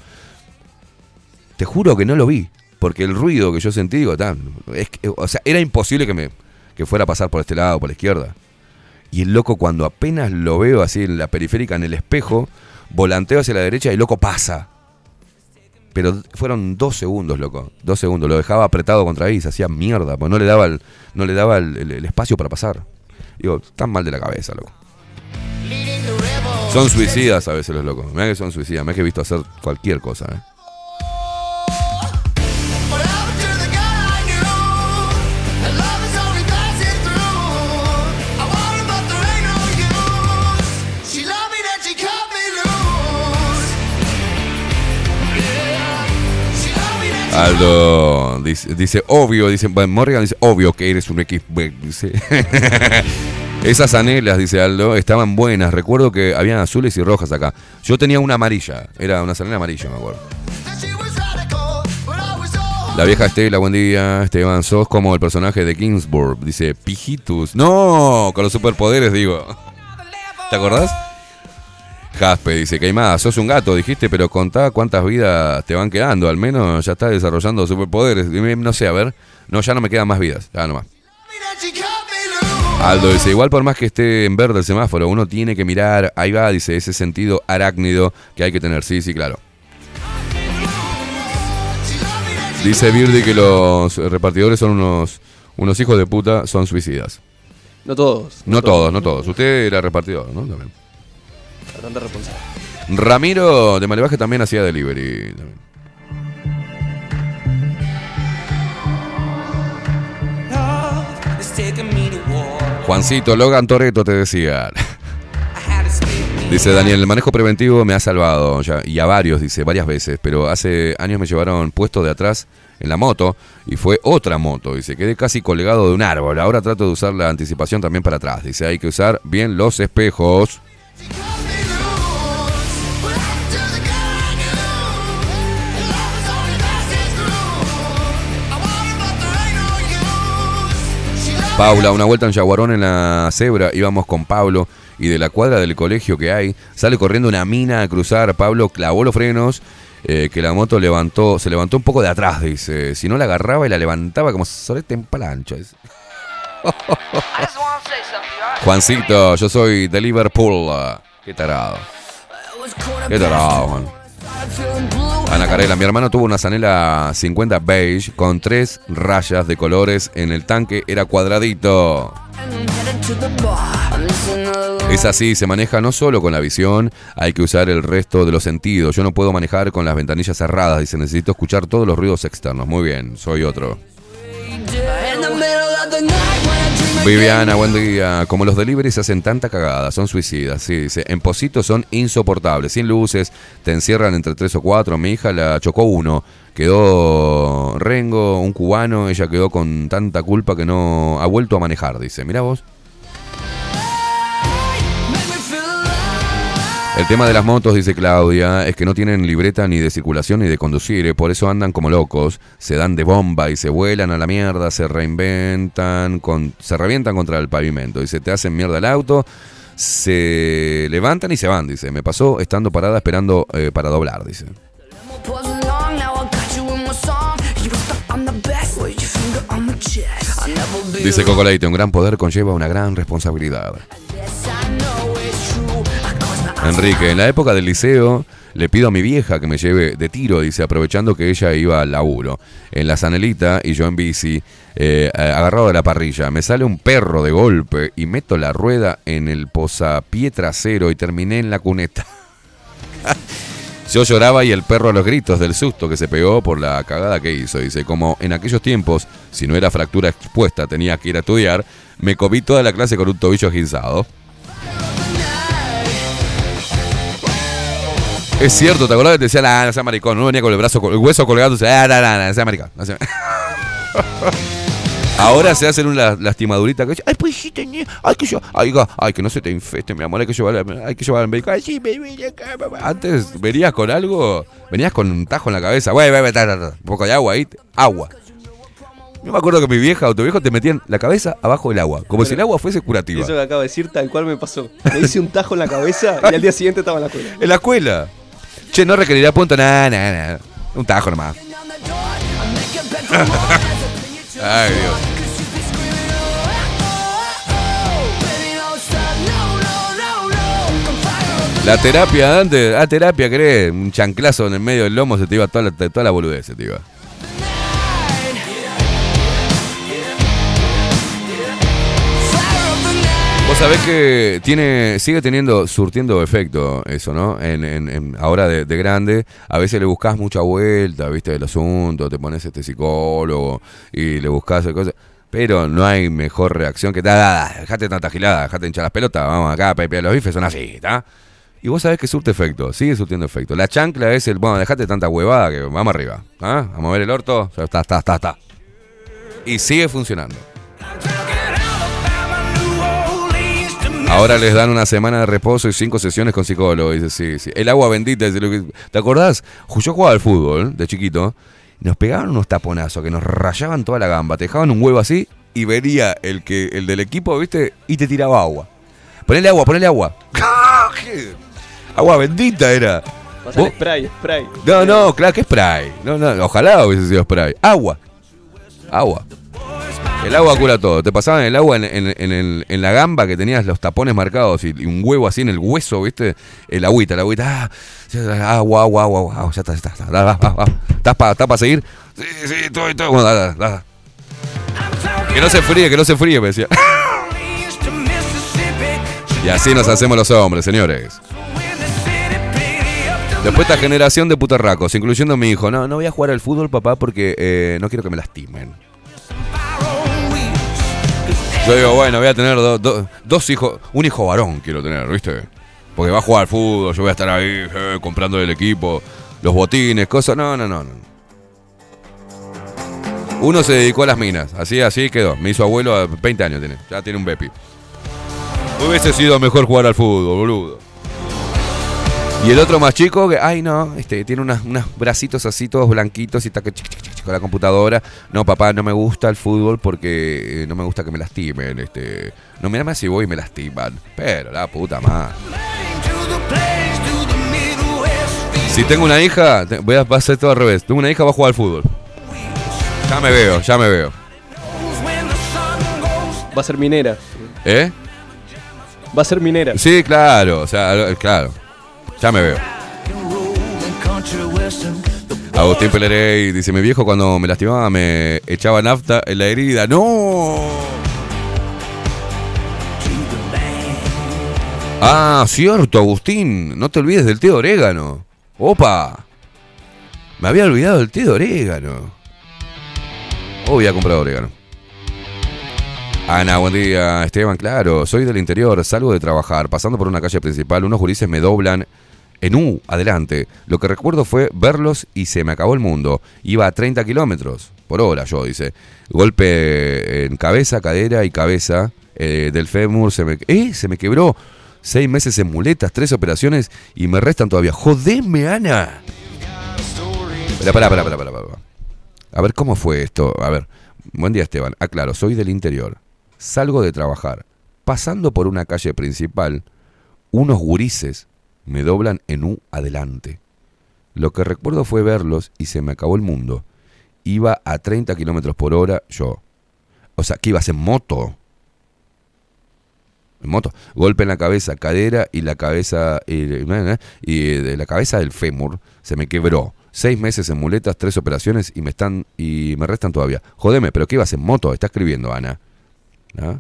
Te juro que no lo vi, porque el ruido que yo sentí, digo, tan, es que, o sea, era imposible que me que fuera a pasar por este lado, por la izquierda. Y el loco, cuando apenas lo veo así en la periférica, en el espejo, volanteo hacia la derecha y el loco pasa. Pero fueron dos segundos, loco, dos segundos. Lo dejaba apretado contra ahí y se hacía mierda, porque no le daba el, no le daba el, el, el espacio para pasar. Digo, están mal de la cabeza, loco. Son suicidas a veces los locos. Mirá que son suicidas, me he visto hacer cualquier cosa, eh. Aldo dice, dice obvio, dice bueno, Morgan dice obvio que eres un equipo, dice Esas anelas, dice Aldo, estaban buenas. Recuerdo que habían azules y rojas acá. Yo tenía una amarilla. Era una zanela amarilla, me acuerdo. La vieja Estela, buen día. Esteban, sos como el personaje de Ginsburg. Dice, pijitus. No, con los superpoderes, digo. ¿Te acordás? Jaspe dice, Queimada, sos un gato, dijiste, pero contá cuántas vidas te van quedando. Al menos ya estás desarrollando superpoderes. No sé, a ver. No, ya no me quedan más vidas. Ya no más. Aldo dice, igual por más que esté en verde el semáforo, uno tiene que mirar. Ahí va, dice, ese sentido arácnido que hay que tener. Sí, sí, claro. Dice Birdi que los repartidores son unos, unos hijos de puta, son suicidas. No todos. No, no todos, todos, no todos. Usted era repartidor, ¿no? También. Bastante responsable. Ramiro de Malevaje también hacía delivery. También. Juancito, Logan Toretto te decía. Dice Daniel, el manejo preventivo me ha salvado, ya, y a varios, dice, varias veces, pero hace años me llevaron puesto de atrás en la moto y fue otra moto, dice, quedé casi colgado de un árbol, ahora trato de usar la anticipación también para atrás, dice, hay que usar bien los espejos. Paula, una vuelta en Yaguarón en la cebra, íbamos con Pablo y de la cuadra del colegio que hay, sale corriendo una mina a cruzar, Pablo clavó los frenos, eh, que la moto levantó, se levantó un poco de atrás, dice, si no la agarraba y la levantaba como solete en palancha. Juancito, yo soy de Liverpool, qué tarado, qué tarado, Juan. Ana Carela, mi hermano tuvo una zanela cincuenta beige con tres rayas de colores en el tanque, era cuadradito. Es así, se maneja no solo con la visión, hay que usar el resto de los sentidos. Yo no puedo manejar con las ventanillas cerradas, dice, necesito escuchar todos los ruidos externos. Muy bien, soy otro. Viviana, buen día. Como los deliveries hacen tanta cagada, son suicidas. Sí, dice, en Posito son insoportables, sin luces, te encierran entre tres o cuatro. Mi hija la chocó uno, quedó rengo, un cubano, ella quedó con tanta culpa que no ha vuelto a manejar, dice. Mirá vos. El tema de las motos, dice Claudia, es que no tienen libreta ni de circulación ni de conducir, por eso andan como locos, se dan de bomba y se vuelan a la mierda, se reinventan, con, se revientan contra el pavimento, dice, te hacen mierda el auto, se levantan y se van, dice, me pasó estando parada esperando eh, para doblar, dice. Dice Coco Leite, un gran poder conlleva una gran responsabilidad. Enrique, en la época del liceo le pido a mi vieja que me lleve de tiro, dice, aprovechando que ella iba al laburo. En la Zanelita y yo en bici, eh, agarrado de la parrilla, me sale un perro de golpe y meto la rueda en el posapié trasero y terminé en la cuneta. Yo lloraba y el perro a los gritos del susto que se pegó por la cagada que hizo. Dice, como en aquellos tiempos, si no era fractura expuesta, tenía que ir a estudiar, me comí toda la clase con un tobillo esguinzado. Es cierto, ¿te acordás que te decía, ah, no sea maricón? No venía con el brazo, con el hueso colgado, ah, no, no, no, no sea maricón. No sea... Ahora se hacen una lastimadurita que dice, ay, pues sí, tenía, ay, que yo, ay, ay, que no se te infeste, mi amor, hay que llevar, hay que llevar al médico. Ay, sí, me vine acá, mamá. Antes venías con algo, venías con un tajo en la cabeza, güey, güey, un poco de agua ahí, agua. Yo me acuerdo que mi vieja o tu viejo te metían la cabeza abajo del agua, como Pero, si el agua fuese curativa. Eso que acabo de decir, tal cual me pasó. Me hice un tajo en la cabeza y al día siguiente estaba en la escuela. ¿En la escuela? Che, no requeriría punto, nada, nada, nada. Un tajo nomás. Ay, Dios. La terapia antes, ah, terapia, ¿querés? Un chanclazo en el medio del lomo se te iba toda la, toda la boludez, se te iba. Vos sabés que tiene, sigue teniendo, surtiendo efecto eso, ¿no? En, en, en ahora de, de grande, a veces le buscás mucha vuelta, viste, del asunto, te pones este psicólogo y le buscás cosas, pero no hay mejor reacción que, da, dejate tanta gilada, dejate hinchar las pelotas, vamos acá, pepe, los bifes son así, ¿está? Y vos sabés que surte efecto, sigue surtiendo efecto. La chancla es el, bueno, dejate tanta huevada que vamos arriba, ¿ah? A mover el orto, ya está, está, está, está. Y sigue funcionando. Ahora les dan una semana de reposo y cinco sesiones con psicólogo. Dice, sí, sí. El agua bendita. Dice, lo que... ¿Te acordás? Yo jugaba al fútbol de chiquito. Nos pegaban unos taponazos que nos rayaban toda la gamba. Te dejaban un huevo así y venía el, que, el del equipo, ¿viste? Y te tiraba agua. Ponele agua, ponele agua. Agua bendita era. Pasa el spray, spray. No, no, claro que spray. No, no, ojalá hubiese sido spray. Agua. Agua. El agua cura todo. Te pasaban el agua en, en, en, el, en la gamba que tenías los tapones marcados y, y un huevo así en el hueso, ¿viste? El agüita, el agüita. Ah, agua, agua, agua, agua. Ya está, ya está. está. Da, da, da, da. ¿Estás para ¿Estás pa seguir? Sí, sí, estoy, estoy. Bueno, da, da, da. Que no se fríe, que no se fríe, me decía. Y así nos hacemos los hombres, señores. Después esta generación de putarracos, incluyendo a mi hijo. No, no voy a jugar al fútbol, papá, porque eh, no quiero que me lastimen. Yo digo, bueno, voy a tener do, do, dos hijos, un hijo varón quiero tener, ¿viste? Porque va a jugar al fútbol, yo voy a estar ahí eh, comprando el equipo, los botines, cosas. No, no, no, no. Uno se dedicó a las minas, así, así quedó. Me hizo abuelo a veinte años, tiene, ya tiene un bepi. Hubiese sido mejor jugar al fútbol, boludo. Y el otro más chico, que, ay no, este, tiene unos bracitos así todos blanquitos y está que chic, chic, chic, con la computadora. No, papá, no me gusta el fútbol porque no me gusta que me lastimen. Este, no, mírame si voy y me lastiman. Pero la puta madre. Si tengo una hija, voy a hacer todo al revés. Tengo una hija, va a jugar al fútbol. Ya me veo, ya me veo. Va a ser minera. ¿Eh? Va a ser minera. Sí, claro, o sea, claro. Ya me veo. Agustín Pelerey dice, mi viejo cuando me lastimaba me echaba nafta en la herida. ¡No! Ah, cierto, Agustín. No te olvides del té de orégano. ¡Opa! Me había olvidado del té de orégano. Oh, voy a comprar orégano. Ana, buen día. Esteban, claro, soy del interior, salgo de trabajar, pasando por una calle principal, unos gurises me doblan en U, adelante. Lo que recuerdo fue verlos y se me acabó el mundo. Iba a treinta kilómetros por hora, yo, dice. Golpe en cabeza, cadera y cabeza eh, del fémur. Se me, eh, se me quebró. Seis meses en muletas, tres operaciones y me restan todavía. ¡Jodeme, Ana! Pará, pará, pará, pará, pará, pará. A ver, ¿cómo fue esto? A ver. Buen día, Esteban. Ah, claro, soy del interior. Salgo de trabajar. Pasando por una calle principal, unos gurises me doblan en U adelante. Lo que recuerdo fue verlos y se me acabó el mundo. Iba a treinta kilómetros por hora yo. O sea, que ibas en moto. En moto. Golpe en la cabeza, cadera y la cabeza... Y, y de la cabeza del fémur se me quebró. Seis meses en muletas, tres operaciones y me están y me restan todavía. Jodeme, ¿pero qué ibas en moto? Está escribiendo Ana. ¿Ah?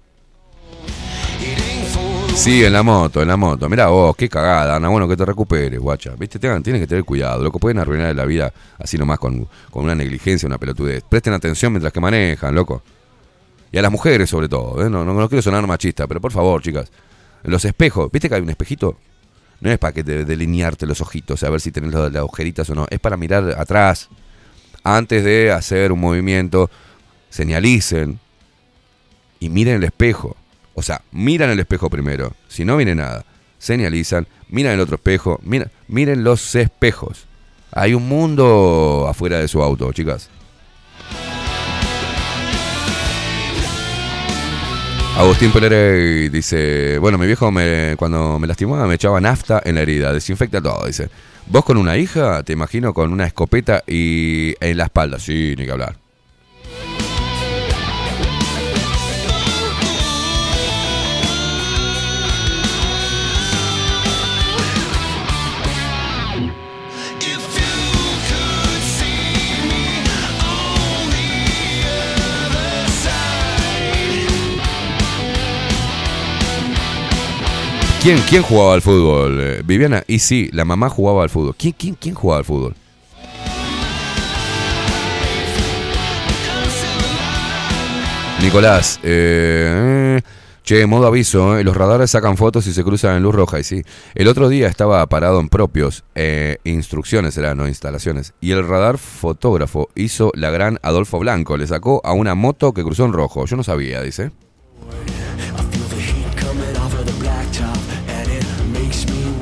Sí, en la moto, en la moto. Mirá vos, qué cagada, Ana. Bueno, que te recuperes, guacha. ¿Viste? Tengan, tienen que tener cuidado. Loco, pueden arruinar la vida así nomás con, con una negligencia, una pelotudez. Presten atención mientras que manejan, loco. Y a las mujeres sobre todo, ¿eh? No, no, no quiero sonar machista, pero por favor, chicas. Los espejos, ¿viste que hay un espejito? No es para que te delinearte los ojitos, a ver si tenés las agujeritas o no. Es para mirar atrás. Antes de hacer un movimiento, señalicen y miren el espejo. O sea, miran el espejo primero. Si no viene nada, señalizan, miran el otro espejo, miren, miren los espejos. Hay un mundo afuera de su auto, chicas. Agustín Pelerey dice, bueno, mi viejo me, cuando me lastimaba me echaba nafta en la herida, desinfecta todo, dice. Vos con una hija, te imagino con una escopeta y en la espalda, sí, ni que hablar. ¿Quién, ¿Quién jugaba al fútbol? Eh, Viviana, y sí, la mamá jugaba al fútbol. ¿Quién, quién, quién jugaba al fútbol? Nicolás, eh, che, modo aviso, eh, los radares sacan fotos y se cruzan en luz roja, y sí. El otro día estaba parado en propios, eh, instrucciones eran, no instalaciones, y el radar fotógrafo hizo la gran Adolfo Blanco, le sacó a una moto que cruzó en rojo. Yo no sabía, dice.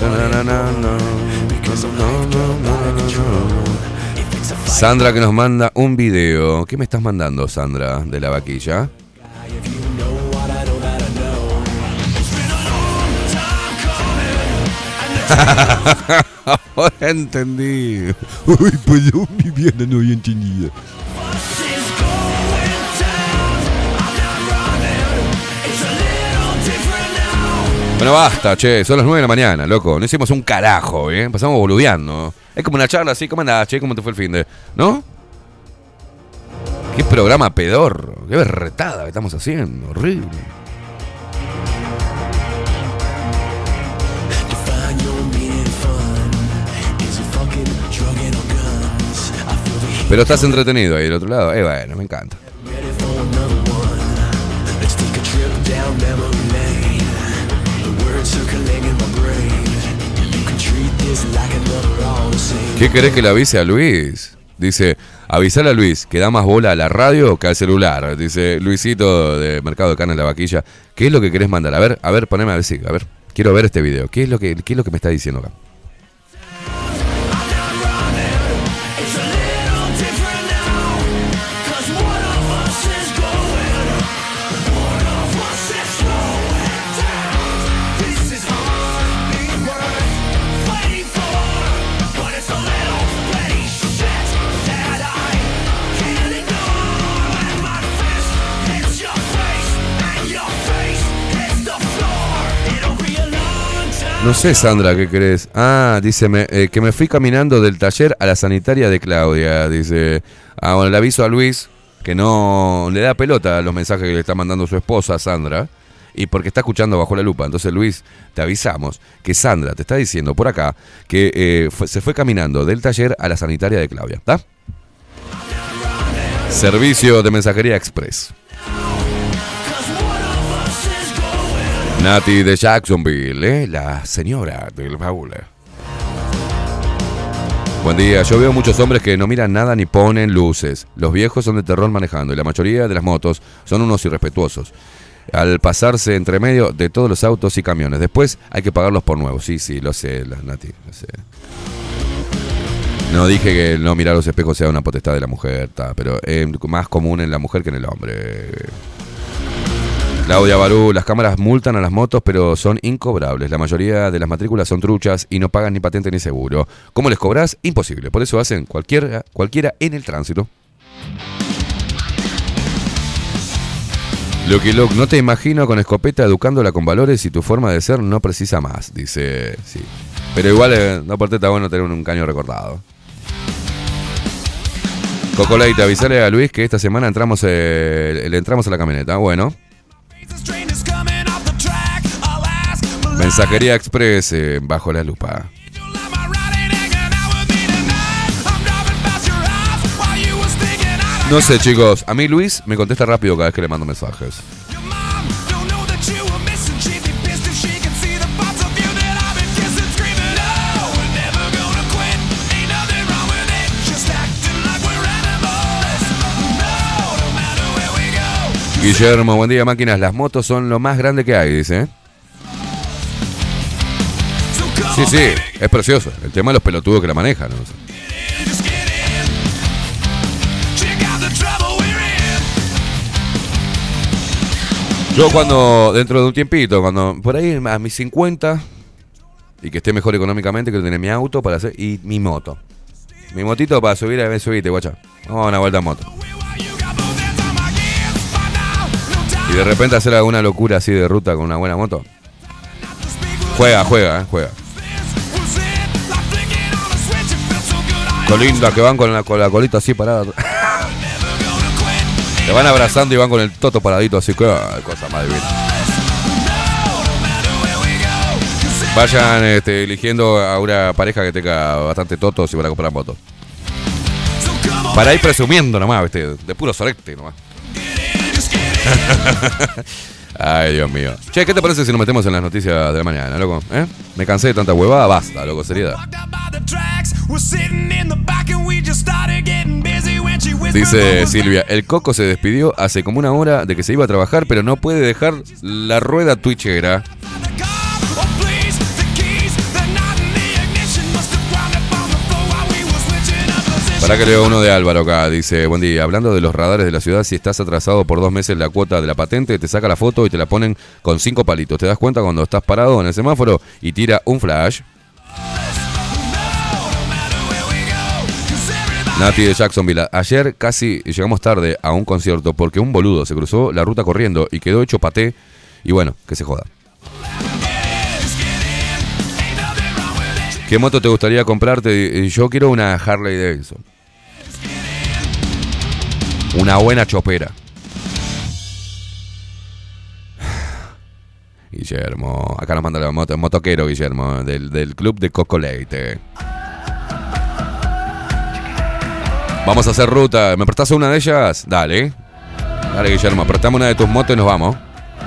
Sandra que nos manda un video. ¿Qué me estás mandando, Sandra, de la vaquilla? Ahora entendí. Uy, pues yo, Viviana, no había entendido. Bueno, basta, che, son las nueve de la mañana, loco. No hicimos un carajo, ¿eh? Pasamos boludeando. Es como una charla así, ¿cómo andás, che? ¿Cómo te fue el finde? ¿No? Qué programa pedorro, qué berretada que estamos haciendo, horrible. Pero estás entretenido ahí del otro lado. Eh, bueno, me encanta. ¿Qué querés que le avise a Luis? Dice, avisale a Luis que da más bola a la radio que al celular. Dice Luisito de Mercado de Carne en la Vaquilla. ¿Qué es lo que querés mandar? A ver, a ver, poneme a ver si, a ver. Quiero ver este video. ¿Qué es lo que, qué es lo que me está diciendo acá? No sé, Sandra, ¿qué crees? Ah, dice me, eh, que me fui caminando del taller a la sanitaria de Claudia. Dice, ah, bueno, le aviso a Luis que no le da pelota a los mensajes que le está mandando su esposa, Sandra, y porque está escuchando Bajo la Lupa. Entonces, Luis, te avisamos que Sandra te está diciendo por acá que eh, fue, se fue caminando del taller a la sanitaria de Claudia. ¿Está? Servicio de mensajería express. Nati de Jacksonville, ¿eh? La señora del baúl. Buen día, yo veo muchos hombres que no miran nada ni ponen luces. Los viejos son de terror manejando y la mayoría de las motos son unos irrespetuosos. Al pasarse entre medio de todos los autos y camiones. Después hay que pagarlos por nuevos. Sí, sí, lo sé, Nati, lo sé. No dije que no mirar los espejos sea una potestad de la mujer, ta, pero es más común en la mujer que en el hombre. Claudia Barú, las cámaras multan a las motos, pero son incobrables. La mayoría de las matrículas son truchas y no pagan ni patente ni seguro. ¿Cómo les cobras? Imposible. Por eso hacen cualquiera, cualquiera en el tránsito. Lucky Luke, no te imagino con escopeta educándola con valores y tu forma de ser no precisa más. Dice, sí. Pero igual eh, no por está bueno tener un, un caño recordado. Cocoleite, avisale a Luis que esta semana entramos eh, le entramos a la camioneta. Bueno. Mensajería Express eh, Bajo la Lupa. No sé, chicos. A mí Luis me contesta rápido cada vez que le mando mensajes. Guillermo, buen día, máquinas. Las motos son lo más grande que hay, dice. Sí, sí, es precioso. El tema de los pelotudos que la manejan, ¿no? Yo cuando, dentro de un tiempito, cuando por ahí a mis cincuenta, y que esté mejor económicamente, quiero tener mi auto para hacer, y mi moto. Mi motito para subir, a ver, subite, guacha. Vamos a una vuelta en moto. Y de repente hacer alguna locura así de ruta con una buena moto. Juega, juega, eh, juega. Colinda que van con la, con la colita así parada. Te van abrazando y van con el toto paradito así. Que cosa más divina. Vayan este, eligiendo a una pareja que tenga bastante totos y van a comprar motos. Para ir presumiendo nomás, ¿viste? De puro sorete nomás. Ay, Dios mío. Che, ¿qué te parece si nos metemos en las noticias de la mañana, loco? ¿Eh? Me cansé de tanta huevada, basta, loco, seriedad. Dice Silvia, el Coco se despidió hace como una hora de que se iba a trabajar, pero no puede dejar la rueda twitchera. Para que leo uno de Álvaro acá, dice, buen día, hablando de los radares de la ciudad, si estás atrasado por dos meses la cuota de la patente, te saca la foto y te la ponen con cinco palitos. ¿Te das cuenta cuando estás parado en el semáforo y tira un flash? Nati de Jacksonville, ayer casi llegamos tarde a un concierto porque un boludo se cruzó la ruta corriendo y quedó hecho paté y bueno, que se joda. ¿Qué moto te gustaría comprarte? Yo quiero una Harley Davidson. Una buena chopera. Guillermo, acá nos manda el moto, motoquero Guillermo, del, del club de Coco Leite. Vamos a hacer ruta. ¿Me prestás una de ellas? Dale. Dale, Guillermo, prestame una de tus motos y nos vamos.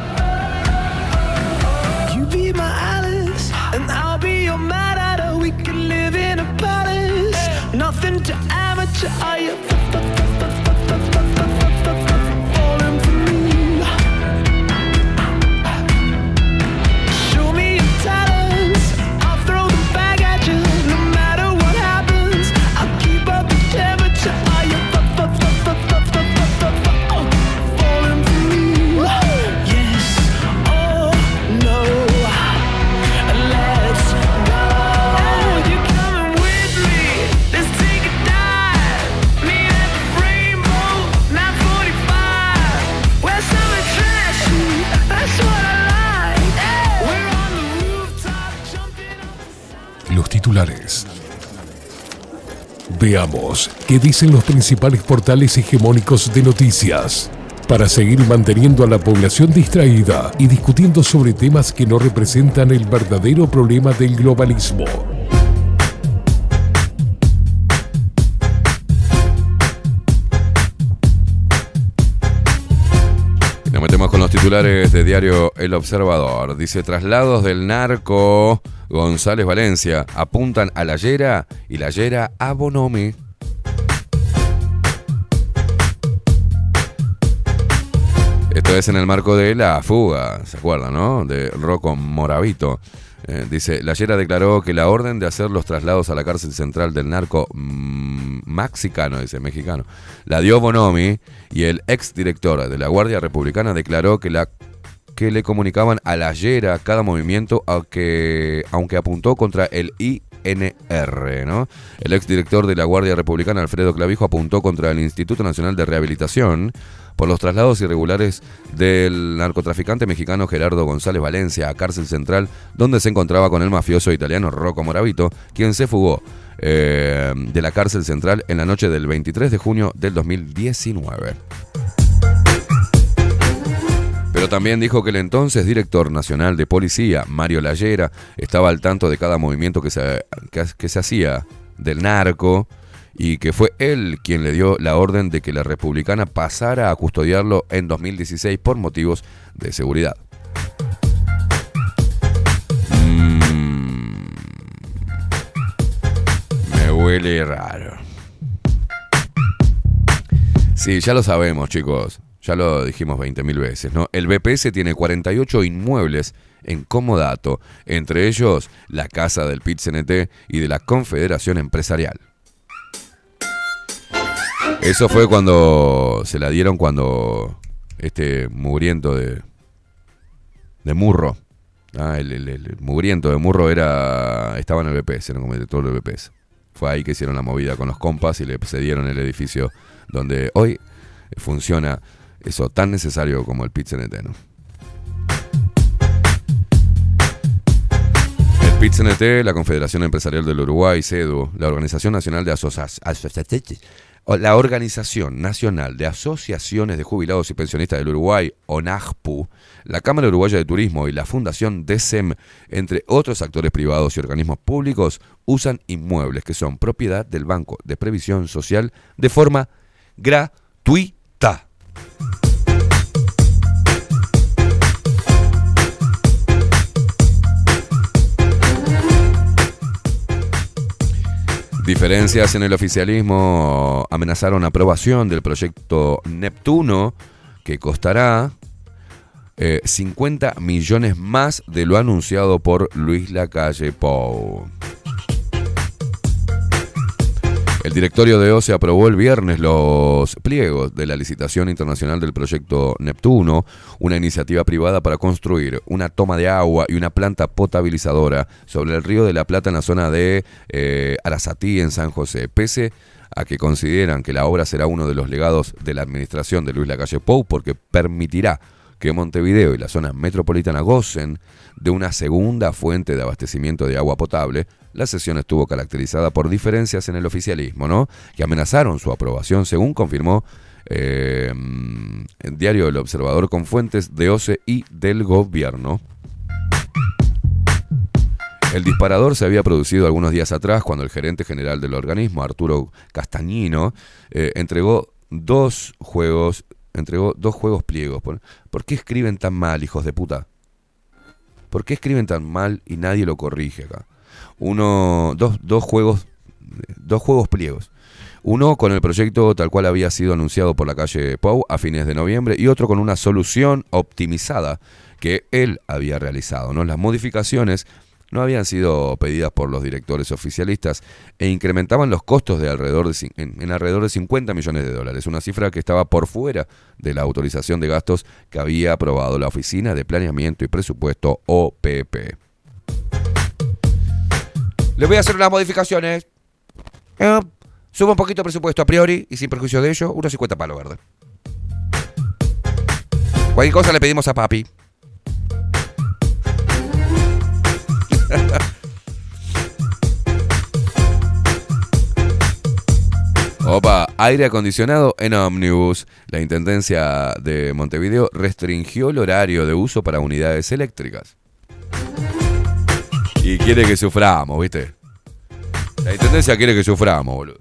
Titulares. Veamos qué dicen los principales portales hegemónicos de noticias para seguir manteniendo a la población distraída y discutiendo sobre temas que no representan el verdadero problema del globalismo. Nos metemos con los titulares de diario El Observador. Dice, traslados del narco González Valencia apuntan a la Llera y la Llera a Bonomi. Esto es en el marco de la fuga, ¿se acuerdan, no? De Rocco Moravito. Eh, dice, la Llera declaró que la orden de hacer los traslados a la cárcel central del narco mmm, mexicano, dice, mexicano, la dio Bonomi, y el exdirector de la Guardia Republicana declaró que la que le comunicaban a la Llera cada movimiento, aunque, aunque apuntó contra el I N R, ¿no? El exdirector de la Guardia Republicana, Alfredo Clavijo, apuntó contra el Instituto Nacional de Rehabilitación por los traslados irregulares del narcotraficante mexicano Gerardo González Valencia a cárcel central, donde se encontraba con el mafioso italiano Rocco Moravito, quien se fugó eh, de la cárcel central en la noche del veintitrés de junio del dos mil diecinueve. Pero también dijo que el entonces director nacional de policía, Mario La Llera, estaba al tanto de cada movimiento que se, que, que se hacía del narco y que fue él quien le dio la orden de que la republicana pasara a custodiarlo en dos mil dieciséis por motivos de seguridad. Mm, me huele raro. Sí, ya lo sabemos, chicos. Ya lo dijimos veinte mil veces, ¿no? El B P S tiene cuarenta y ocho inmuebles en comodato, entre ellos la casa del P I T C N T y de la Confederación Empresarial. Eso fue cuando se la dieron cuando este mugriento de, de Murro, ah, el, el, el mugriento de Murro era estaba en el B P S, era como director del B P S. Fue ahí que hicieron la movida con los compas y le cedieron el edificio donde hoy funciona eso tan necesario como el P I T C N T, ¿no? El P I T C N T, la Confederación Empresarial del Uruguay, CEDU, la Organización Nacional de Asociaciones, la Organización Nacional de Asociaciones de Jubilados y Pensionistas del Uruguay, ONAJPU, la Cámara Uruguaya de Turismo y la Fundación DECEM, entre otros actores privados y organismos públicos, usan inmuebles que son propiedad del Banco de Previsión Social de forma gratuita. Diferencias en el oficialismo amenazaron aprobación del proyecto Neptuno, que costará eh, cincuenta millones más de lo anunciado por Luis Lacalle Pou. El directorio de O C E aprobó el viernes los pliegos de la licitación internacional del proyecto Neptuno, una iniciativa privada para construir una toma de agua y una planta potabilizadora sobre el río de la Plata en la zona de eh, Arasatí, en San José. Pese a que consideran que la obra será uno de los legados de la administración de Luis Lacalle Pou, porque permitirá que Montevideo y la zona metropolitana gocen de una segunda fuente de abastecimiento de agua potable, la sesión estuvo caracterizada por diferencias en el oficialismo, ¿no?, que amenazaron su aprobación, según confirmó eh, el diario El Observador con fuentes de O C E y del gobierno. El disparador se había producido algunos días atrás cuando el gerente general del organismo, Arturo Castañino, eh, entregó dos juegos, entregó dos juegos pliegos. ¿Por, ¿Por qué escriben tan mal, hijos de puta? ¿Por qué escriben tan mal y nadie lo corrige acá? Uno, dos, dos juegos, dos juegos pliegos. Uno con el proyecto tal cual había sido anunciado por Lacalle Pou a fines de noviembre y otro con una solución optimizada que él había realizado, ¿no? Las modificaciones no habían sido pedidas por los directores oficialistas e incrementaban los costos de alrededor de, en, en alrededor de cincuenta millones de dólares, una cifra que estaba por fuera de la autorización de gastos que había aprobado la Oficina de Planeamiento y Presupuesto, O P P. Le voy a hacer unas modificaciones. Eh, subo un poquito de presupuesto a priori y sin perjuicio de ello, unos cincuenta palos verdes. Cualquier cosa le pedimos a papi. Opa, aire acondicionado en ómnibus. La Intendencia de Montevideo restringió el horario de uso para unidades eléctricas. Y quiere que suframos, ¿viste? La Intendencia quiere que suframos, boludo.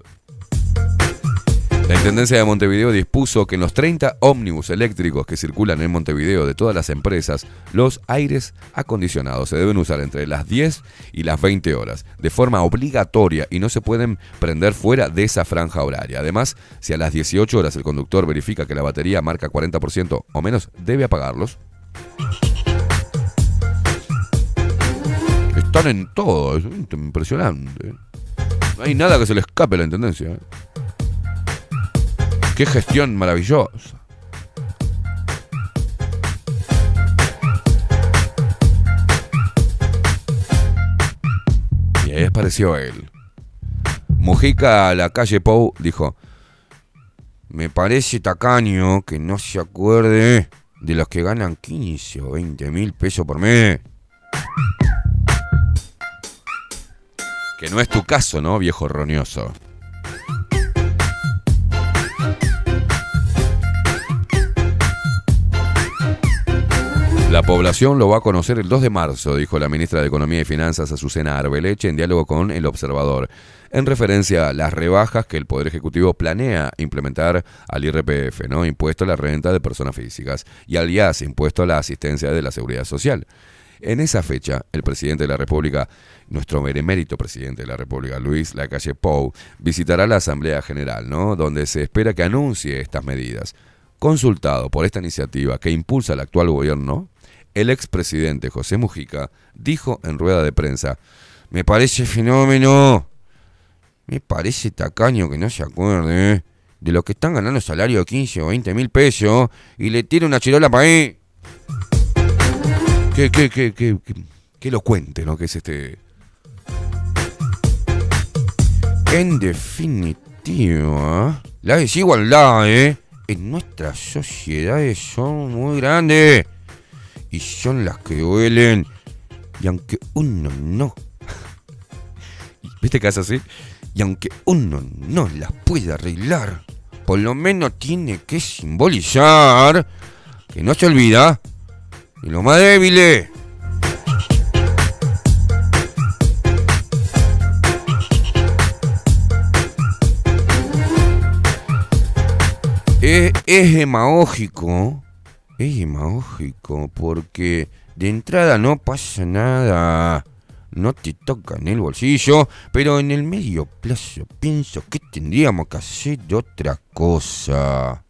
La Intendencia de Montevideo dispuso que en los treinta ómnibus eléctricos que circulan en Montevideo de todas las empresas, los aires acondicionados se deben usar entre las diez y las veinte horas, de forma obligatoria, y no se pueden prender fuera de esa franja horaria. Además, si a las dieciocho horas el conductor verifica que la batería marca cuarenta por ciento o menos, debe apagarlos. Están en todo, es impresionante. No hay nada que se le escape a la Intendencia, ¿eh? ¡Qué gestión maravillosa! Y ahí apareció él. Mujica a Lacalle Pou dijo: me parece tacaño que no se acuerde de los que ganan quince o veinte mil pesos por mes. Que no es tu caso, ¿no, viejo roñoso? La población lo va a conocer el dos de marzo, dijo la ministra de Economía y Finanzas, Azucena Arbeleche, en diálogo con El Observador, en referencia a las rebajas que el Poder Ejecutivo planea implementar al I R P F, ¿no?, impuesto a la renta de personas físicas, y al I A S, impuesto a la asistencia de la Seguridad Social. En esa fecha, el presidente de la República, nuestro benemérito presidente de la República, Luis Lacalle Pou, visitará la Asamblea General, ¿no?, donde se espera que anuncie estas medidas. Consultado por esta iniciativa que impulsa el actual gobierno, el expresidente José Mujica dijo en rueda de prensa: me parece fenómeno, me parece tacaño que no se acuerde ¿eh? de los que están ganando salario de quince o veinte mil pesos y le tira una chirola para ahí. Qué, qué, qué, qué, qué, qué elocuente, ¿no?, que es este. En definitiva, la desigualdad, ¿eh? en nuestras sociedades son muy grandes. Y son las que duelen. Y aunque uno no... ¿Viste que hace así? Y aunque uno no las pueda arreglar, por lo menos tiene que simbolizar que no se olvida de los más débiles. Es, es demagógico. Es demagógico porque de entrada no pasa nada, no te tocan el bolsillo, pero en el medio plazo pienso que tendríamos que hacer otra cosa.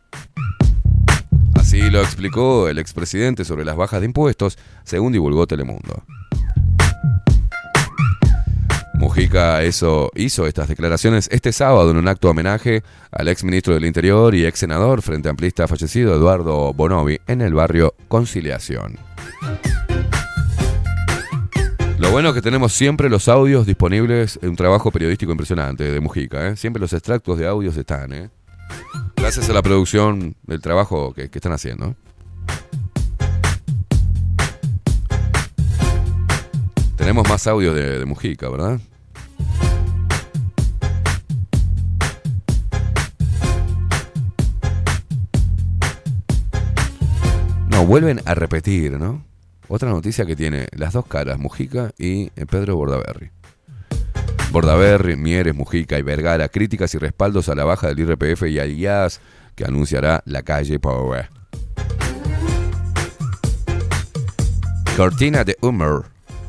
Así lo explicó el expresidente sobre las bajas de impuestos, según divulgó Telemundo. Mujica eso, hizo estas declaraciones este sábado en un acto de homenaje al ex ministro del Interior y ex senador frente amplista fallecido Eduardo Bonovi en el barrio Conciliación. Lo bueno es que tenemos siempre los audios disponibles, un trabajo periodístico impresionante de Mujica, ¿eh? Siempre los extractos de audios están, ¿eh? Gracias a la producción del trabajo que, que están haciendo. Tenemos más audios de, de Mujica, ¿verdad? No, vuelven a repetir, ¿no? Otra noticia que tiene las dos caras, Mujica y Pedro Bordaberry. Bordaberry, Mieres, Mujica y Vergara, críticas y respaldos a la baja del I R P F y al I A S que anunciará la calle Power. Cortina de humor.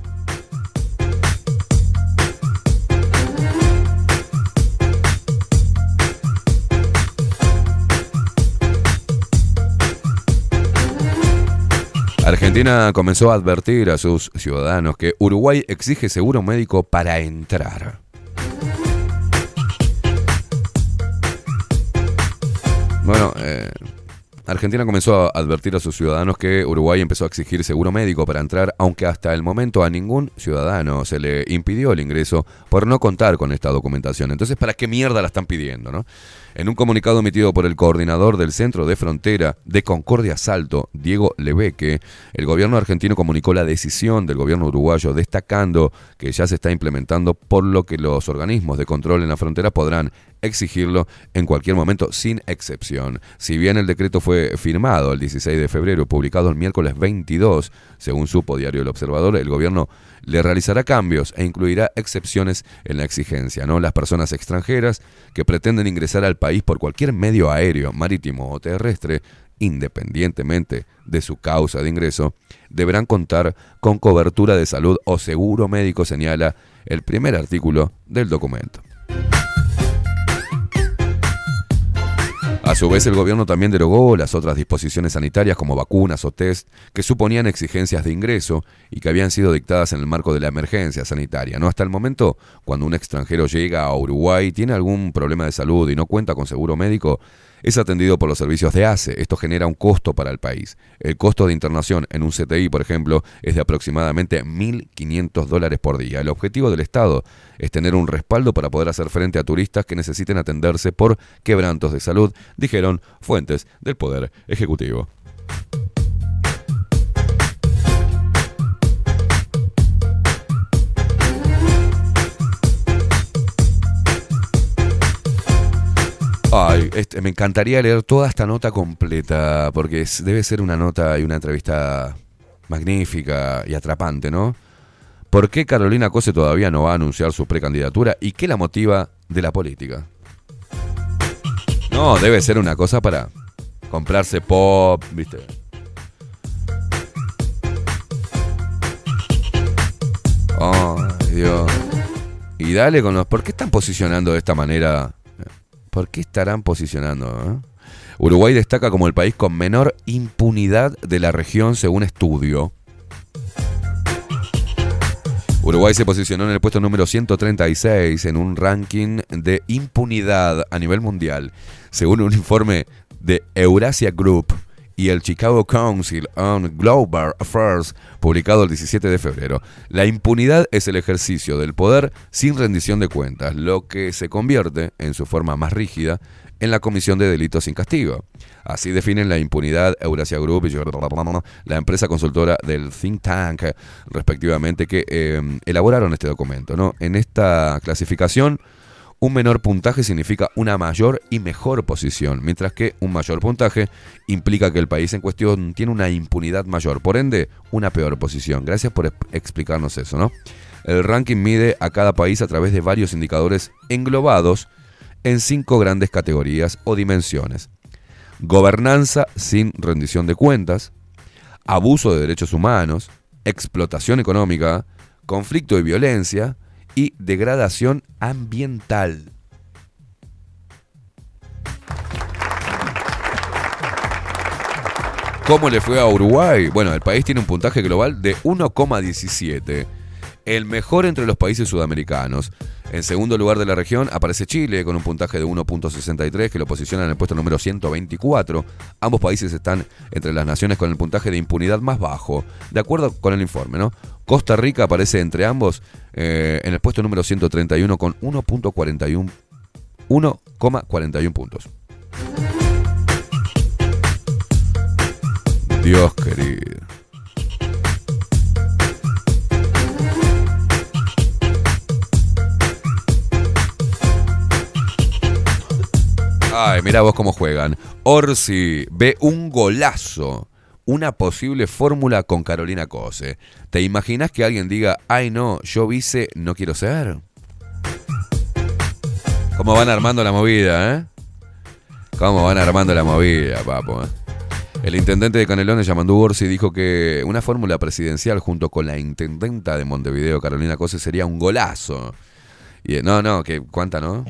Argentina comenzó a advertir a sus ciudadanos que Uruguay exige seguro médico para entrar. Bueno, eh, Argentina comenzó a advertir a sus ciudadanos que Uruguay empezó a exigir seguro médico para entrar, aunque hasta el momento a ningún ciudadano se le impidió el ingreso por no contar con esta documentación. Entonces, ¿para qué mierda la están pidiendo, no? En un comunicado emitido por el coordinador del Centro de Frontera de Concordia Salto, Diego Lebeque, el gobierno argentino comunicó la decisión del gobierno uruguayo, destacando que ya se está implementando, por lo que los organismos de control en la frontera podrán exigirlo en cualquier momento sin excepción. Si bien el decreto fue firmado el dieciséis de febrero, publicado el miércoles veintidós, según supo Diario El Observador, el gobierno le realizará cambios e incluirá excepciones en la exigencia, ¿no? Las personas extranjeras que pretenden ingresar al país por cualquier medio aéreo, marítimo o terrestre, independientemente de su causa de ingreso, deberán contar con cobertura de salud o seguro médico, señala el primer artículo del documento. A su vez, el gobierno también derogó las otras disposiciones sanitarias como vacunas o test que suponían exigencias de ingreso y que habían sido dictadas en el marco de la emergencia sanitaria. No, hasta el momento, cuando un extranjero llega a Uruguay, tiene algún problema de salud y no cuenta con seguro médico, es atendido por los servicios de A C E. Esto genera un costo para el país. El costo de internación en un C T I, por ejemplo, es de aproximadamente mil quinientos dólares por día. El objetivo del Estado es tener un respaldo para poder hacer frente a turistas que necesiten atenderse por quebrantos de salud, dijeron fuentes del Poder Ejecutivo. Ay, este, me encantaría leer toda esta nota completa, porque es, debe ser una nota y una entrevista magnífica y atrapante, ¿no? ¿Por qué Carolina Cose todavía no va a anunciar su precandidatura y qué la motiva de la política? No, debe ser una cosa para comprarse pop, ¿viste? Ay, Dios. Y dale con los... ¿Por qué están posicionando de esta manera? ¿Por qué estarán posicionando? ¿eh? Uruguay destaca como el país con menor impunidad de la región según estudio. Uruguay se posicionó en el puesto número ciento treinta y seis en un ranking de impunidad a nivel mundial, según un informe de Eurasia Group y el Chicago Council on Global Affairs, publicado el diecisiete de febrero. La impunidad es el ejercicio del poder sin rendición de cuentas, lo que se convierte, en su forma más rígida, en la comisión de delitos sin castigo. Así definen la impunidad Eurasia Group y la empresa consultora del think tank, respectivamente, que eh, elaboraron este documento, ¿no? En esta clasificación, un menor puntaje significa una mayor y mejor posición, mientras que un mayor puntaje implica que el país en cuestión tiene una impunidad mayor, por ende, una peor posición. Gracias por explicarnos eso, ¿no? El ranking mide a cada país a través de varios indicadores englobados en cinco grandes categorías o dimensiones: gobernanza sin rendición de cuentas, abuso de derechos humanos, explotación económica, conflicto y violencia, y degradación ambiental. ¿Cómo le fue a Uruguay? Bueno, el país tiene un puntaje global de uno coma diecisiete el mejor entre los países sudamericanos. En segundo lugar de la región aparece Chile con un puntaje de uno punto sesenta y tres que lo posiciona en el puesto número ciento veinticuatro. Ambos países están entre las naciones con el puntaje de impunidad más bajo, de acuerdo con el informe, ¿no? Costa Rica aparece entre ambos eh, en el puesto número ciento treinta y uno con uno coma cuarenta y uno puntos. Dios querido. Ay, mirá vos cómo juegan. Orsi ve un golazo, una posible fórmula con Carolina Cose. ¿Te imaginas que alguien diga, ay no, yo vice, no quiero ser? ¿Cómo van armando la movida, eh? ¿Cómo van armando la movida, papo, eh? El intendente de Canelones, Yamandú Orsi, dijo que una fórmula presidencial junto con la intendenta de Montevideo, Carolina Cose, sería un golazo. Y no, no, que cuánta, ¿no?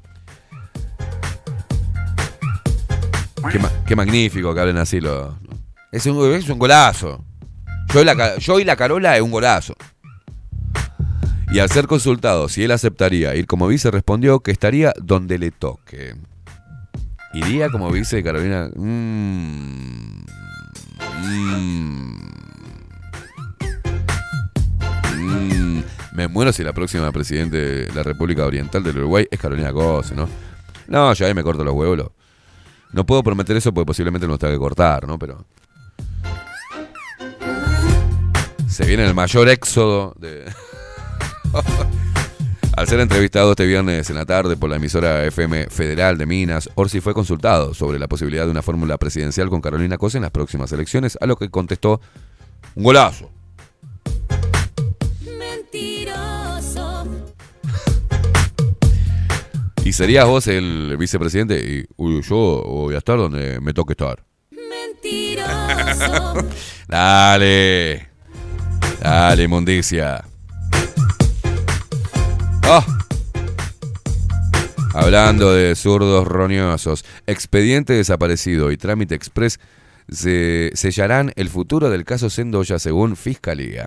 Qué, ma- qué magnífico que hablen así. Lo, es, un, es un golazo. Yo y, la, yo y la Carola es un golazo. Y al ser consultado si él aceptaría ir como vice, respondió que estaría donde le toque. ¿Iría como vice de Carolina? Mmm. Mmm. Mmm. Me muero si la próxima presidente de la República Oriental del Uruguay es Carolina Cose, ¿no? No, yo ahí me corto los huevos. No puedo prometer eso porque posiblemente nos tenga que cortar, ¿no? Pero se viene el mayor éxodo de... Al ser entrevistado este viernes en la tarde por la emisora F M Federal de Minas, Orsi fue consultado sobre la posibilidad de una fórmula presidencial con Carolina Cose en las próximas elecciones, a lo que contestó: un golazo. Mentiroso. ¿Y serías vos el vicepresidente? Y uy, yo voy a estar donde me toque estar. Mentiroso. Dale. Dale, inmundicia. Oh. Hablando de zurdos roñosos, expediente desaparecido y trámite express se sellarán el futuro del caso Sendoya según Fiscalía.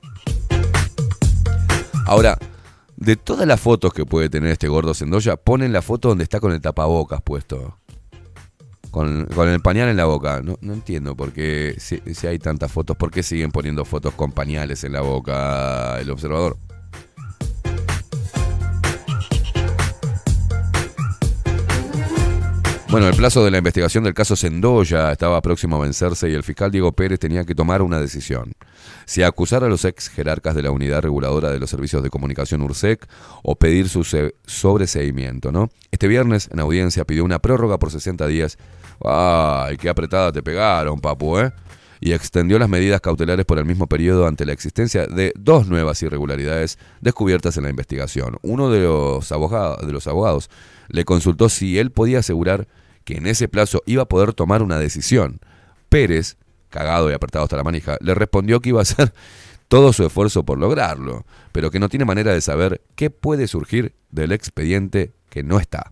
Ahora, de todas las fotos que puede tener este gordo Sendoya, ponen la foto donde está con el tapabocas puesto. Con, con el pañal en la boca. No, no entiendo por qué, si, si hay tantas fotos, ¿por qué siguen poniendo fotos con pañales en la boca el observador? Bueno, el plazo de la investigación del caso Sendoya estaba próximo a vencerse y el fiscal Diego Pérez tenía que tomar una decisión. Si acusar a los ex jerarcas de la Unidad Reguladora de los Servicios de Comunicación URSEC o pedir su sobreseimiento, ¿no? Este viernes, en audiencia, pidió una prórroga por sesenta días. ¡Ay, qué apretada te pegaron, papu, eh! Y extendió las medidas cautelares por el mismo periodo ante la existencia de dos nuevas irregularidades descubiertas en la investigación. Uno de los abogados, de los abogados le consultó si él podía asegurar que en ese plazo iba a poder tomar una decisión. Pérez, cagado y apretado hasta la manija, le respondió que iba a hacer todo su esfuerzo por lograrlo, pero que no tiene manera de saber qué puede surgir del expediente que no está.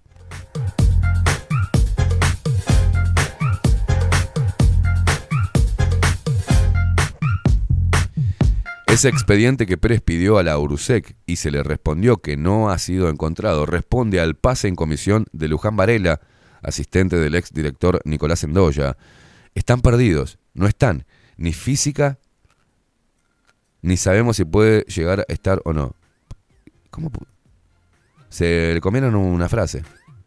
Ese expediente que Pérez pidió a la URSEC y se le respondió que no ha sido encontrado responde al pase en comisión de Luján Varela, asistente del exdirector Nicolás Sendoya. Están perdidos, no están, ni física, ni sabemos si puede llegar a estar o no. ¿Cómo? Se le comieron una frase.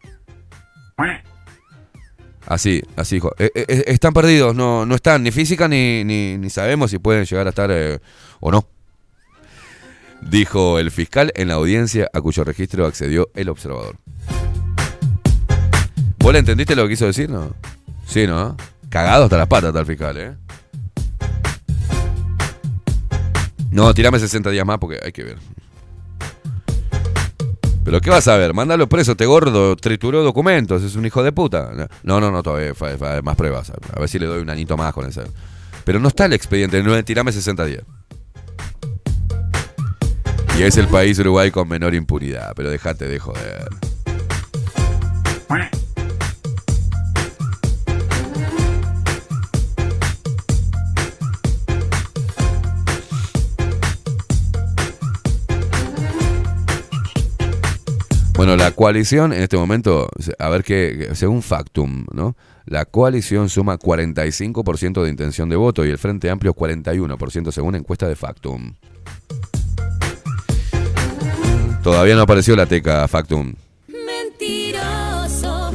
Así, así dijo. Eh, eh, están perdidos, no, no están, ni física ni, ni, ni sabemos si pueden llegar a estar eh, o no. Dijo el fiscal en la audiencia a cuyo registro accedió el observador. ¿Vos le entendiste lo que quiso decir, no? Sí, ¿no? Cagado hasta las patas está el fiscal, ¿eh? No, tirame sesenta días más porque hay que ver. ¿Pero qué vas a ver? Mándalo preso, te gordo, trituró documentos, es un hijo de puta. No, no, no, todavía fa, fa, más pruebas. A ver si le doy un añito más con esa. Pero no está el expediente, no, tirame sesenta días. Y es el país Uruguay con menor impunidad, pero déjate de joder. coalición en este momento, a ver qué, según Factum, ¿no? La coalición suma cuarenta y cinco por ciento de intención de voto y el Frente Amplio cuarenta y uno por ciento según encuesta de Factum. Todavía no apareció la teca, Factum. Mentiroso.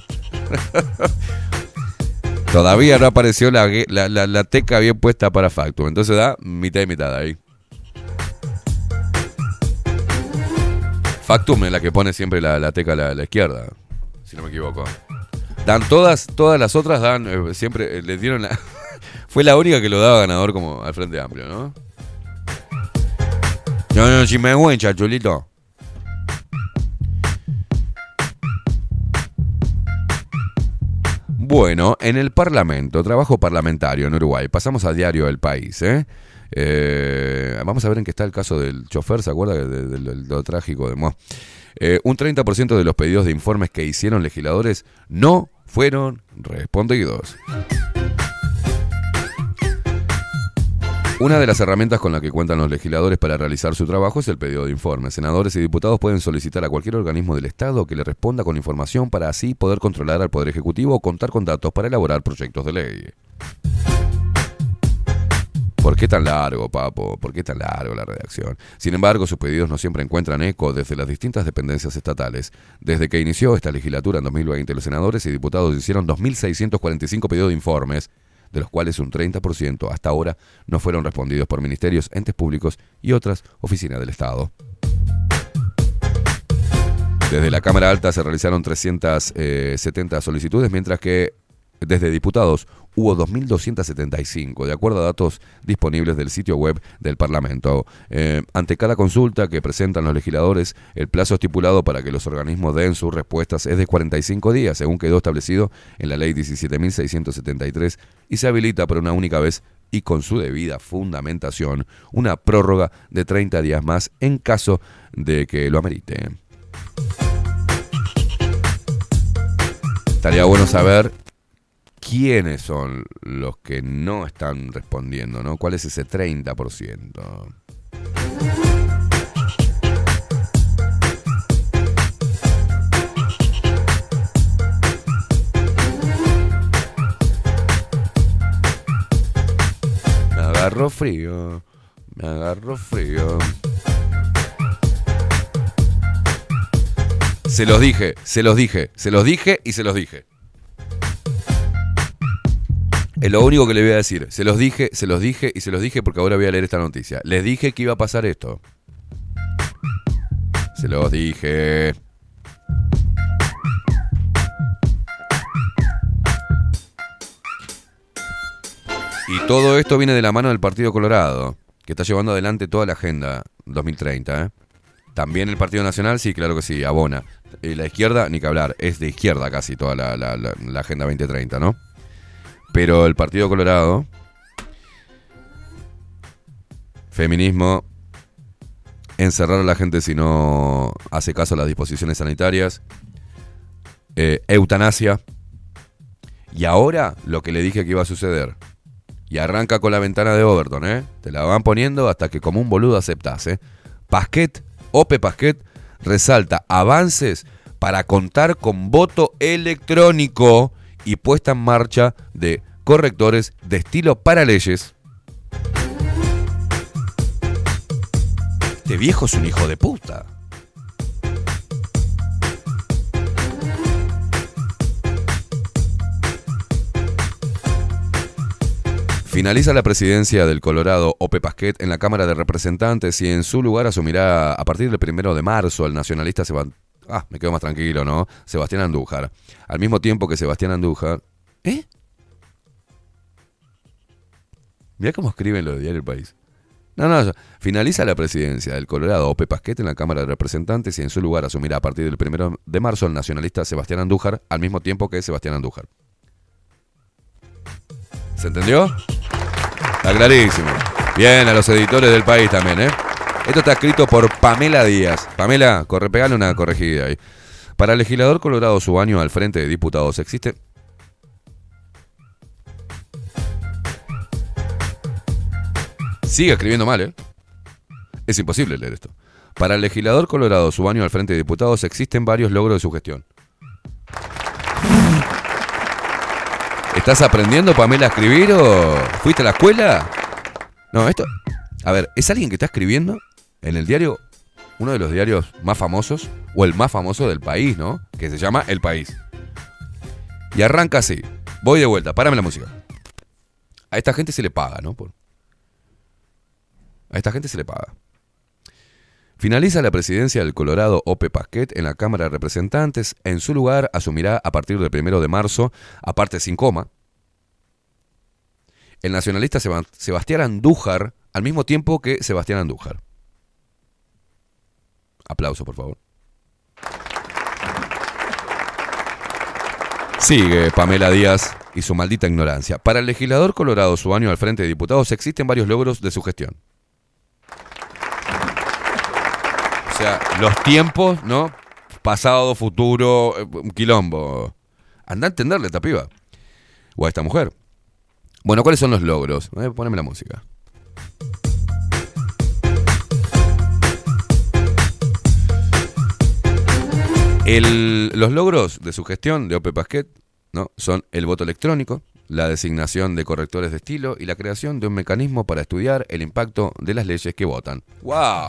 Todavía no apareció la, la, la, la teca bien puesta para Factum. Entonces da mitad y mitad ahí. Factum es la que pone siempre la, la teca a la, la izquierda, si no me equivoco. Dan todas, todas las otras dan, eh, siempre eh, les dieron la... Fue la única que lo daba ganador como al Frente Amplio, ¿no? No, no, si me enguencha, chulito. Bueno, en el Parlamento, trabajo parlamentario en Uruguay. Pasamos a diario El País, ¿eh? Eh, vamos a ver en qué está el caso del chofer, ¿se acuerda de, de, de, de lo trágico de Mo? Eh, un treinta por ciento de los pedidos de informes que hicieron legisladores no fueron respondidos. Una de las herramientas con las que cuentan los legisladores para realizar su trabajo es el pedido de informes. Senadores y diputados pueden solicitar a cualquier organismo del Estado que le responda con información para así poder controlar al Poder Ejecutivo o contar con datos para elaborar proyectos de ley. ¿Por qué tan largo, papo? ¿Por qué tan largo la redacción? Sin embargo, sus pedidos no siempre encuentran eco desde las distintas dependencias estatales. Desde que inició esta legislatura en dos mil veinte, los senadores y diputados hicieron dos mil seiscientos cuarenta y cinco pedidos de informes, de los cuales un treinta por ciento hasta ahora no fueron respondidos por ministerios, entes públicos y otras oficinas del Estado. Desde la Cámara Alta se realizaron trescientas setenta solicitudes, mientras que desde diputados hubo dos mil doscientos setenta y cinco, de acuerdo a datos disponibles del sitio web del Parlamento. Eh, ante cada consulta que presentan los legisladores, el plazo estipulado para que los organismos den sus respuestas es de cuarenta y cinco días, según quedó establecido en la Ley diecisiete mil seiscientos setenta y tres, y se habilita por una única vez y con su debida fundamentación una prórroga de treinta días más en caso de que lo amerite. Estaría bueno saber quiénes son los que no están respondiendo, ¿no? ¿Cuál es ese treinta por ciento? Me agarro frío, me agarro frío. Se los dije, se los dije, se los dije y se los dije. Es lo único que le voy a decir. Se los dije, se los dije y se los dije porque ahora voy a leer esta noticia. Les dije que iba a pasar esto. Se los dije. Y todo esto viene de la mano del Partido Colorado, que está llevando adelante toda la agenda dos mil treinta, ¿eh? También el Partido Nacional, sí, claro que sí, abona. Y la izquierda, ni que hablar, es de izquierda casi toda la, la, la, la agenda veinte treinta, ¿no? Pero el Partido Colorado, feminismo, encerrar a la gente si no hace caso a las disposiciones sanitarias, eh, eutanasia, y ahora lo que le dije que iba a suceder. Y arranca con la ventana de Overton, ¿eh? Te la van poniendo hasta que como un boludo aceptás, ¿eh? Pasquet, Ope Pasquet, resalta avances para contar con voto electrónico y puesta en marcha de correctores de estilo para leyes. Este viejo es un hijo de puta. Finaliza la presidencia del Colorado Ope Pasquet en la Cámara de Representantes y en su lugar asumirá a partir del primero de marzo el nacionalista Sebastián. Ah, me quedo más tranquilo, ¿no? Sebastián Andújar. Al mismo tiempo que Sebastián Andújar... ¿Eh? Mirá cómo escriben los de Diario El País. No, no, finaliza la presidencia del Colorado Ope Pasquet en la Cámara de Representantes y en su lugar asumirá a partir del primero de marzo el nacionalista Sebastián Andújar, al mismo tiempo que Sebastián Andújar. ¿Se entendió? Está clarísimo. Bien, a los editores del País también, ¿eh? Esto está escrito por Pamela Díaz. Pamela, corre, pegale una corregida ahí. Para el legislador Colorado, su año al frente de diputados existe... Sigue escribiendo mal, ¿eh? Es imposible leer esto. Para el legislador colorado Subaño al frente de diputados existen varios logros de su gestión. ¿Estás aprendiendo, Pamela, a escribir o fuiste a la escuela? No, esto... A ver, es alguien que está escribiendo en el diario, uno de los diarios más famosos, o el más famoso del país, ¿no? Que se llama El País. Y arranca así. Voy de vuelta, párame la música. A esta gente se le paga, ¿no? Por... A esta gente se le paga. Finaliza la presidencia del Colorado Ope Pasquet en la Cámara de Representantes. En su lugar asumirá a partir del primero de marzo, aparte sin coma, el nacionalista Sebastián Andújar, al mismo tiempo que Sebastián Andújar. Aplauso, por favor. Sigue Pamela Díaz y su maldita ignorancia. Para el legislador colorado Subaño al frente de diputados existen varios logros de su gestión. O sea, los tiempos, ¿no? Pasado, futuro, un quilombo. Anda a entenderle esta piba. O a esta mujer. Bueno, ¿cuáles son los logros? Eh, poneme la música. El, los logros de su gestión de Ope Pasquet, ¿no? Son el voto electrónico, la designación de correctores de estilo y la creación de un mecanismo para estudiar el impacto de las leyes que votan. ¡Wow!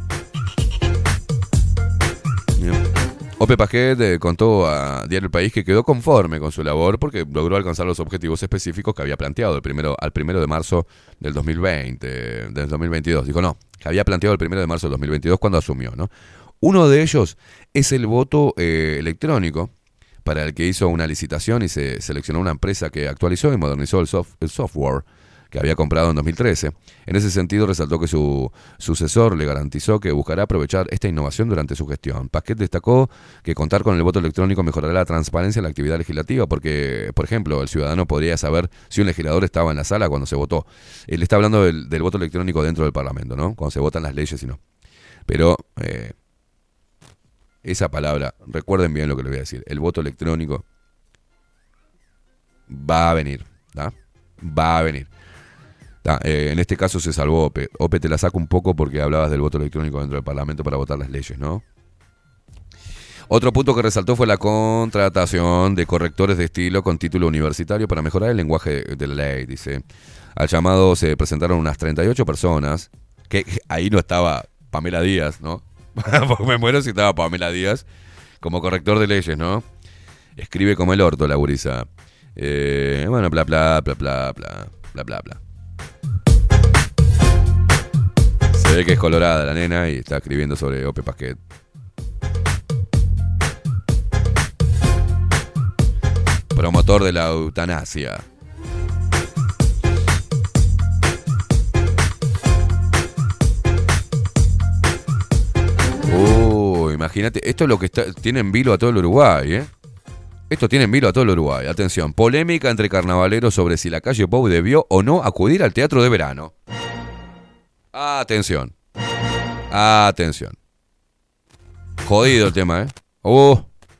Ope Pasquet eh, contó a Diario El País que quedó conforme con su labor porque logró alcanzar los objetivos específicos que había planteado el primero, al primero de marzo del dos mil veinte, del dos mil veintidós. Dijo no, que había planteado el primero de marzo del dos mil veintidós cuando asumió, ¿no? Uno de ellos es el voto eh, electrónico, para el que hizo una licitación y se seleccionó una empresa que actualizó y modernizó el, soft, el software que había comprado en dos mil trece. En ese sentido, resaltó que su sucesor le garantizó que buscará aprovechar esta innovación durante su gestión. Pasquet destacó que contar con el voto electrónico mejorará la transparencia en la actividad legislativa, porque, por ejemplo, el ciudadano podría saber si un legislador estaba en la sala cuando se votó. Él está hablando del, del voto electrónico dentro del Parlamento, ¿no? Cuando se votan las leyes y no. Pero eh, esa palabra, recuerden bien lo que les voy a decir, el voto electrónico va a venir, ¿tá? Va a venir. Ah, eh, en este caso se salvó Ope. Ope, te la saco un poco porque hablabas del voto electrónico dentro del Parlamento para votar las leyes, ¿no? Otro punto que resaltó fue la contratación de correctores de estilo con título universitario para mejorar el lenguaje de la ley, dice. Al llamado se presentaron unas treinta y ocho personas, que ahí no estaba Pamela Díaz, ¿no? Porque me muero si estaba Pamela Díaz como corrector de leyes, ¿no? Escribe como el orto la gurisa. Eh, bueno, bla, bla, bla, bla, bla, bla, bla, bla. Se ve que es colorada la nena y está escribiendo sobre Ope Pasquet. Promotor de la eutanasia. Uh, imagínate, esto es lo que está, tiene en vilo a todo el Uruguay, ¿eh? Esto tiene en vilo a todo el Uruguay. Atención, polémica entre carnavaleros sobre si la calle Pou debió o no acudir al teatro de verano. Atención. Atención. Jodido el tema, ¿eh? Uh.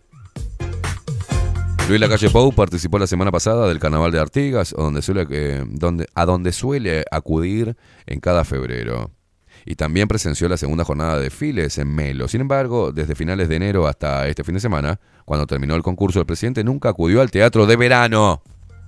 Luis Lacalle Pou participó la semana pasada del Carnaval de Artigas, donde suele, eh, donde, a donde suele acudir en cada febrero. Y también presenció la segunda jornada de desfiles en Melo. Sin embargo, desde finales de enero hasta este fin de semana, cuando terminó el concurso, el presidente nunca acudió al teatro de verano.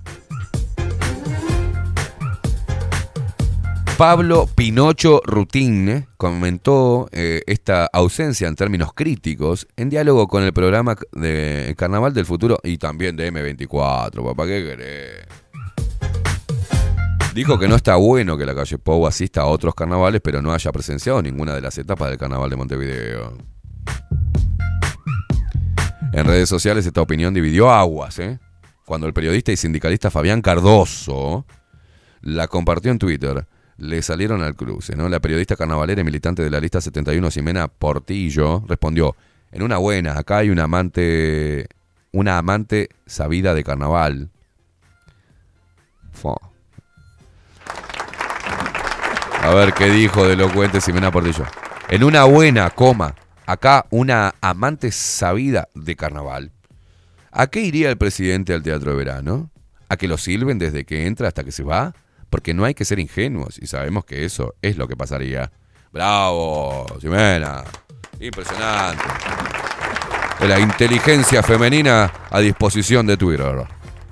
Pablo Pinocho Rutín comentó eh, esta ausencia en términos críticos en diálogo con el programa de Carnaval del Futuro y también de eme veinticuatro. Papá, ¿qué querés? Dijo que no está bueno que la calle Pou asista a otros carnavales, pero no haya presenciado ninguna de las etapas del Carnaval de Montevideo. En redes sociales esta opinión dividió aguas, ¿eh? Cuando el periodista y sindicalista Fabián Cardoso la compartió en Twitter, le salieron al cruce, ¿no? La periodista carnavalera y militante de la lista setenta y uno, Ximena Portillo, respondió: en una buena, acá hay una amante, una amante sabida de carnaval. Fua. A ver qué dijo de elocuente Ximena Portillo. En una buena, coma, acá una amante sabida de carnaval. ¿A qué iría el presidente al teatro de verano? ¿A que lo silben desde que entra hasta que se va? Porque no hay que ser ingenuos y sabemos que eso es lo que pasaría. Bravo, Ximena. Impresionante. De la inteligencia femenina a disposición de Twitter.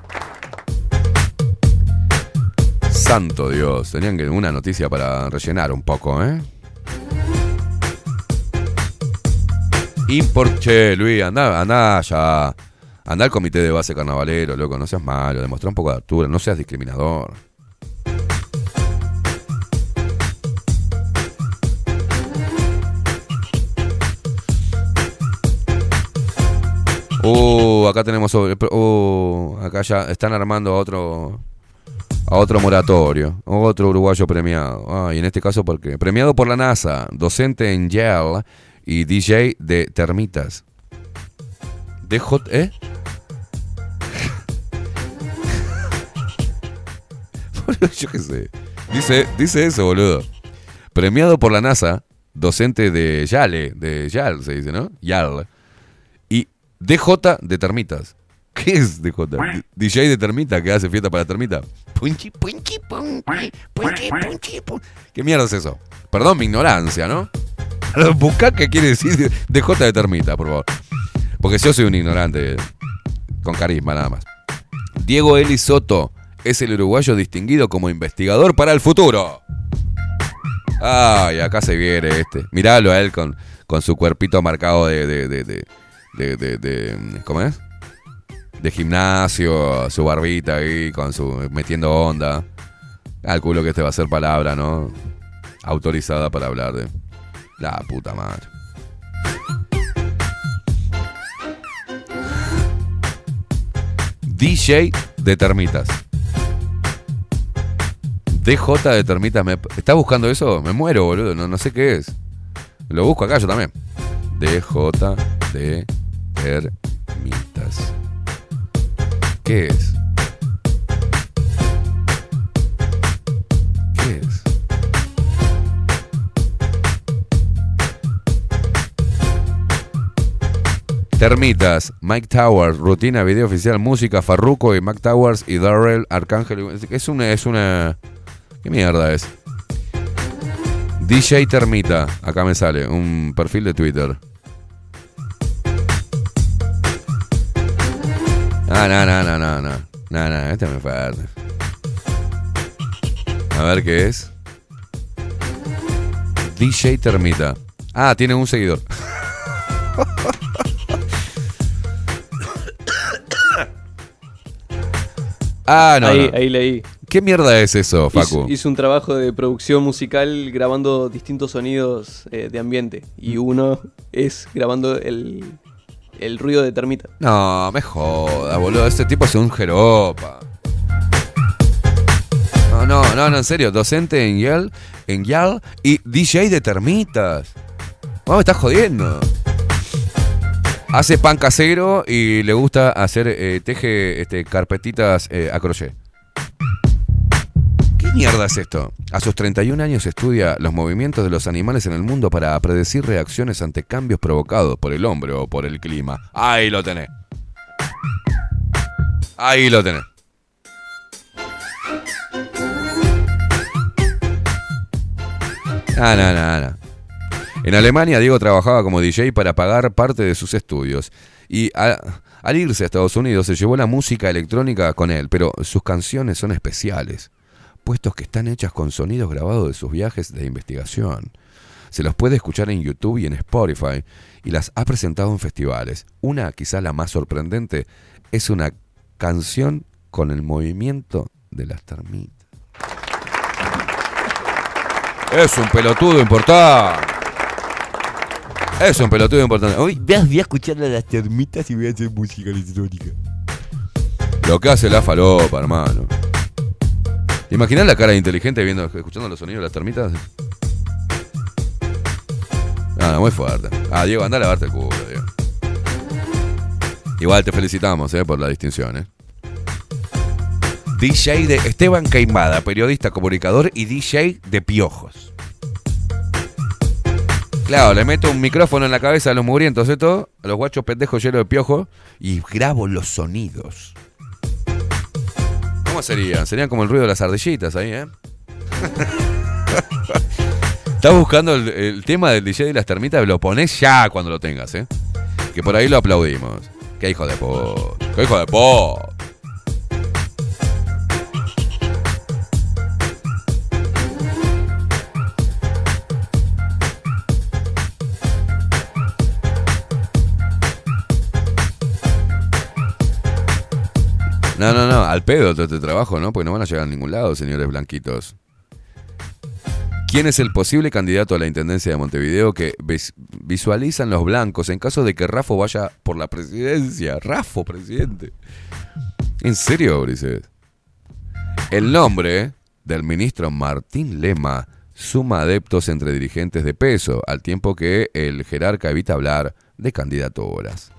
Santo Dios. Tenían que una noticia para rellenar un poco, ¿eh? Import, che, Luis, andá, andá ya. Andá al comité de base carnavalero, loco, no seas malo, demostrá un poco de altura, no seas discriminador. Uh, acá tenemos, uh, acá ya están armando a otro, a otro moratorio, otro uruguayo premiado. Ah, y en este caso, ¿por qué? Premiado por la NASA, docente en Yale y D J de termitas. D J, ¿eh? Yo qué sé. Dice, dice eso, boludo. Premiado por la NASA, docente de Yale, de Yale se dice, ¿no? Yale. Y D J de termitas. ¿Qué es D J? D J de termita, que hace fiesta para termita. Punchi, punchi, punchi, punchi, punchi, punchi. ¿Qué mierda es eso? Perdón mi ignorancia, ¿no? Buscá qué quiere decir D J de termita, por favor. Porque yo soy un ignorante con carisma nada más. Diego Eli Soto es el uruguayo distinguido como investigador para el futuro. Ay, acá se viene este. Miralo a él con, con su cuerpito marcado de, de, de, de, de, de, de ¿cómo es? De gimnasio, su barbita ahí, con su metiendo onda. Calculo que este va a ser palabra, ¿no? Autorizada para hablar de la puta madre. D J de termitas. D J de termitas. Me... ¿Estás buscando eso? Me muero, boludo. No, no sé qué es. Lo busco acá yo también. D J de termitas. ¿Qué es? ¿Qué es? Termitas, Mike Towers, rutina, video oficial, música, Farruko y Mike Towers y Darrell Arcángel. Es una, es una... ¿Qué mierda es? D J Termita, acá me sale, un perfil de Twitter. Ah, no, no, no, no, no. No, no, este me fuerte. A ver qué es. D J Termita. Ah, tiene un seguidor. Ah, no, ahí, no. ahí leí. ¿Qué mierda es eso, Facu? Hizo, hizo un trabajo de producción musical grabando distintos sonidos eh, de ambiente. Y uno es grabando el, el ruido de termita. No, me joda, boludo. Este tipo es un jeropa. No, no, no, no, en serio. Docente en Yale, en Yale y D J de termitas. No, me estás jodiendo. Hace pan casero y le gusta hacer, eh, teje este, carpetitas eh, a crochet. ¿Qué mierda es esto? A sus treinta y un años estudia los movimientos de los animales en el mundo para predecir reacciones ante cambios provocados por el hombre o por el clima. Ahí lo tenés. Ahí lo tenés. Ah, no, no, no. En Alemania, Diego trabajaba como D J para pagar parte de sus estudios. Y a, al irse a Estados Unidos se llevó la música electrónica con él, pero sus canciones son especiales, puestos que están hechas con sonidos grabados de sus viajes de investigación. Se los puede escuchar en YouTube y en Spotify, y las ha presentado en festivales. Una, quizá la más sorprendente, es una canción con el movimiento de las termitas. Es un pelotudo importante. Es un pelotudo importante. Hoy voy a escuchar a las termitas y voy a hacer música electrónica. Lo que hace la falopa, hermano. ¿Te imaginas la cara de inteligente viendo, escuchando los sonidos de las termitas? Ah, muy fuerte. Ah, Diego, anda a lavarte el culo, Diego. Igual te felicitamos, eh, por la distinción, eh. D J de Esteban Queimada, periodista, comunicador y D J de piojos. Claro, le meto un micrófono en la cabeza a los mugrientos, ¿eh? Todo, a los guachos pendejos llenos de piojos, y grabo los sonidos. ¿Cómo serían? Serían como el ruido de las ardillitas ahí, ¿eh? Estás buscando el, el tema del D J de las termitas, lo ponés ya cuando lo tengas, ¿eh? Que por ahí lo aplaudimos. ¡Qué hijo de po! ¡Qué hijo de po! No, no, no, al pedo todo este trabajo, ¿no? Porque no van a llegar a ningún lado, señores blanquitos. ¿Quién es el posible candidato a la intendencia de Montevideo que vis- visualizan los blancos en caso de que Rafo vaya por la presidencia? Rafo, presidente. ¿En serio, Brices? El nombre del ministro Martín Lema suma adeptos entre dirigentes de peso, al tiempo que el jerarca evita hablar de candidaturas.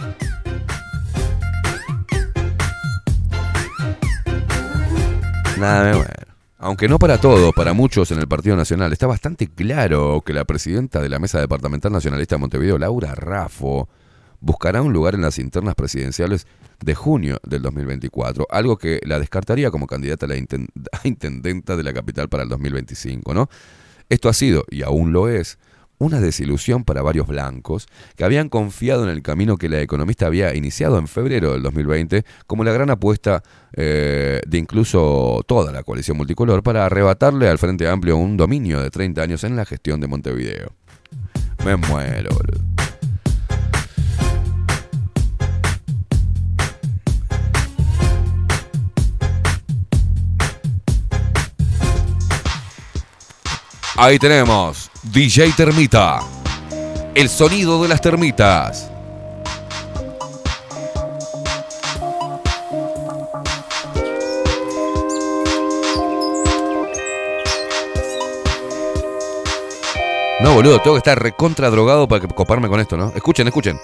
Nada, bueno. Aunque no para todos, para muchos en el Partido Nacional, está bastante claro que la presidenta de la Mesa Departamental Nacionalista de Montevideo, Laura Raffo, buscará un lugar en las internas presidenciales de junio del dos mil veinticuatro, algo que la descartaría como candidata a la inten- a intendenta de la capital para el dos mil veinticinco, ¿no? Esto ha sido, y aún lo es, una desilusión para varios blancos que habían confiado en el camino que la economista había iniciado en febrero del dos mil veinte como la gran apuesta eh, de incluso toda la coalición multicolor para arrebatarle al Frente Amplio un dominio de treinta años en la gestión de Montevideo. Me muero, boludo. Ahí tenemos D J Termita, el sonido de las termitas. No, boludo, tengo que estar recontra drogado para coparme con esto, ¿no? Escuchen, escuchen.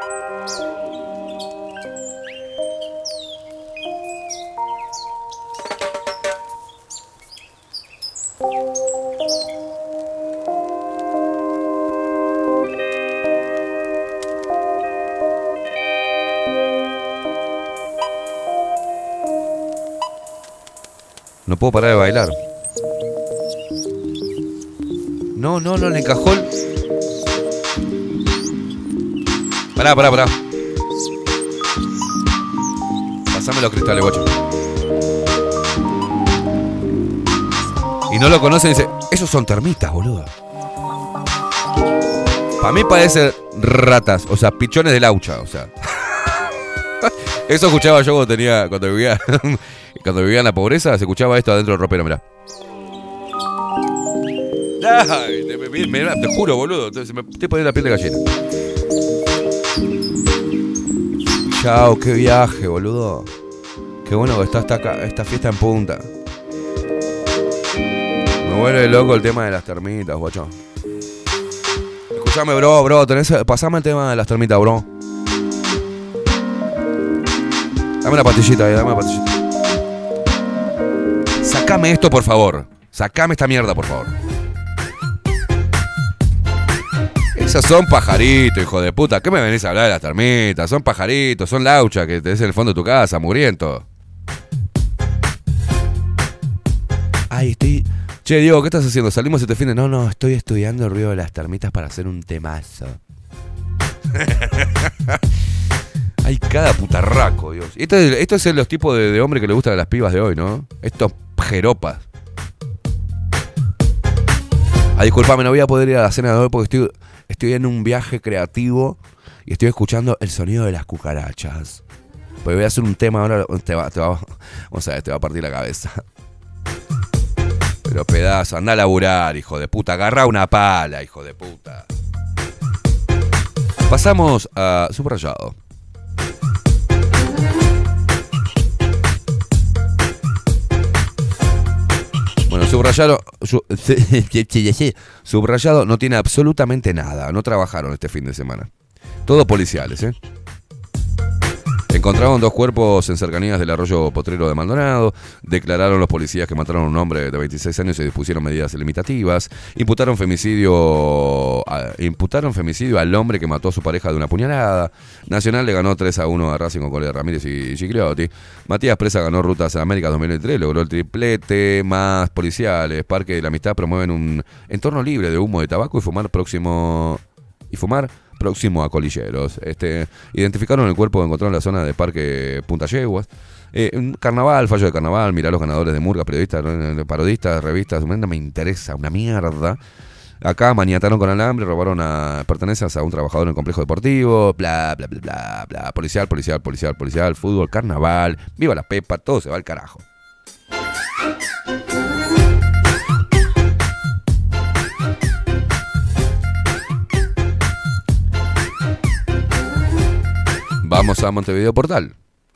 No puedo parar de bailar. No, no, no, le encajó el... Pará, pará, pará. Pasame los cristales, guacho. Y no lo conocen y dice, esos son termitas, boludo. Para mí parece ratas, o sea, pichones de laucha, o sea. Eso escuchaba yo cuando tenía, cuando vivía, cuando vivía en la pobreza, se escuchaba esto adentro del ropero, mirá. Ay, te, me, me, te juro, boludo, te, me estoy poniendo la piel de gallina. Chao, qué viaje, boludo. Qué bueno que está esta, esta fiesta en punta. Me vuelve loco el tema de las termitas, guacho. Escuchame, bro, bro, tenés, pasame el tema de las termitas, bro. Dame una pastillita ahí, dame una pastillita. Sacame esto, por favor. Sacame esta mierda, por favor. Esas son pajaritos, hijo de puta. ¿Qué me venís a hablar de las termitas? Son pajaritos, son laucha que tenés en el fondo de tu casa, mugriento. Ay, estoy... Che, Diego, ¿qué estás haciendo? ¿Salimos este fin de...? No, no, estoy estudiando el ruido de las termitas para hacer un temazo. Hay cada putarraco, Dios. Esto es, esto es los tipos de, de hombre que le gustan a las pibas de hoy, ¿no? Estos jeropas. Ah, disculpame, no voy a poder ir a la cena de hoy porque estoy, estoy en un viaje creativo y estoy escuchando el sonido de las cucarachas. Pues voy a hacer un tema ahora, te va, te va, o sea, te va a partir la cabeza. Pero pedazo, anda a laburar, hijo de puta. Agarra una pala, hijo de puta. Pasamos a subrayado. Bueno, subrayado, su, subrayado no tiene absolutamente nada. No trabajaron este fin de semana. Todos policiales, ¿eh? Encontraron dos cuerpos en cercanías del arroyo Potrero de Maldonado. Declararon los policías que mataron a un hombre de veintiséis años y dispusieron medidas limitativas. Imputaron femicidio, a, imputaron femicidio al hombre que mató a su pareja de una puñalada. Nacional le ganó tres a uno a Racing con goles de Ramírez y Gigliotti. Matías Presa ganó Rutas a América dos mil veintitrés, logró el triplete. Más policiales. Parque de la Amistad promueven un entorno libre de humo de tabaco y fumar próximo... Y fumar próximo a colilleros. Este, identificaron el cuerpo encontrado en la zona de Parque Punta Yeguas. Eh, un carnaval, fallo de carnaval, mirá los ganadores de Murga, periodistas, parodistas, revistas, no me interesa, una mierda. Acá maniataron con alambre, robaron a pertenencias a un trabajador en el complejo deportivo, bla, bla, bla, bla, bla, policial, policial, policial, policial, fútbol, carnaval, viva la Pepa, todo se va al carajo. Vamos a Montevideo Portal.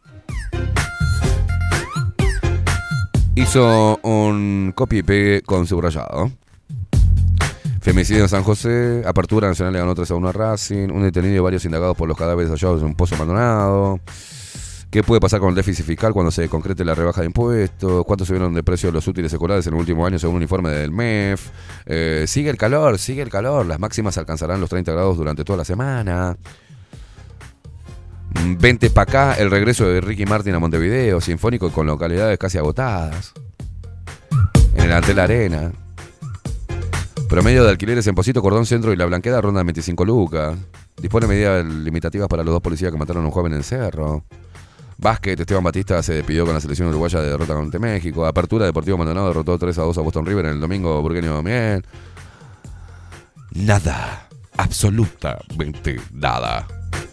Hizo un copy y pegue con subrayado. Femicidio en San José. Apertura Nacional le ganó tres a uno a Racing. Un detenido y varios indagados por los cadáveres hallados en un pozo abandonado. ¿Qué puede pasar con el déficit fiscal cuando se concrete la rebaja de impuestos? ¿Cuánto subieron de precio los útiles escolares en el último año según un informe del M E F? Eh, sigue el calor, sigue el calor. Las máximas alcanzarán los treinta grados durante toda la semana. Vente pa' acá, el regreso de Ricky Martin a Montevideo, sinfónico y con localidades casi agotadas. En el Antel Arena. Promedio de alquileres en Posito, Cordón Centro y La Blanqueda ronda veinticinco lucas. Dispone medidas limitativas para los dos policías que mataron a un joven en Cerro. Básquet, Esteban Batista se despidió con la selección uruguaya de derrota ante México. Apertura, Deportivo Maldonado derrotó tres a dos a Boston River en el domingo burgueño Miel. Nada, absolutamente nada.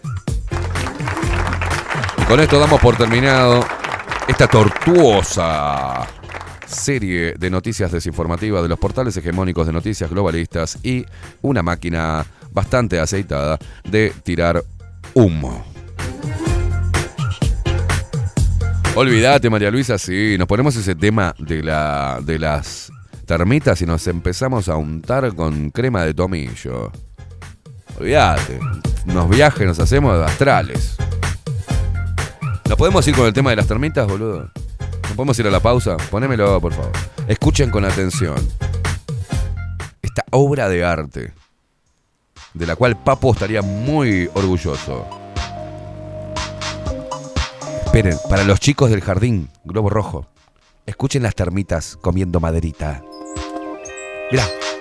Con esto damos por terminado esta tortuosa serie de noticias desinformativas de los portales hegemónicos de noticias globalistas y una máquina bastante aceitada de tirar humo. Olvídate, María Luisa, sí, nos ponemos ese tema de, la, de las termitas y nos empezamos a untar con crema de tomillo. Olvídate, unos viajes nos hacemos astrales. ¿No podemos ir con el tema de las termitas, boludo? ¿No podemos ir a la pausa? Ponémelo, por favor. Escuchen con atención esta obra de arte de la cual Papo estaría muy orgulloso. Esperen, para los chicos del jardín, Globo Rojo, escuchen las termitas comiendo maderita. Mirá.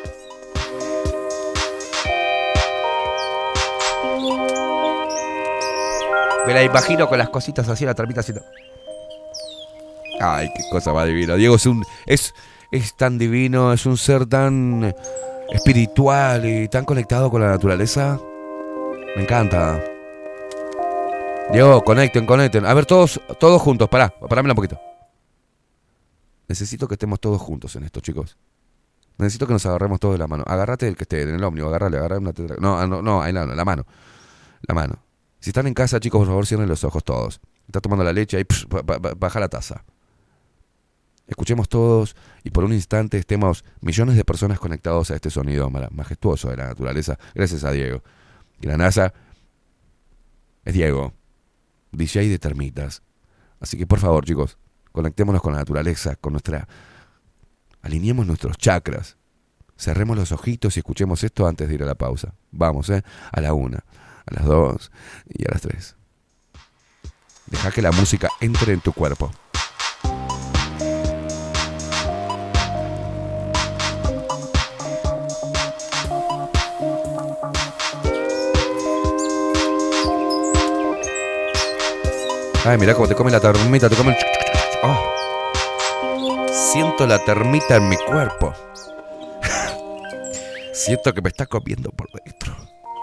Me la imagino con las cositas así, la termita haciendo. Ay, qué cosa más divina. Diego es un. Es, es tan divino, es un ser tan espiritual y tan conectado con la naturaleza. Me encanta. Diego, conecten, conecten. A ver, todos, todos juntos, pará, parámela un poquito. Necesito que estemos todos juntos en esto, chicos. Necesito que nos agarremos todos de la mano. Agárrate el que esté en el ómnibus, agárrale, agárrale una tetra. No, no, no, ahí la, la mano. La mano. Si están en casa, chicos, por favor, cierren los ojos todos. Está tomando la leche, ahí psh, baja la taza. Escuchemos todos y por un instante estemos millones de personas conectados a este sonido majestuoso de la naturaleza. Gracias a Diego. Y la NASA es Diego, D J de termitas. Así que por favor, chicos, conectémonos con la naturaleza, con nuestra... Alineemos nuestros chakras. Cerremos los ojitos y escuchemos esto antes de ir a la pausa. Vamos, ¿eh? A la una. A las dos y a las tres. Deja que la música entre en tu cuerpo. Ay, mirá cómo te come la termita, te come el... Oh. Siento la termita en mi cuerpo. Siento que me está comiendo por dentro.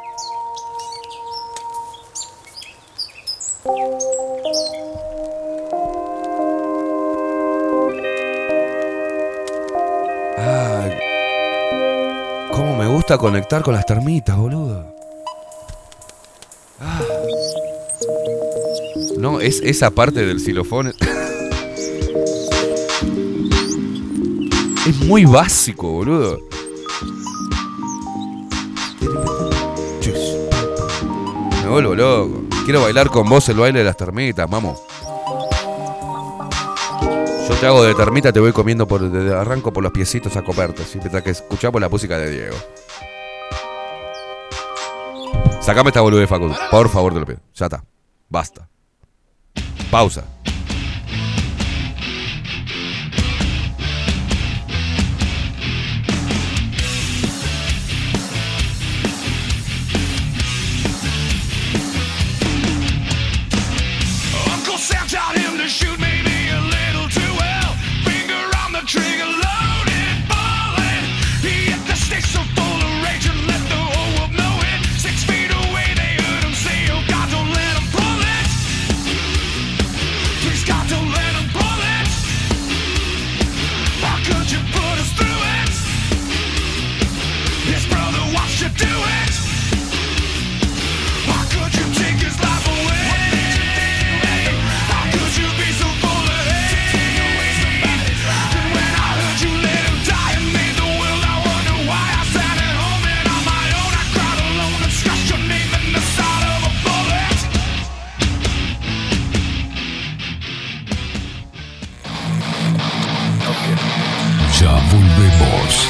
Ay, cómo me gusta conectar con las termitas, boludo. Ah. No, es esa parte del xilofón. Es muy básico, boludo. Me vuelvo loco. Quiero bailar con vos el baile de las termitas, vamos. Yo te hago de termita, te voy comiendo por, de, arranco por los piecitos a coperte, ¿sí? Mientras que escuchamos la música de Diego. Sacame esta boludez, Facundo. Por favor, te lo pido. Ya está. Basta. Pausa. Uncle Sam taught him to shoot maybe a little too well. Finger on the trigger, loaded, bullet. He hit the stick so full of rage and let the whole world know it. Six feet away they heard him say, oh God, don't let him pull it. Please God, don't let him pull it. How could you put us through it? His brother watched you do it. How could you take his life away? How could you be so full of hate? And when I heard you let him die and made the world, I wonder why I sat at home and on my own I cried alone and scratched your name in the side of a bullet. Ya volvemos.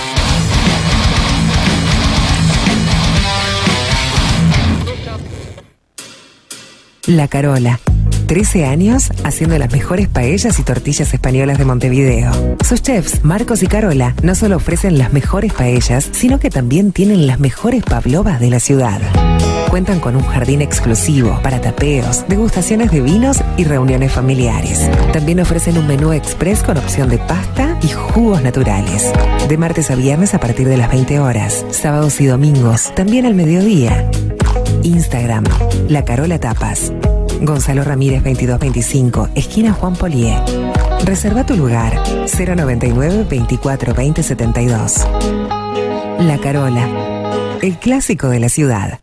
La Carola. trece años haciendo las mejores paellas y tortillas españolas de Montevideo. Sus chefs, Marcos y Carola, no solo ofrecen las mejores paellas, sino que también tienen las mejores pavlovas de la ciudad. Cuentan con un jardín exclusivo para tapeos, degustaciones de vinos y reuniones familiares. También ofrecen un menú express con opción de pasta y jugos naturales. De martes a viernes a partir de las veinte horas, sábados y domingos, también al mediodía. Instagram, La Carola Tapas. Gonzalo Ramírez veintidós veinticinco, esquina Juan Polié. Reserva tu lugar, cero noventa y nueve, veinticuatro, veinte, setenta y dos. La Carola, el clásico de la ciudad.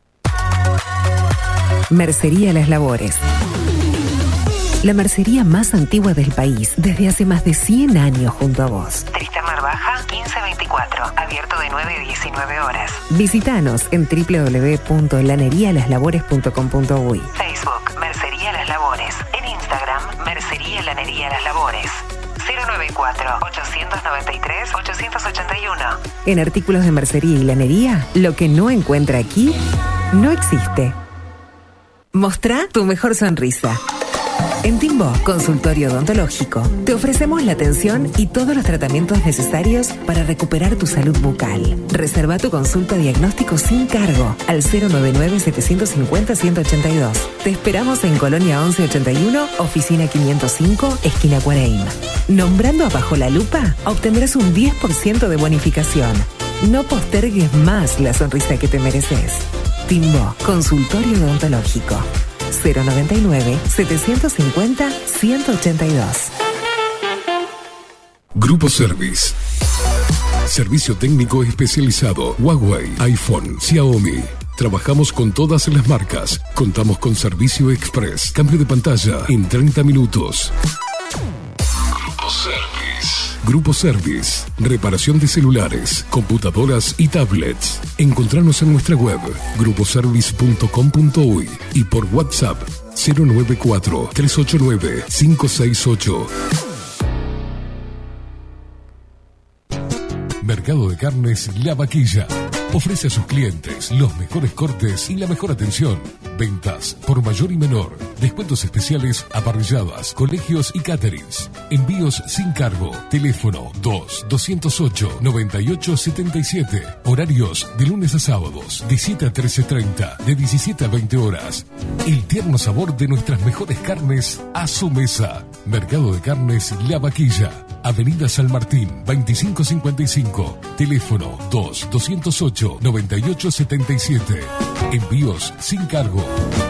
Mercería Las Labores. La mercería más antigua del país, desde hace más de cien años junto a vos. Tristán Marbaja, quince veinticuatro, abierto de nueve a diecinueve horas. Visítanos en doble u doble u doble u punto lanería las labores punto com punto uy. Facebook, Mercería Las Labores. En Instagram, Mercería Lanería Las Labores. cero noventa y cuatro, ochocientos noventa y tres, ochocientos ochenta y uno. En artículos de mercería y lanería, lo que no encuentra aquí, no existe. Mostrá tu mejor sonrisa. En Timbo, consultorio odontológico, te ofrecemos la atención y todos los tratamientos necesarios para recuperar tu salud bucal. Reserva tu consulta diagnóstico sin cargo al cero noventa y nueve, setecientos cincuenta, ciento ochenta y dos. Te esperamos en Colonia once ochenta y uno, oficina quinientos cinco, esquina Cuareim. Nombrando a Bajo la Lupa, obtendrás un diez por ciento de bonificación. No postergues más la sonrisa que te mereces. Timbo, consultorio odontológico. cero noventa y nueve, setecientos cincuenta, ciento ochenta y dos. Grupo Service. Servicio técnico especializado. Huawei, iPhone, Xiaomi. Trabajamos con todas las marcas. Contamos con servicio express. Cambio de pantalla en treinta minutos. Grupo Service. Grupo Service. Reparación de celulares, computadoras y tablets. Encontranos en nuestra web grupo service punto com punto uy y por WhatsApp cero nueve cuatro, tres ocho nueve, cinco seis ocho. Mercado de Carnes La Vaquilla. Ofrece a sus clientes los mejores cortes y la mejor atención. Ventas por mayor y menor. Descuentos especiales a parrilladas, colegios y caterings. Envíos sin cargo. Teléfono dos, doscientos ocho, noventa y ocho, setenta y siete. Horarios de lunes a sábados, de siete a trece treinta, de diecisiete a veinte horas. El tierno sabor de nuestras mejores carnes a su mesa. Mercado de Carnes La Vaquilla. Avenida San Martín, veinticinco cincuenta y cinco. Teléfono dos, doscientos ocho, noventa y ocho, setenta y siete. Envíos sin cargo.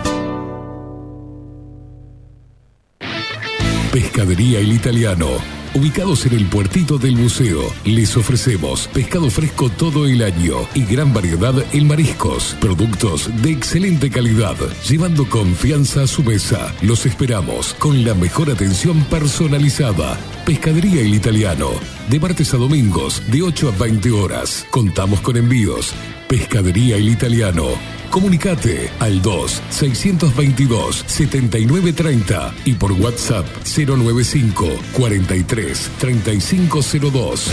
Pescadería El Italiano. Ubicados en el puertito del buceo, les ofrecemos pescado fresco todo el año y gran variedad en mariscos, productos de excelente calidad, llevando confianza a su mesa. Los esperamos con la mejor atención personalizada. Pescadería El Italiano, de martes a domingos, de ocho a veinte horas. Contamos con envíos. Pescadería El Italiano. Comunicate al dos seiscientos veintidós setenta y nueve treinta y por WhatsApp cero noventa y cinco cuarenta y tres treinta y cinco cero dos.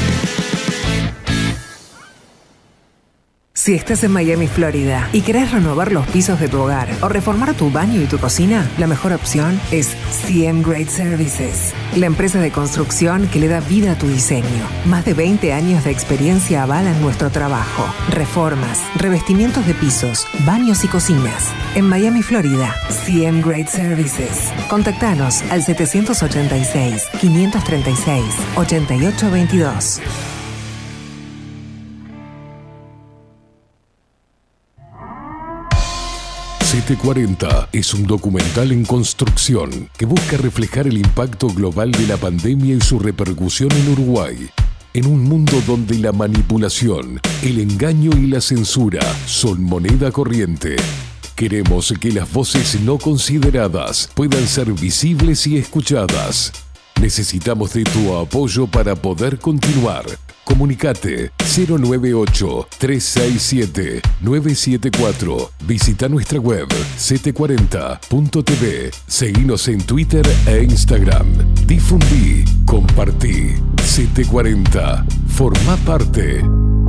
Si estás en Miami, Florida, y querés renovar los pisos de tu hogar o reformar tu baño y tu cocina, la mejor opción es C M Great Services, la empresa de construcción que le da vida a tu diseño. Más de veinte años de experiencia avalan nuestro trabajo. Reformas, revestimientos de pisos, baños y cocinas. En Miami, Florida, C M Great Services. Contactanos al setecientos ochenta y seis, quinientos treinta y seis, ochenta y ocho veintidós. setecientos cuarenta es un documental en construcción que busca reflejar el impacto global de la pandemia y su repercusión en Uruguay. En un mundo donde la manipulación, el engaño y la censura son moneda corriente, queremos que las voces no consideradas puedan ser visibles y escuchadas. Necesitamos de tu apoyo para poder continuar. Comunicate cero nueve ocho, tres seis siete, nueve siete cuatro. Visita nuestra web setecientos cuarenta punto t v. Seguinos en Twitter e Instagram. Difundí, compartí. setecientos cuarenta. Forma parte.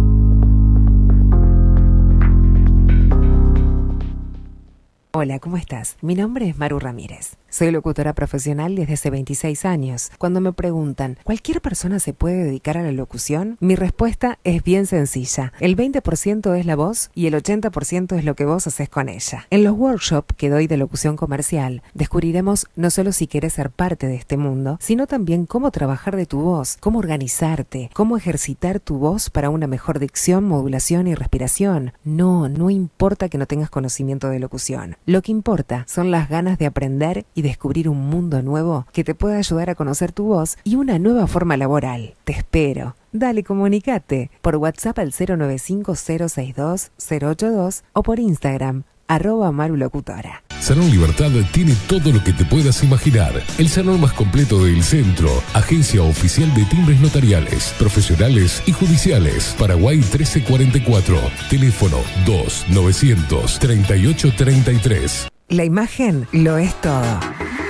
Hola, ¿cómo estás? Mi nombre es Maru Ramírez. Soy locutora profesional desde hace veintiséis años. Cuando me preguntan, ¿cualquier persona se puede dedicar a la locución? Mi respuesta es bien sencilla. El veinte por ciento es la voz y el ochenta por ciento es lo que vos haces con ella. En los workshops que doy de locución comercial, descubriremos no solo si querés ser parte de este mundo, sino también cómo trabajar de tu voz, cómo organizarte, cómo ejercitar tu voz para una mejor dicción, modulación y respiración. No, no importa que no tengas conocimiento de locución. Lo que importa son las ganas de aprender y descubrir un mundo nuevo que te pueda ayudar a conocer tu voz y una nueva forma laboral. Te espero. Dale, comunicate por WhatsApp al cero nueve cinco cero seis dos cero ocho dos o por Instagram, arroba marulocutora. Salón Libertad tiene todo lo que te puedas imaginar. El salón más completo del centro. Agencia oficial de timbres notariales, profesionales y judiciales. Paraguay trece cuarenta y cuatro. Teléfono dos novecientos treinta y ocho treinta y tres. La imagen lo es todo.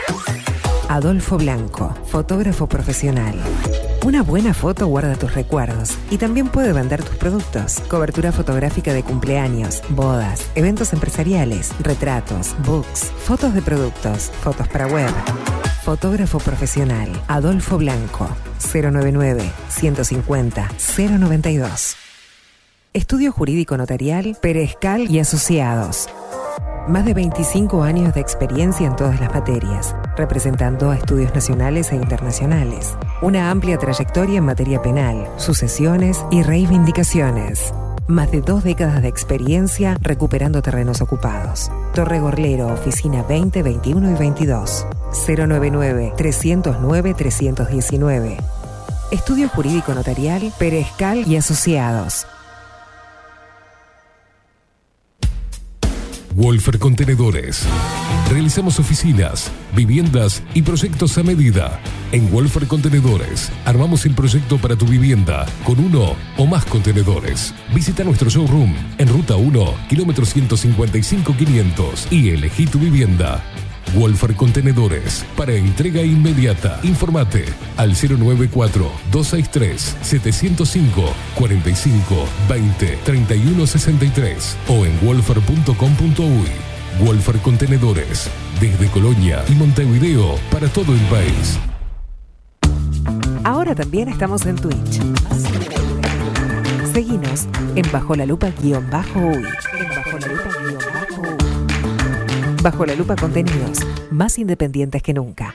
Adolfo Blanco, fotógrafo profesional. Una buena foto guarda tus recuerdos y también puede vender tus productos. Cobertura fotográfica de cumpleaños, bodas, eventos empresariales, retratos, books, fotos de productos, fotos para web. Fotógrafo profesional, Adolfo Blanco, cero noventa y nueve, ciento cincuenta, cero noventa y dos. Estudio Jurídico Notarial, Perezcal y Asociados. Más de veinticinco años de experiencia en todas las materias, representando a estudios nacionales e internacionales. Una amplia trayectoria en materia penal, sucesiones y reivindicaciones. Más de dos décadas de experiencia recuperando terrenos ocupados. Torre Gorlero, oficina veinte, veintiuno y veintidós. cero noventa y nueve, trescientos nueve, trescientos diecinueve. Estudio Jurídico Notarial, Perezcal y Asociados. Wolfer Contenedores. Realizamos oficinas, viviendas y proyectos a medida. En Wolfer Contenedores armamos el proyecto para tu vivienda con uno o más contenedores. Visita nuestro showroom en Ruta uno, kilómetro ciento cincuenta y cinco quinientos y elegí tu vivienda. Wolfer Contenedores, para entrega inmediata. Informate al cero nueve cuatro, dos seis tres, siete cero cinco, cuatro cinco, veinte, treinta y uno sesenta y tres o en wolfer punto com punto uy. Wolfer Contenedores, desde Colonia y Montevideo para todo el país. Ahora también estamos en Twitch. Seguinos en Bajo la Lupa guión bajo uy. En Bajo la Lupa guión bajo uy. Bajo la Lupa contenidos más independientes que nunca.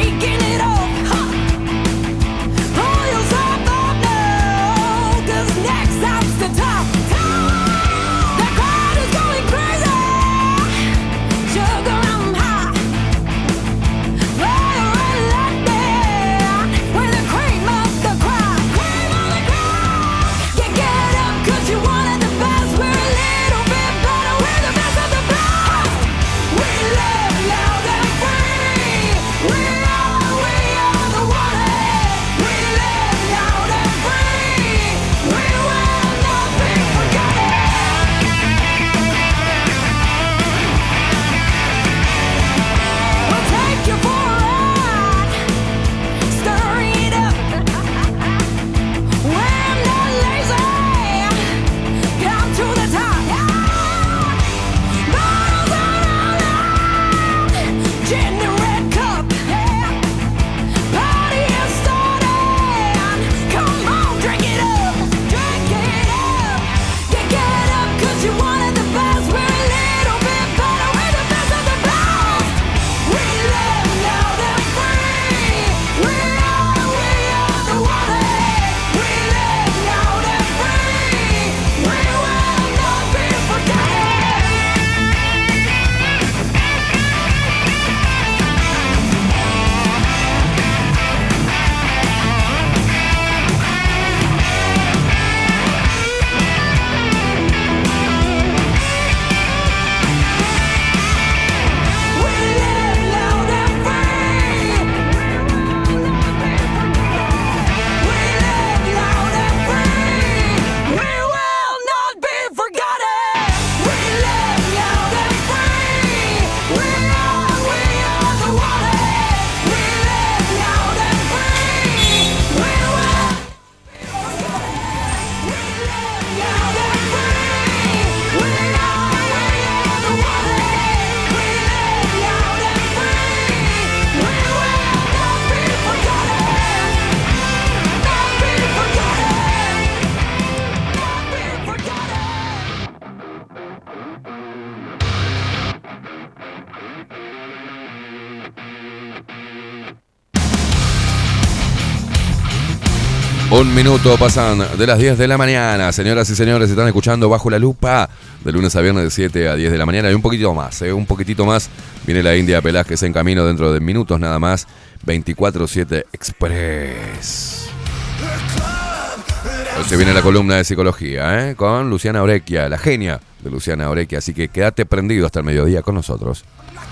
Cause Un minuto pasan de las diez de la mañana. Señoras y señores, están escuchando Bajo la Lupa de lunes a viernes de siete a diez de la mañana. Y un poquitito más, ¿eh? un poquitito más. Viene la India Velázquez en camino dentro de minutos nada más. veinticuatro siete Express. Hoy se viene la columna de psicología, ¿eh? Con Luciana Orecchia, la genia de Luciana Orecchia. Así que quédate prendido hasta el mediodía con nosotros.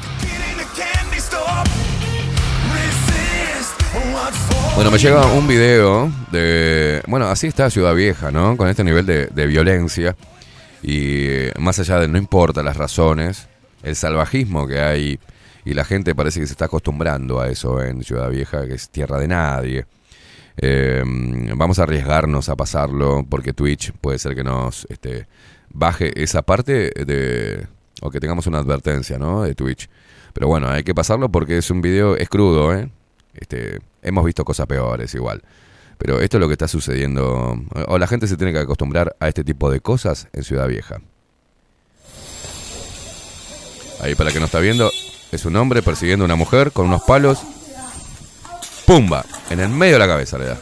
Bueno, me llega un video de... Bueno, así está Ciudad Vieja, ¿no? Con este nivel de, de violencia. Y más allá de no importa las razones, el salvajismo que hay. Y la gente parece que se está acostumbrando a eso en Ciudad Vieja, que es tierra de nadie. Eh, vamos a arriesgarnos a pasarlo porque Twitch puede ser que nos este, baje esa parte de... O que tengamos una advertencia, ¿no? De Twitch. Pero bueno, hay que pasarlo porque es un video... Es crudo, ¿eh? Este, hemos visto cosas peores igual. Pero esto es lo que está sucediendo. O la gente se tiene que acostumbrar a este tipo de cosas en Ciudad Vieja. Ahí para el que no está viendo, es un hombre persiguiendo a una mujer con unos palos. ¡Pumba! En el medio de la cabeza le da.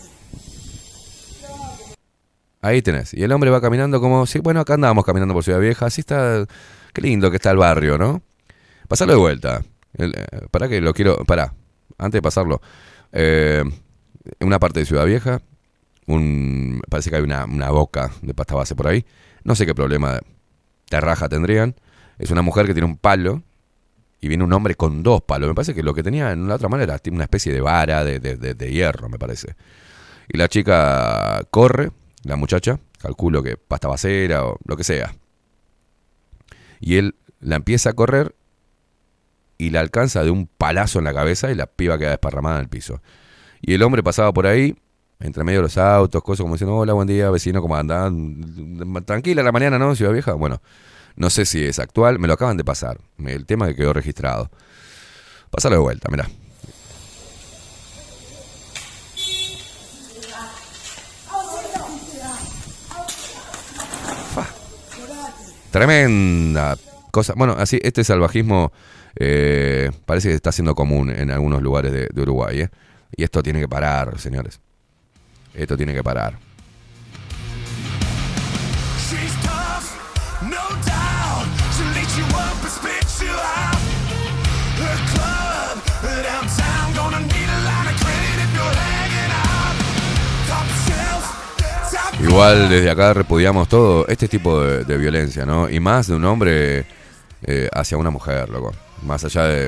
Ahí tenés. Y el hombre va caminando como... Sí, bueno, acá andábamos caminando por Ciudad Vieja. Así está... Qué lindo que está el barrio, ¿no? Pasalo de vuelta. El, eh, para que lo quiero... Pará. Antes de pasarlo, eh, en una parte de Ciudad Vieja, un, parece que hay una, una boca de pasta base por ahí. No sé qué problema de raja tendrían. Es una mujer que tiene un palo y viene un hombre con dos palos. Me parece que lo que tenía en la otra mano era una especie de vara de, de, de, de hierro, me parece. Y la chica corre, la muchacha, calculo que pasta basera o lo que sea. Y él la empieza a correr y la alcanza de un palazo en la cabeza y la piba queda desparramada en el piso. Y el hombre pasaba por ahí, entre medio de los autos, cosas como diciendo, hola, buen día, vecino, ¿cómo andan? Tranquila la mañana, ¿no? Ciudad Vieja. Bueno, no sé si es actual, me lo acaban de pasar. El tema que quedó registrado. Pásalo de vuelta, mirá. Fa. Tremenda cosa. Bueno, así, este salvajismo... Eh, parece que está siendo común en algunos lugares de, de Uruguay, ¿eh? Y esto tiene que parar, señores. Esto tiene que parar. Igual desde acá repudiamos todo este tipo de, de violencia, ¿no? Y más de un hombre eh, hacia una mujer, loco. Más allá de...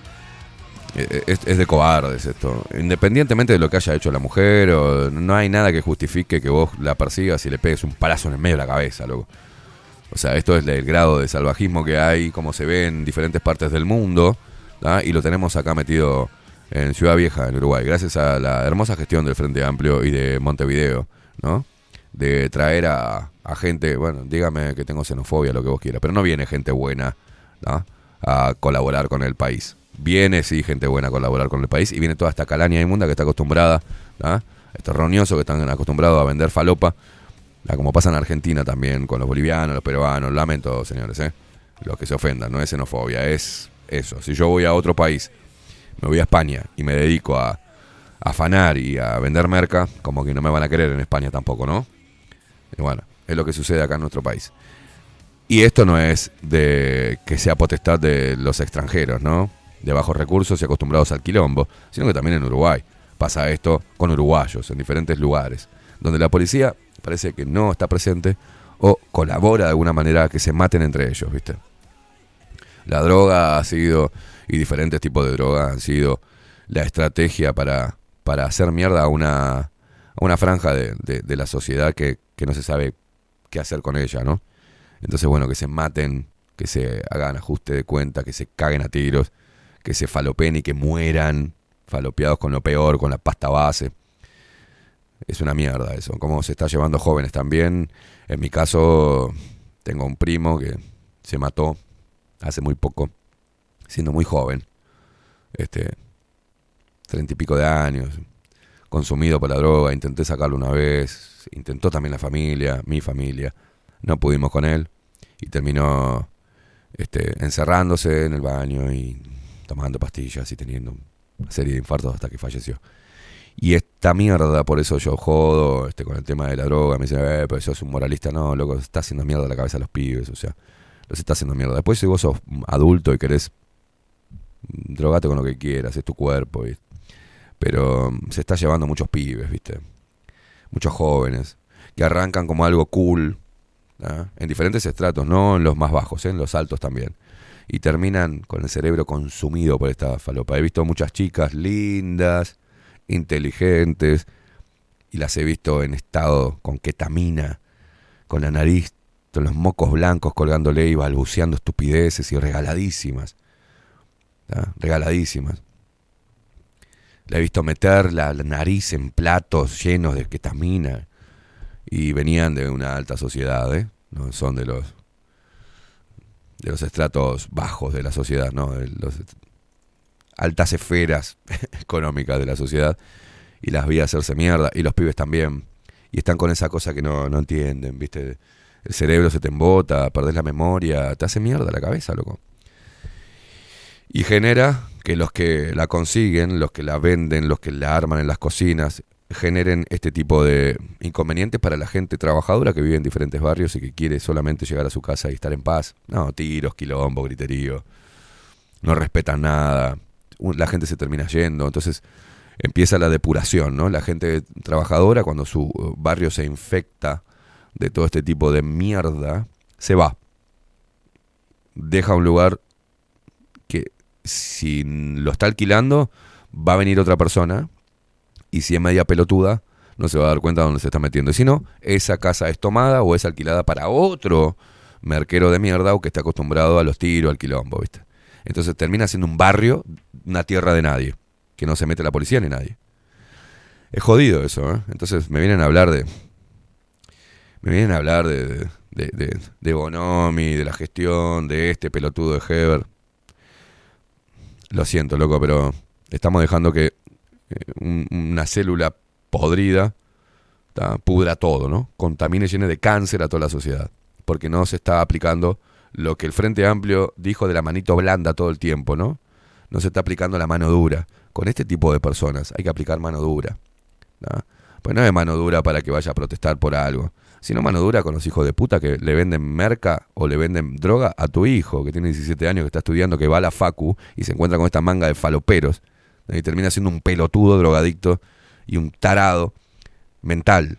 Es, es de cobardes esto. Independientemente de lo que haya hecho la mujer, o, no hay nada que justifique que vos la persigas y le pegues un palazo en el medio de la cabeza, loco. O sea, esto es el grado de salvajismo que hay, como se ve en diferentes partes del mundo, ¿tá? Y lo tenemos acá metido en Ciudad Vieja, en Uruguay, gracias a la hermosa gestión del Frente Amplio y de Montevideo, ¿no? De traer a, a gente, bueno, dígame que tengo xenofobia, lo que vos quieras, pero no viene gente buena, ¿no? A colaborar con el país. Viene, sí, gente buena a colaborar con el país y viene toda esta calaña inmunda que está acostumbrada, ¿no? Estos roñosos que están acostumbrados a vender falopa, ¿no? Como pasa en Argentina también con los bolivianos, los peruanos. Lamento, señores, ¿eh? Los que se ofendan, no es xenofobia, es eso. Si yo voy a otro país, me voy a España y me dedico a, a afanar y a vender merca, como que no me van a querer en España tampoco, ¿no? Y bueno, es lo que sucede acá en nuestro país. Y esto no es de que sea potestad de los extranjeros, ¿no? De bajos recursos y acostumbrados al quilombo, sino que también en Uruguay pasa esto con uruguayos en diferentes lugares, donde la policía parece que no está presente o colabora de alguna manera a que se maten entre ellos, ¿viste? La droga ha sido, y diferentes tipos de droga han sido la estrategia para, para hacer mierda a una, a una franja de, de, de la sociedad que, que no se sabe qué hacer con ella, ¿no? Entonces, bueno, que se maten, que se hagan ajuste de cuenta, que se caguen a tiros, que se falopen y que mueran falopeados con lo peor, con la pasta base. Es una mierda eso. Cómo se está llevando jóvenes también. En mi caso, tengo un primo que se mató hace muy poco, siendo muy joven. Este, treinta y pico de años, consumido por la droga. Intenté sacarlo una vez. Intentó también la familia, mi familia. No pudimos con él. Y terminó este, encerrándose en el baño y tomando pastillas y teniendo una serie de infartos hasta que falleció. Y esta mierda, por eso yo jodo este, con el tema de la droga, me dicen, eh, pero sos un moralista. No, loco, está haciendo mierda la cabeza a los pibes, o sea, los está haciendo mierda. Después si vos sos adulto y querés, drogate con lo que quieras, es tu cuerpo, ¿viste? Pero um, se está llevando muchos pibes, ¿viste? Muchos jóvenes, que arrancan como algo cool, ¿ah? En diferentes estratos, no en los más bajos, ¿eh? En los altos también. Y terminan con el cerebro consumido por esta falopa. He visto muchas chicas lindas, inteligentes, y las he visto en estado con ketamina, con la nariz, con los mocos blancos colgándole y balbuceando estupideces y regaladísimas. ¿Ah? Regaladísimas. La he visto meter la, la nariz en platos llenos de ketamina y venían de una alta sociedad, ¿eh? No son de los de los estratos bajos de la sociedad, no, de los altas esferas económicas de la sociedad, y las vi hacerse mierda, y los pibes también, y están con esa cosa que no, no entienden, ¿viste? El cerebro se te embota, perdés la memoria, te hace mierda la cabeza, loco. Y genera que los que la consiguen, los que la venden, los que la arman en las cocinas, generen este tipo de inconvenientes para la gente trabajadora que vive en diferentes barrios y que quiere solamente llegar a su casa y estar en paz. No, tiros, quilombo, griterío, no respetan nada, la gente se termina yendo, entonces empieza la depuración, ¿no? La gente trabajadora, cuando su barrio se infecta de todo este tipo de mierda, se va, deja un lugar que si lo está alquilando va a venir otra persona, y si es media pelotuda no se va a dar cuenta de dónde se está metiendo, y si no, esa casa es tomada o es alquilada para otro merquero de mierda o que está acostumbrado a los tiros, al quilombo, ¿viste? Entonces termina siendo un barrio, una tierra de nadie, que no se mete la policía ni nadie. Es jodido eso, ¿eh? Entonces me vienen a hablar de me vienen a hablar de de, de, de, de Bonomi, de la gestión, de este pelotudo de Heber. Lo siento, loco, pero estamos dejando que eh, un, una célula podrida, ¿tá? Pudra todo, ¿no? Contamine, llene de cáncer a toda la sociedad. Porque no se está aplicando lo que el Frente Amplio dijo de la manito blanda todo el tiempo, ¿no? No se está aplicando la mano dura. Con este tipo de personas hay que aplicar mano dura, ¿tá? Pues no es mano dura para que vaya a protestar por algo, sino mano dura con los hijos de puta que le venden merca o le venden droga a tu hijo que tiene diecisiete años, que está estudiando, que va a la facu y se encuentra con esta manga de faloperos y termina siendo un pelotudo drogadicto y un tarado mental.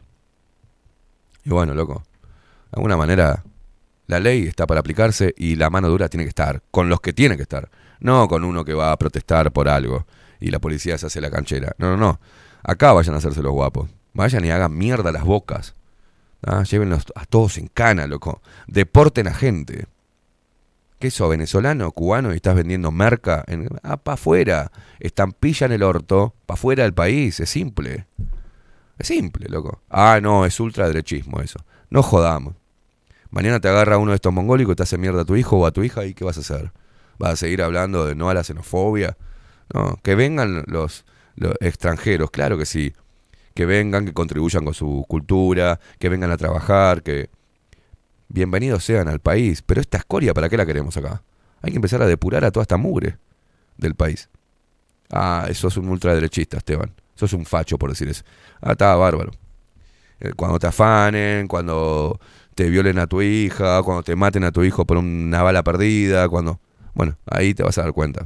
Y bueno, loco, de alguna manera la ley está para aplicarse y la mano dura tiene que estar con los que tiene que estar, no con uno que va a protestar por algo y la policía se hace la canchera. No, no, no. Acá vayan a hacerse los guapos. Vayan y hagan mierda las bocas. ¿Ah? Llévenlos a todos en cana, loco. Deporten a gente. ¿Qué sos, venezolano, cubano y estás vendiendo merca? En... Ah, pa' afuera. Estampilla en el orto. Pa' afuera del país. Es simple. Es simple, loco. Ah, no, es ultraderechismo eso. No jodamos. Mañana te agarra uno de estos mongólicos y te hace mierda a tu hijo o a tu hija, ¿y qué vas a hacer? ¿Vas a seguir hablando de no a la xenofobia? No, que vengan los, los extranjeros, claro que sí. Que vengan, que contribuyan con su cultura, que vengan a trabajar, que bienvenidos sean al país. Pero esta escoria, ¿para qué la queremos acá? Hay que empezar a depurar a toda esta mugre del país. Ah, sos un ultraderechista, Esteban. Sos un facho por decir eso. Ah, está bárbaro. Cuando te afanen, cuando te violen a tu hija, cuando te maten a tu hijo por una bala perdida, cuando... Bueno, ahí te vas a dar cuenta.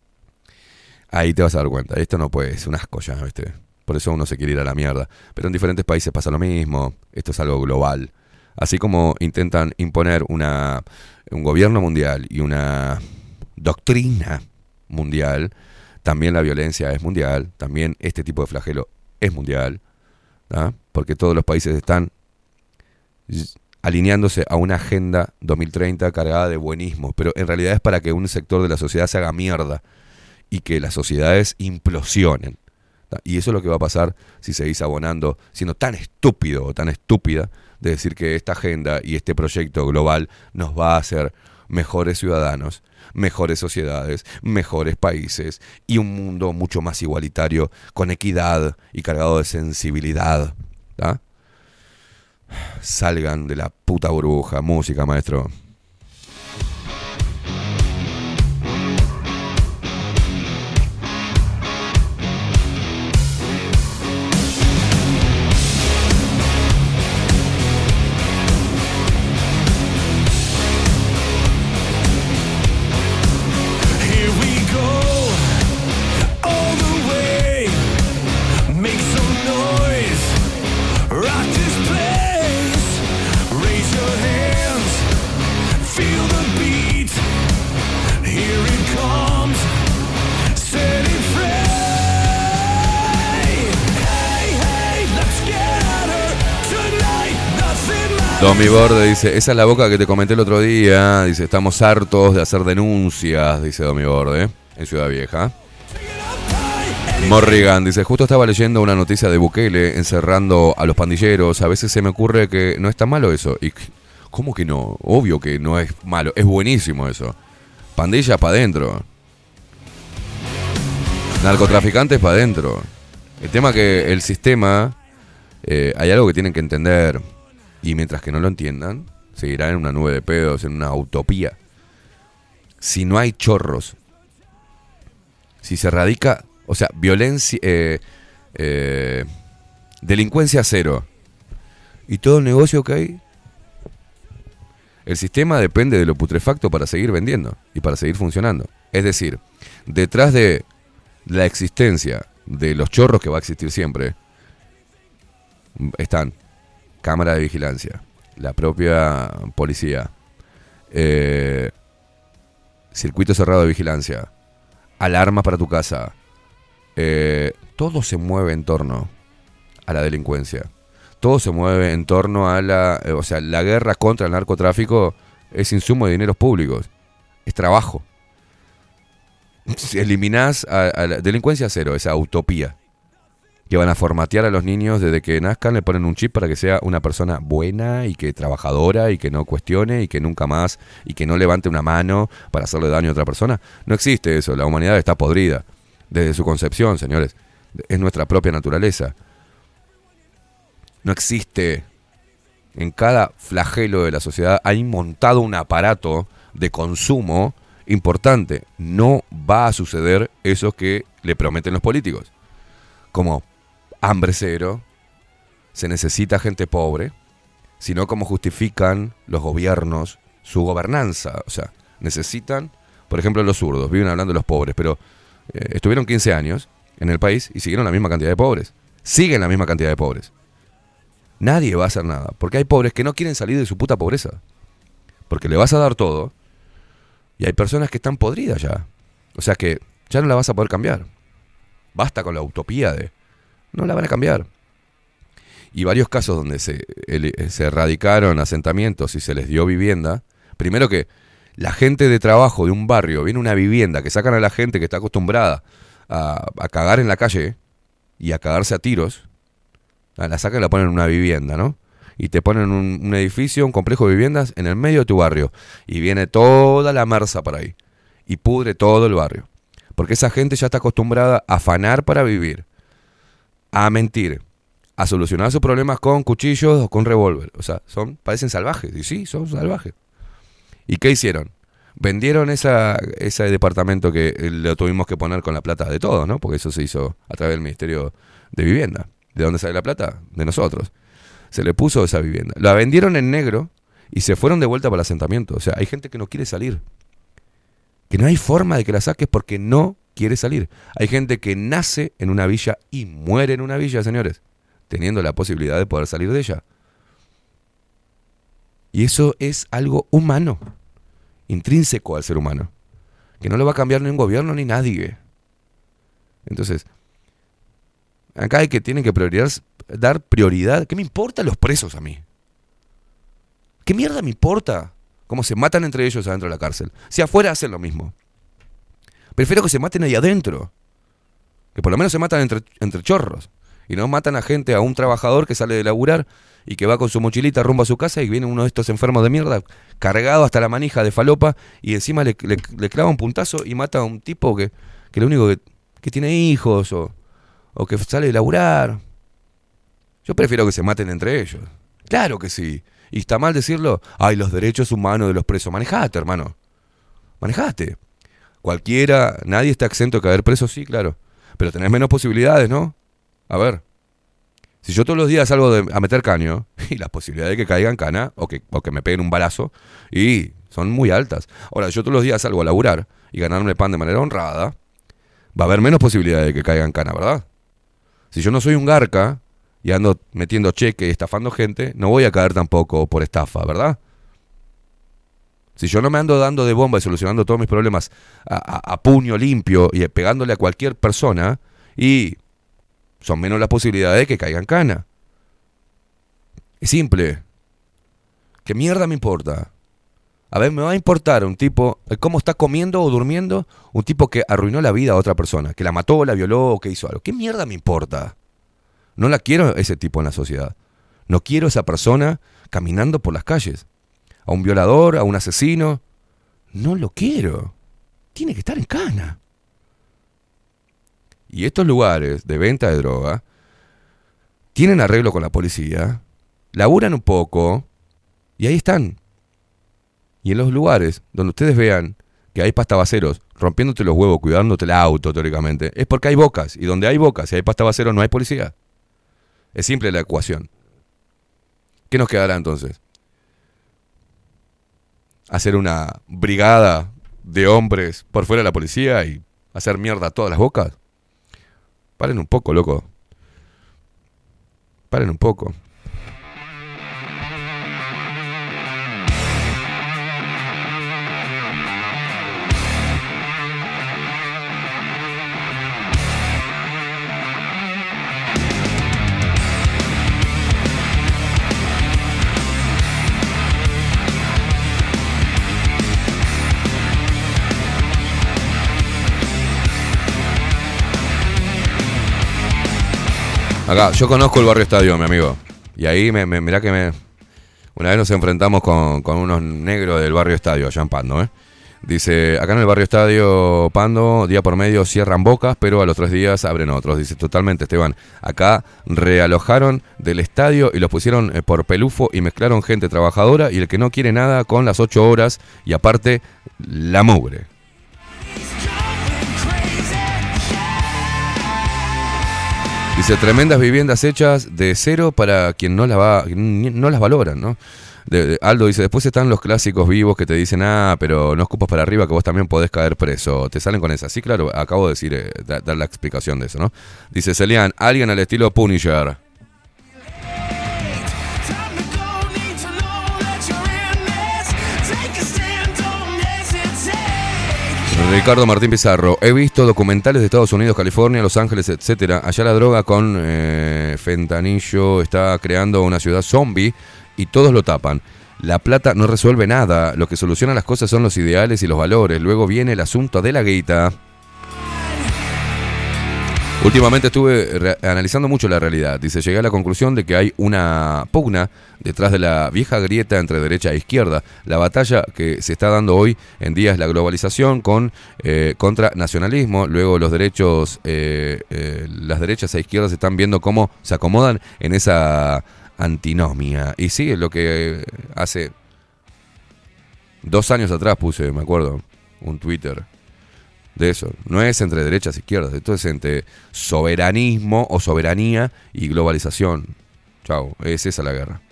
Ahí te vas a dar cuenta. Esto no puede ser un asco ya, ¿viste? Por eso uno se quiere ir a la mierda. Pero en diferentes países pasa lo mismo. Esto es algo global. Así como intentan imponer una, un gobierno mundial y una doctrina mundial, también la violencia es mundial. También este tipo de flagelo es mundial, ¿tá? Porque todos los países están alineándose a una agenda dos mil treinta cargada de buenismo. Pero en realidad es para que un sector de la sociedad se haga mierda y que las sociedades implosionen. Y eso es lo que va a pasar si seguís abonando, siendo tan estúpido o tan estúpida de decir que esta agenda y este proyecto global nos va a hacer mejores ciudadanos, mejores sociedades, mejores países y un mundo mucho más igualitario, con equidad y cargado de sensibilidad. ¿Tá? Salgan de la puta burbuja. Música, maestro. Domi Borde dice, esa es la boca que te comenté el otro día. Dice, estamos hartos de hacer denuncias, dice Domi Borde, en Ciudad Vieja. Morrigan dice, justo estaba leyendo una noticia de Bukele encerrando a los pandilleros. A veces se me ocurre que no es tan malo eso. Y ¿cómo que no? Obvio que no es malo, es buenísimo eso. Pandillas para adentro. Narcotraficantes para adentro. El tema que el sistema, eh, hay algo que tienen que entender. Y mientras que no lo entiendan, seguirán en una nube de pedos, en una utopía. Si no hay chorros, si se radica, o sea, violencia, eh, eh, delincuencia cero, y todo el negocio que hay, el sistema depende de lo putrefacto para seguir vendiendo y para seguir funcionando. Es decir, detrás de la existencia de los chorros que va a existir siempre, están cámara de vigilancia, la propia policía, eh, circuito cerrado de vigilancia, alarmas para tu casa, eh, todo se mueve en torno a la delincuencia, todo se mueve en torno a la, eh, o sea, la guerra contra el narcotráfico es insumo de dineros públicos, es trabajo. Si eliminás a, a la delincuencia cero, esa utopía, que van a formatear a los niños desde que nazcan, le ponen un chip para que sea una persona buena y que trabajadora y que no cuestione y que nunca más y que no levante una mano para hacerle daño a otra persona. No existe eso, la humanidad está podrida desde su concepción, señores. Es nuestra propia naturaleza. No existe. En cada flagelo de la sociedad hay montado un aparato de consumo importante. No va a suceder eso que le prometen los políticos. Como hambre cero, se necesita gente pobre, sino como justifican los gobiernos su gobernanza. O sea, necesitan, por ejemplo, los zurdos, viven hablando de los pobres, pero eh, estuvieron quince años en el país y siguieron la misma cantidad de pobres. Siguen la misma cantidad de pobres. Nadie va a hacer nada, porque hay pobres que no quieren salir de su puta pobreza. Porque le vas a dar todo, y hay personas que están podridas ya. O sea que ya no la vas a poder cambiar. Basta con la utopía de... No la van a cambiar. Y varios casos donde se, el, se erradicaron asentamientos y se les dio vivienda. Primero que la gente de trabajo de un barrio viene una vivienda que sacan a la gente que está acostumbrada a, a cagar en la calle y a cagarse a tiros. La sacan y la ponen en una vivienda, ¿no? Y te ponen un, un edificio, un complejo de viviendas en el medio de tu barrio. Y viene toda la merza para ahí. Y pudre todo el barrio. Porque esa gente ya está acostumbrada a afanar para vivir, a mentir, a solucionar sus problemas con cuchillos o con revólver. O sea, son, parecen salvajes. Y sí, son salvajes. ¿Y qué hicieron? Vendieron esa, ese departamento que lo tuvimos que poner con la plata de todos, ¿no? Porque eso se hizo a través del Ministerio de Vivienda. ¿De dónde sale la plata? De nosotros. Se le puso esa vivienda. La vendieron en negro y se fueron de vuelta para el asentamiento. O sea, hay gente que no quiere salir. Que no hay forma de que la saques porque no quiere salir. Hay gente que nace en una villa y muere en una villa, señores, teniendo la posibilidad de poder salir de ella. Y eso es algo humano, intrínseco al ser humano, que no lo va a cambiar ni un gobierno ni nadie. Entonces, acá hay que tienen que prioridad, dar prioridad. ¿Qué me importan los presos a mí? ¿Qué mierda me importa cómo se matan entre ellos adentro de la cárcel? Si afuera hacen lo mismo. Prefiero que se maten ahí adentro. Que por lo menos se matan entre, entre chorros. Y no matan a gente, a un trabajador que sale de laburar y que va con su mochilita rumbo a su casa y viene uno de estos enfermos de mierda cargado hasta la manija de falopa y encima le, le, le clava un puntazo y mata a un tipo que, que lo único que, que tiene hijos o, o que sale de laburar. Yo prefiero que se maten entre ellos. Claro que sí. Y está mal decirlo. Ay, los derechos humanos de los presos. Manejate, hermano. Manejate. Cualquiera, nadie está exento de caer preso, sí, claro. Pero tenés menos posibilidades, ¿no? A ver. Si yo todos los días salgo de, a meter caño, y las posibilidades de que caigan cana, o que, o que me peguen un balazo, y son muy altas. Ahora, yo todos los días salgo a laburar y ganarme pan de manera honrada, va a haber menos posibilidades de que caigan cana, ¿verdad? Si yo no soy un garca y ando metiendo cheque y estafando gente, no voy a caer tampoco por estafa, ¿verdad? Si yo no me ando dando de bomba y solucionando todos mis problemas a, a, a puño limpio y pegándole a cualquier persona, y son menos las posibilidades de que caigan cana. Es simple. ¿Qué mierda me importa? A ver, me va a importar un tipo, cómo está comiendo o durmiendo, un tipo que arruinó la vida a otra persona, que la mató, la violó o que hizo algo. ¿Qué mierda me importa? No la quiero ese tipo en la sociedad. No quiero esa persona caminando por las calles. A un violador, a un asesino. No lo quiero. Tiene que estar en cana. Y estos lugares de venta de droga tienen arreglo con la policía, laburan un poco y ahí están. Y en los lugares donde ustedes vean que hay pastabaceros rompiéndote los huevos, cuidándote el auto teóricamente, es porque hay bocas. Y donde hay bocas y hay pastabaceros no hay policía. Es simple la ecuación. ¿Qué nos quedará entonces? ¿Hacer una brigada de hombres por fuera de la policía y hacer mierda a todas las bocas? Paren un poco, loco. Paren un poco. Acá, yo conozco el barrio Estadio, mi amigo. Y ahí, me, me, mirá que me... Una vez nos enfrentamos con, con unos negros del barrio Estadio, allá en Pando, ¿eh? Dice, acá en el barrio Estadio Pando, día por medio cierran bocas, pero a los tres días abren otros. Dice, totalmente, Esteban. Acá realojaron del estadio y los pusieron eh, por pelufo y mezclaron gente trabajadora y el que no quiere nada con las ocho horas y aparte la mugre. Dice, tremendas viviendas hechas de cero para quien no, la va, no las valoran, ¿no? De, de, Aldo dice, después están los clásicos vivos que te dicen, ah, pero no escupas para arriba que vos también podés caer preso. Te salen con esa. Sí, claro, acabo de decir, eh, da, dar la explicación de eso, ¿no? Dice Celian, alguien al estilo Punisher. Ricardo Martín Pizarro, he visto documentales de Estados Unidos, California, Los Ángeles, etcétera. Allá la droga con eh, fentanillo está creando una ciudad zombie y todos lo tapan. La plata no resuelve nada, lo que soluciona las cosas son los ideales y los valores. Luego viene el asunto de la guita. Últimamente estuve re- analizando mucho la realidad. Dice, llegué a la conclusión de que hay una pugna detrás de la vieja grieta entre derecha e izquierda. La batalla que se está dando hoy en día es la globalización con eh, contra nacionalismo. Luego los derechos, eh, eh, las derechas e izquierdas están viendo cómo se acomodan en esa antinomia. Y sí, es lo que hace dos años atrás puse, me acuerdo, un Twitter. De eso, no es entre derechas e izquierdas, esto es entre soberanismo o soberanía y globalización. Chau, es esa la guerra.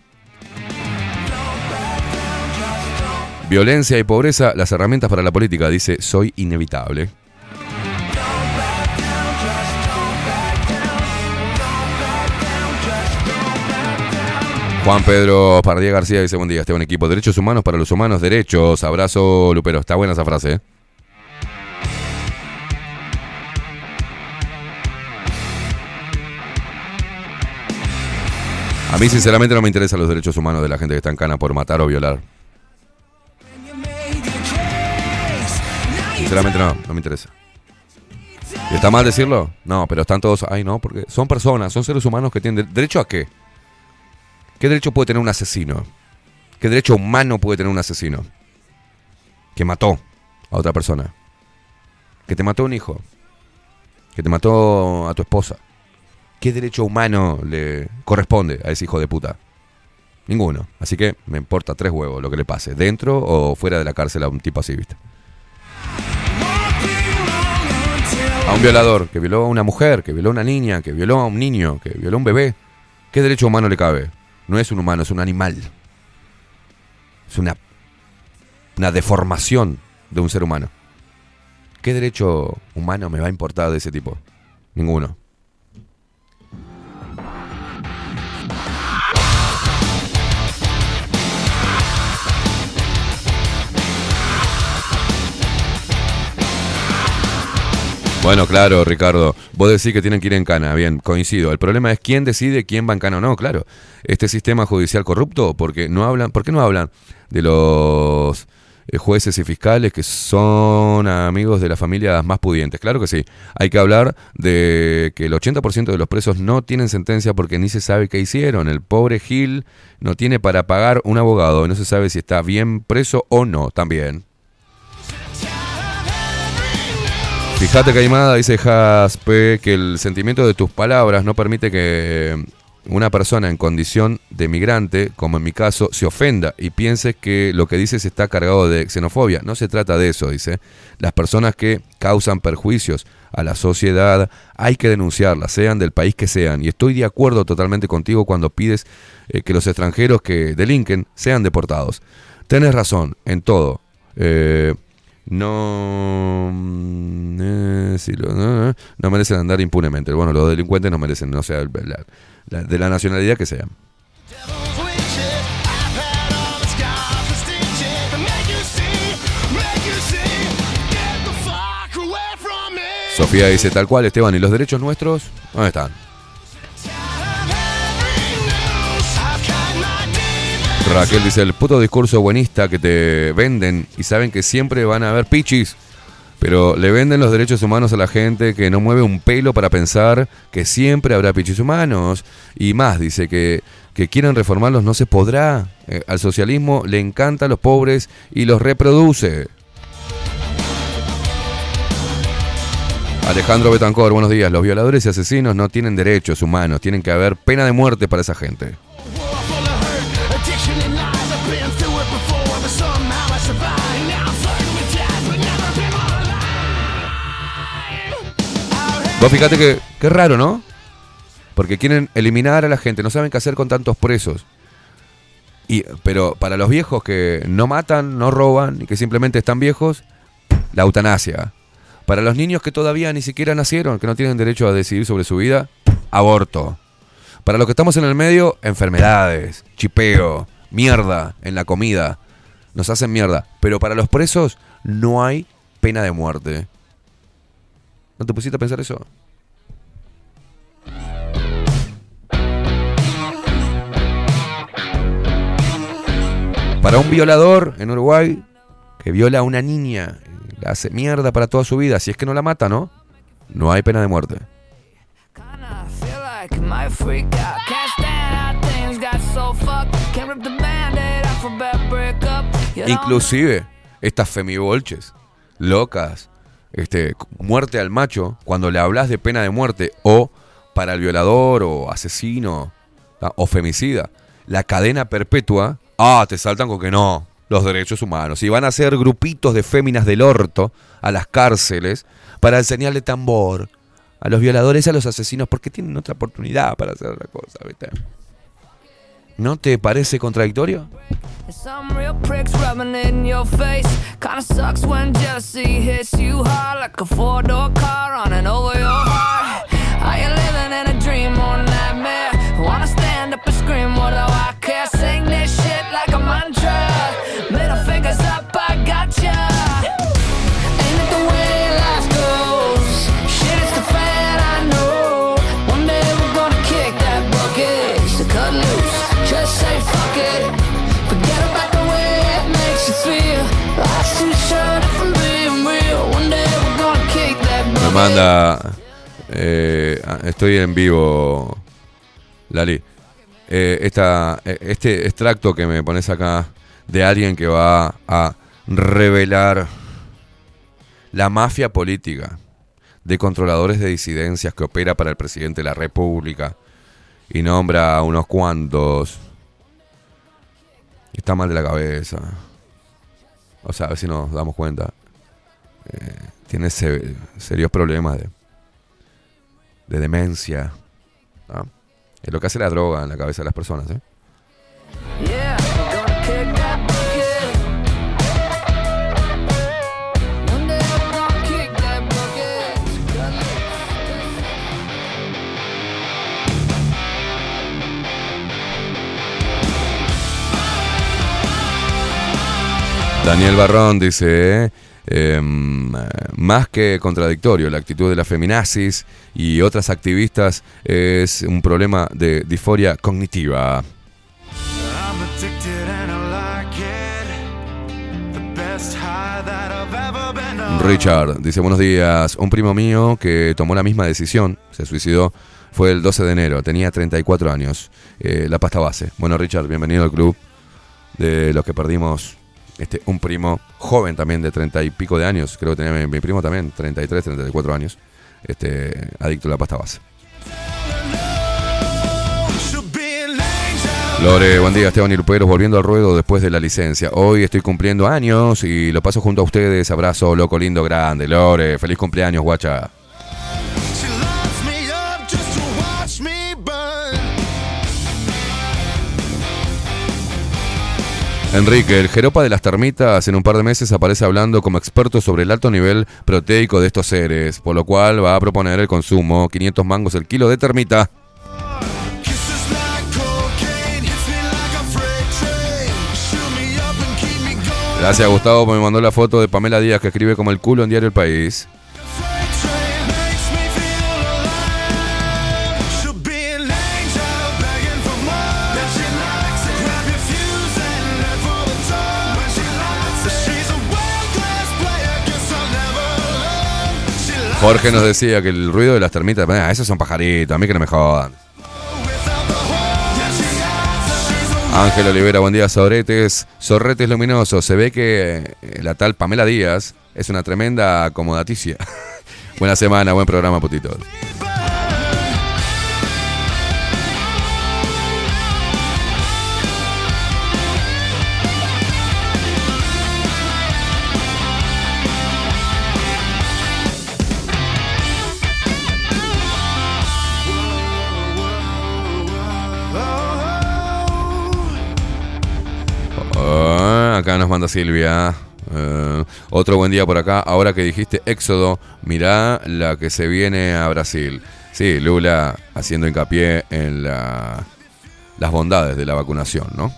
Violencia y pobreza, las herramientas para la política, dice, soy inevitable. Juan Pedro Pardía García dice, buen día, Esteban equipo, derechos humanos para los humanos, derechos, abrazo Lupero, está buena esa frase, ¿eh? A mí sinceramente no me interesan los derechos humanos de la gente que está en cana por matar o violar. Sinceramente no, no me interesa. ¿Y está mal decirlo? No, pero están todos... Ay, no, porque son personas, son seres humanos que tienen... ¿Derecho a qué? ¿Qué derecho puede tener un asesino? ¿Qué derecho humano puede tener un asesino? Que mató a otra persona. Que te mató a un hijo. Que te mató a tu esposa. ¿Qué derecho humano le corresponde a ese hijo de puta? Ninguno. Así que me importa tres huevos lo que le pase, dentro o fuera de la cárcel a un tipo así, ¿viste? A un violador que violó a una mujer, que violó a una niña, que violó a un niño, que violó a un bebé. ¿Qué derecho humano le cabe? No es un humano, es un animal. Es una, una deformación de un ser humano. ¿Qué derecho humano me va a importar de ese tipo? Ninguno. Bueno, claro, Ricardo. Vos decís que tienen que ir en cana. Bien, coincido. El problema es quién decide quién va en cana o no, claro. Este sistema judicial corrupto, porque no hablan, ¿por qué no hablan de los eh, jueces y fiscales que son amigos de las familias más pudientes? Claro que sí. Hay que hablar de que el ochenta por ciento de los presos no tienen sentencia porque ni se sabe qué hicieron. El pobre Gil no tiene para pagar un abogado y no se sabe si está bien preso o no también. Fíjate, Caimada, dice Jaspe, que el sentimiento de tus palabras no permite que una persona en condición de migrante, como en mi caso, se ofenda y piense que lo que dices está cargado de xenofobia. No se trata de eso, dice. Las personas que causan perjuicios a la sociedad hay que denunciarlas, sean del país que sean. Y estoy de acuerdo totalmente contigo cuando pides eh, que los extranjeros que delinquen sean deportados. Tenés razón en todo. Eh... No, eh, si lo, no, no merecen andar impunemente. Bueno, los delincuentes no merecen, no sea la, la, de la nacionalidad que sean. Sofía dice tal cual, Esteban, ¿y los derechos nuestros? ¿Dónde están? Raquel dice, el puto discurso buenista que te venden y saben que siempre van a haber pichis, pero le venden los derechos humanos a la gente que no mueve un pelo para pensar que siempre habrá pichis humanos. Y más, dice que, que quieren reformarlos no se podrá. Eh, al socialismo le encanta a los pobres y los reproduce. Alejandro Betancor, buenos días. Los violadores y asesinos no tienen derechos humanos, tienen que haber pena de muerte para esa gente. Vos fíjate que, que raro, ¿no? Porque quieren eliminar a la gente, no saben qué hacer con tantos presos. Y, pero para los viejos que no matan, no roban y que simplemente están viejos, la eutanasia. Para los niños que todavía ni siquiera nacieron, que no tienen derecho a decidir sobre su vida, aborto. Para los que estamos en el medio, enfermedades, chipeo, mierda en la comida. Nos hacen mierda. Pero para los presos no hay pena de muerte. ¿No te pusiste a pensar eso? Para un violador en Uruguay que viola a una niña, la hace mierda para toda su vida, si es que no la mata, ¿no? No hay pena de muerte. Inclusive estas femibolches locas, este, muerte al macho, cuando le hablas de pena de muerte, o para el violador o asesino, ¿tá? O femicida, la cadena perpetua, ah, te saltan con que no, los derechos humanos, y van a hacer grupitos de féminas del orto a las cárceles para enseñarle tambor a los violadores y a los asesinos, porque tienen otra oportunidad para hacer la cosa, ¿viste? ¿No te parece contradictorio? Some real pricks rubbing in your face. Kinda sucks when jealousy hits you hard like a four-door car running over your heart. Are you living in a dream or nightmare? Wanna stand up and scream, what do I care? Sing this shit like a mantra. Middle fingers up, I gotcha. Ain't it the way life goes? Shit, it's the fan, I know. One day we're gonna kick that bucket. So cut loose, just say fuck it. Forget about the way it makes you feel. Life's too short from being real. One day we're gonna kick that bucket. Me manda... Eh, estoy en vivo, Lali. Eh, esta, este extracto que me pones acá de alguien que va a revelar la mafia política de controladores de disidencias que opera para el presidente de la República y nombra a unos cuantos. Está mal de la cabeza. O sea, a ver si nos damos cuenta. Eh, tiene se- serios problemas de de demencia, ¿no? Es lo que hace la droga en la cabeza de las personas, ¿eh? Daniel Barrón dice, ¿eh? Eh, más que contradictorio, la actitud de la feminazis y otras activistas es un problema de disforia cognitiva. Richard dice, buenos días, un primo mío que tomó la misma decisión, se suicidó, fue el doce de enero, tenía treinta y cuatro años, eh, la pasta base. Bueno, Richard, bienvenido al club de los que perdimos este, un primo joven también de treinta y pico de años, creo que tenía mi, mi primo también, treinta y tres, treinta y cuatro años, este, adicto a la pasta base. Lore, buen día, Esteban y Luperos, volviendo al ruedo después de la licencia. Hoy estoy cumpliendo años y lo paso junto a ustedes. Abrazo, loco, lindo, grande. Lore, feliz cumpleaños, guacha. Enrique, el jeropa de las termitas en un par de meses aparece hablando como experto sobre el alto nivel proteico de estos seres, por lo cual va a proponer el consumo, quinientos mangos el kilo de termita. Gracias, Gustavo, me mandó la foto de Pamela Díaz que escribe como el culo en Diario El País. Jorge nos decía que el ruido de las termitas, ah, esos son pajaritos, a mí que no me jodan. Ángel Olivera, buen día, Sorretes. Sorretes luminosos. Se ve que la tal Pamela Díaz es una tremenda acomodaticia. Buena semana, buen programa, putitos. Acá nos manda Silvia. Uh, otro buen día por acá. Ahora que dijiste éxodo, mirá la que se viene a Brasil. Sí, Lula haciendo hincapié en la, las bondades de la vacunación, ¿no?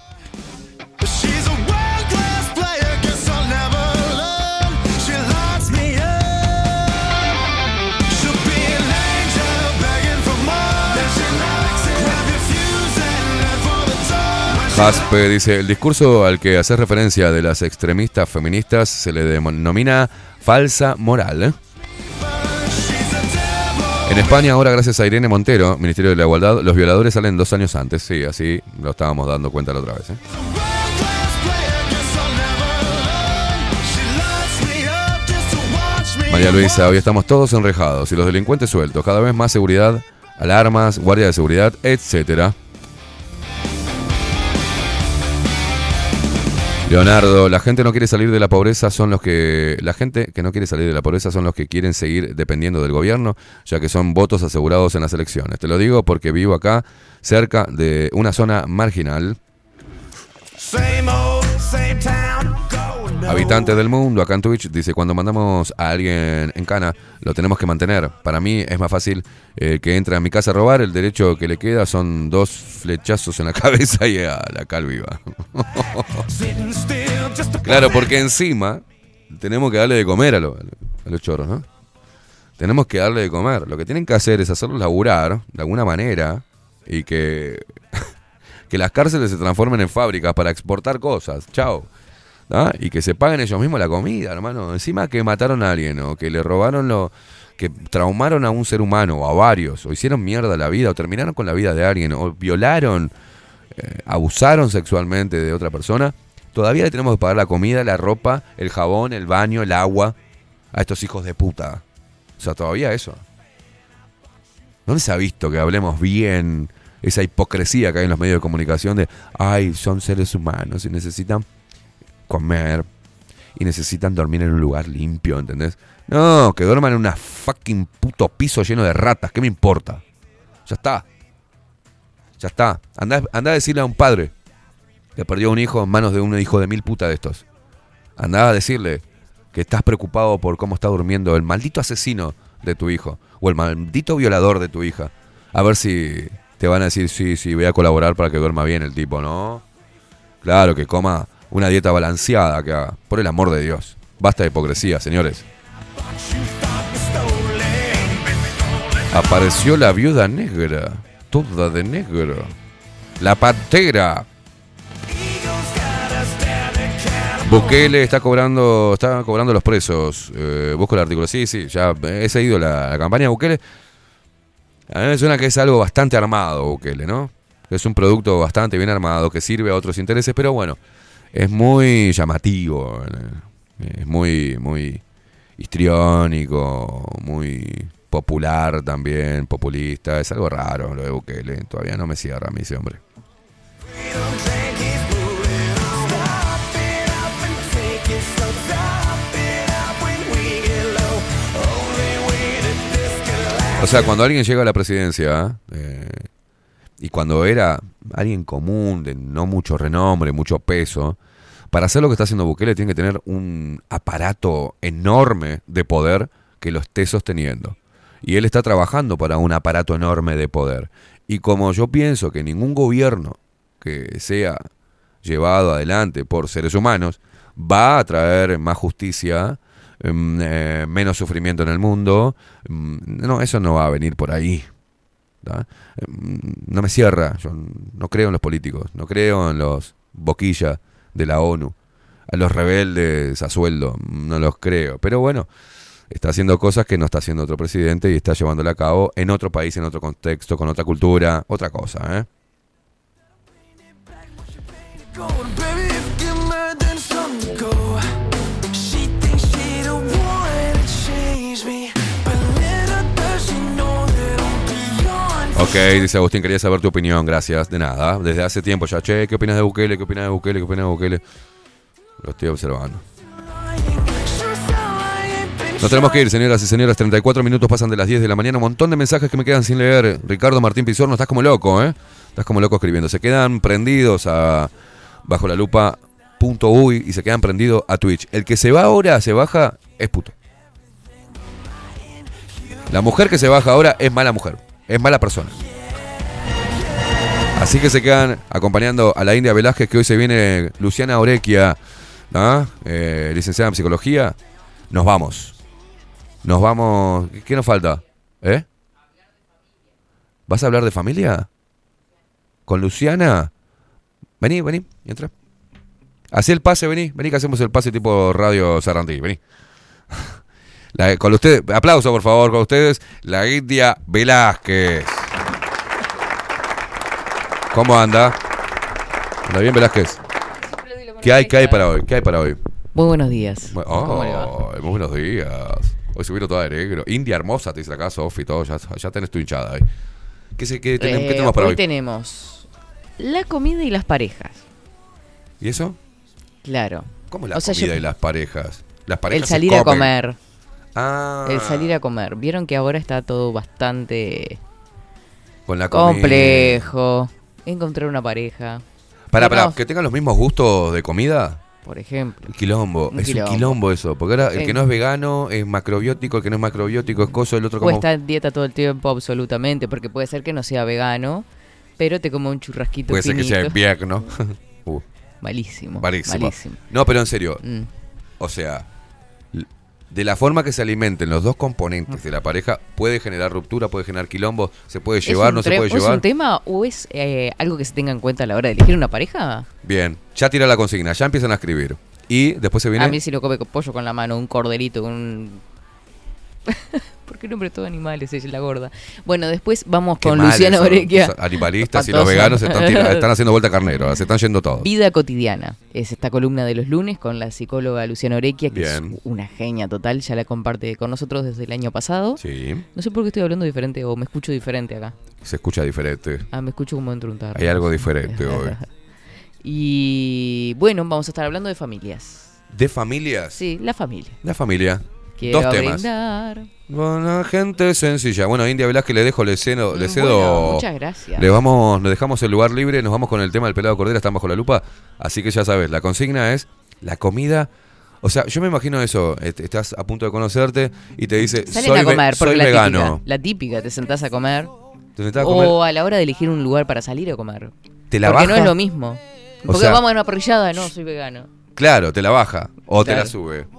Jaspe dice, el discurso al que hace referencia de las extremistas feministas se le denomina falsa moral. ¿eh? En España ahora, gracias a Irene Montero, Ministerio de la Igualdad, los violadores salen dos años antes. Sí, así lo estábamos dando cuenta la otra vez. ¿eh? María Luisa, hoy estamos todos enrejados y los delincuentes sueltos. Cada vez más seguridad, alarmas, guardia de seguridad, etcétera. Leonardo, la gente no quiere salir de la pobreza son los que la gente que no quiere salir de la pobreza son los que quieren seguir dependiendo del gobierno, ya que son votos asegurados en las elecciones. Te lo digo porque vivo acá cerca de una zona marginal. Habitante del mundo, acá en Twitch, dice, cuando mandamos a alguien en cana, lo tenemos que mantener. Para mí es más fácil eh, que entre a mi casa a robar, el derecho que le queda son dos flechazos en la cabeza y a la cal viva. Claro, porque encima tenemos que darle de comer a, lo, a los chorros, ¿no? Tenemos que darle de comer. Lo que tienen que hacer es hacerlos laburar de alguna manera y que, que las cárceles se transformen en fábricas para exportar cosas. Chao. ¿Ah? Y que se paguen ellos mismos la comida, hermano. Encima que mataron a alguien o que le robaron lo... que traumaron a un ser humano o a varios, o hicieron mierda la vida, o terminaron con la vida de alguien, o violaron, eh, abusaron sexualmente de otra persona, todavía le tenemos que pagar la comida, la ropa, el jabón, el baño, el agua a estos hijos de puta. O sea, todavía eso. ¿Dónde se ha visto que hablemos bien esa hipocresía que hay en los medios de comunicación de, ay, son seres humanos y necesitan comer y necesitan dormir en un lugar limpio, ¿entendés? No, que duerman en un fucking puto piso lleno de ratas, ¿qué me importa? Ya está. Ya está. Andá, andá a decirle a un padre que perdió un hijo en manos de un hijo de mil puta de estos. Andá a decirle que estás preocupado por cómo está durmiendo el maldito asesino de tu hijo o el maldito violador de tu hija. A ver si te van a decir, sí, sí, voy a colaborar para que duerma bien el tipo, ¿no? Claro, que coma una dieta balanceada, que haga, por el amor de Dios. Basta de hipocresía, señores. Apareció la viuda negra, toda de negro. La pantera. Bukele está cobrando, está cobrando los presos. Eh, busco el artículo. Sí, sí, ya he seguido la, la campaña de Bukele. A mí me suena que es algo bastante armado, Bukele, ¿no? Es un producto bastante bien armado que sirve a otros intereses, pero bueno, es muy llamativo. Es muy, muy histriónico, muy popular también, populista. Es algo raro lo de Bukele. Todavía no me cierra a mí ese hombre. O sea, cuando alguien llega a la presidencia, eh, y cuando era alguien común, de no mucho renombre, mucho peso, para hacer lo que está haciendo Bukele tiene que tener un aparato enorme de poder que lo esté sosteniendo. Y él está trabajando para un aparato enorme de poder. Y como yo pienso que ningún gobierno que sea llevado adelante por seres humanos va a traer más justicia, eh, menos sufrimiento en el mundo, no, eso no va a venir por ahí. ¿Da? No me cierra, yo no creo en los políticos, no creo en los boquillas de la ONU, a los rebeldes a sueldo, no los creo, pero bueno, está haciendo cosas que no está haciendo otro presidente y está llevándola a cabo en otro país, en otro contexto, con otra cultura, otra cosa, ¿eh? Ok, dice Agustín, quería saber tu opinión, gracias, de nada, desde hace tiempo ya, che, ¿qué opinas de Bukele? ¿Qué opinas de Bukele? ¿Qué opinas de Bukele? Lo estoy observando. Nos tenemos que ir, señoras y señores, treinta y cuatro minutos pasan de las diez de la mañana, un montón de mensajes que me quedan sin leer. Ricardo Martín Pizorno, estás como loco, ¿eh? Estás como loco escribiendo. Se quedan prendidos a bajo la lupa punto uy y se quedan prendidos a Twitch. El que se va ahora, se baja, es puto. La mujer que se baja ahora es mala mujer. Es mala persona. Así que se quedan acompañando a la India Velázquez, que hoy se viene Luciana Orequia, ¿no? eh, licenciada en psicología. Nos vamos. Nos vamos. ¿Qué nos falta? ¿Eh? ¿Vas a hablar de familia? ¿Con Luciana? Vení, vení, y entra. Hacé el pase, vení. Vení que hacemos el pase tipo Radio Sarandí. Vení. La, con ustedes, aplauso por favor, con ustedes, la India Velázquez. ¿Cómo anda? ¿Anda bien, Velázquez? ¿Qué hay, qué hay para hoy? ¿Qué hay para hoy? Muy buenos días. Oh, ¿cómo le va? Muy buenos días. Hoy se vino toda de negro. India hermosa, te dice acá, Sofi, todo. Ya, ya tenés tu hinchada ahí. ¿Qué, se, qué, ten, eh, ¿qué tenemos para hoy? Hoy tenemos la comida y las parejas. ¿Y eso? Claro. ¿Cómo la o sea, comida yo, y las parejas? Las parejas el salir se a comen. comer. Ah. El salir a comer. Vieron que ahora está todo bastante con la comida. Complejo. Encontrar una pareja. Para, para, que tengan los mismos gustos de comida. Por ejemplo. Un quilombo. Un es quilombo. un quilombo eso. Porque ahora el En... que no es vegano es macrobiótico, el que no es macrobiótico es coso, el otro O como... está en dieta todo el tiempo, absolutamente. Porque puede ser que no sea vegano, pero te come un churrasquito puede finito. ser que sea vegano. uh. Malísimo. Malísimo. Malísimo. No, pero en serio. Mm. O sea, de la forma que se alimenten los dos componentes de la pareja, puede generar ruptura, puede generar quilombo, se puede llevar, no se puede llevar. ¿Es un tema o es eh, algo que se tenga en cuenta a la hora de elegir una pareja? Bien, ya tira la consigna, ya empiezan a escribir. Y después se viene... A mí si lo come con pollo con la mano, un corderito, un... ¿Por qué nombre todo animales es la gorda? Bueno, después vamos Qué con mal Luciana eso. Orequia. Los animalistas y los veganos están, tira, están haciendo vuelta carnero, se están yendo todos. Vida cotidiana. Es esta columna de los lunes con la psicóloga Luciana Orequia, que Bien. es una genia total, ya la comparte con nosotros desde el año pasado. Sí. No sé por qué estoy hablando diferente o me escucho diferente acá. Se escucha diferente. Ah, me escucho como dentro de un tarro. Hay algo diferente hoy. Y bueno, vamos a estar hablando de familias. ¿De familias? Sí, la familia. La familia. Quiero Dos temas. brindar. Buena gente sencilla. Bueno, India Velázquez le dejo, le cedo, le cedo. Bueno, muchas gracias. Le vamos, le dejamos el lugar libre, nos vamos con el tema del pelado cordera, están bajo la lupa. Así que ya sabes, la consigna es la comida. O sea, yo me imagino eso, estás a punto de conocerte y te dice, Salen soy, a comer, ve- porque soy la vegano. Típica, la típica, te sentás a comer. ¿Te sentás a comer? O a la hora de elegir un lugar para salir a comer. ¿Te la Porque baja? no es lo mismo. O Porque sea, vamos a una parrillada, no, soy vegano. Claro, te la baja o Claro. te la sube.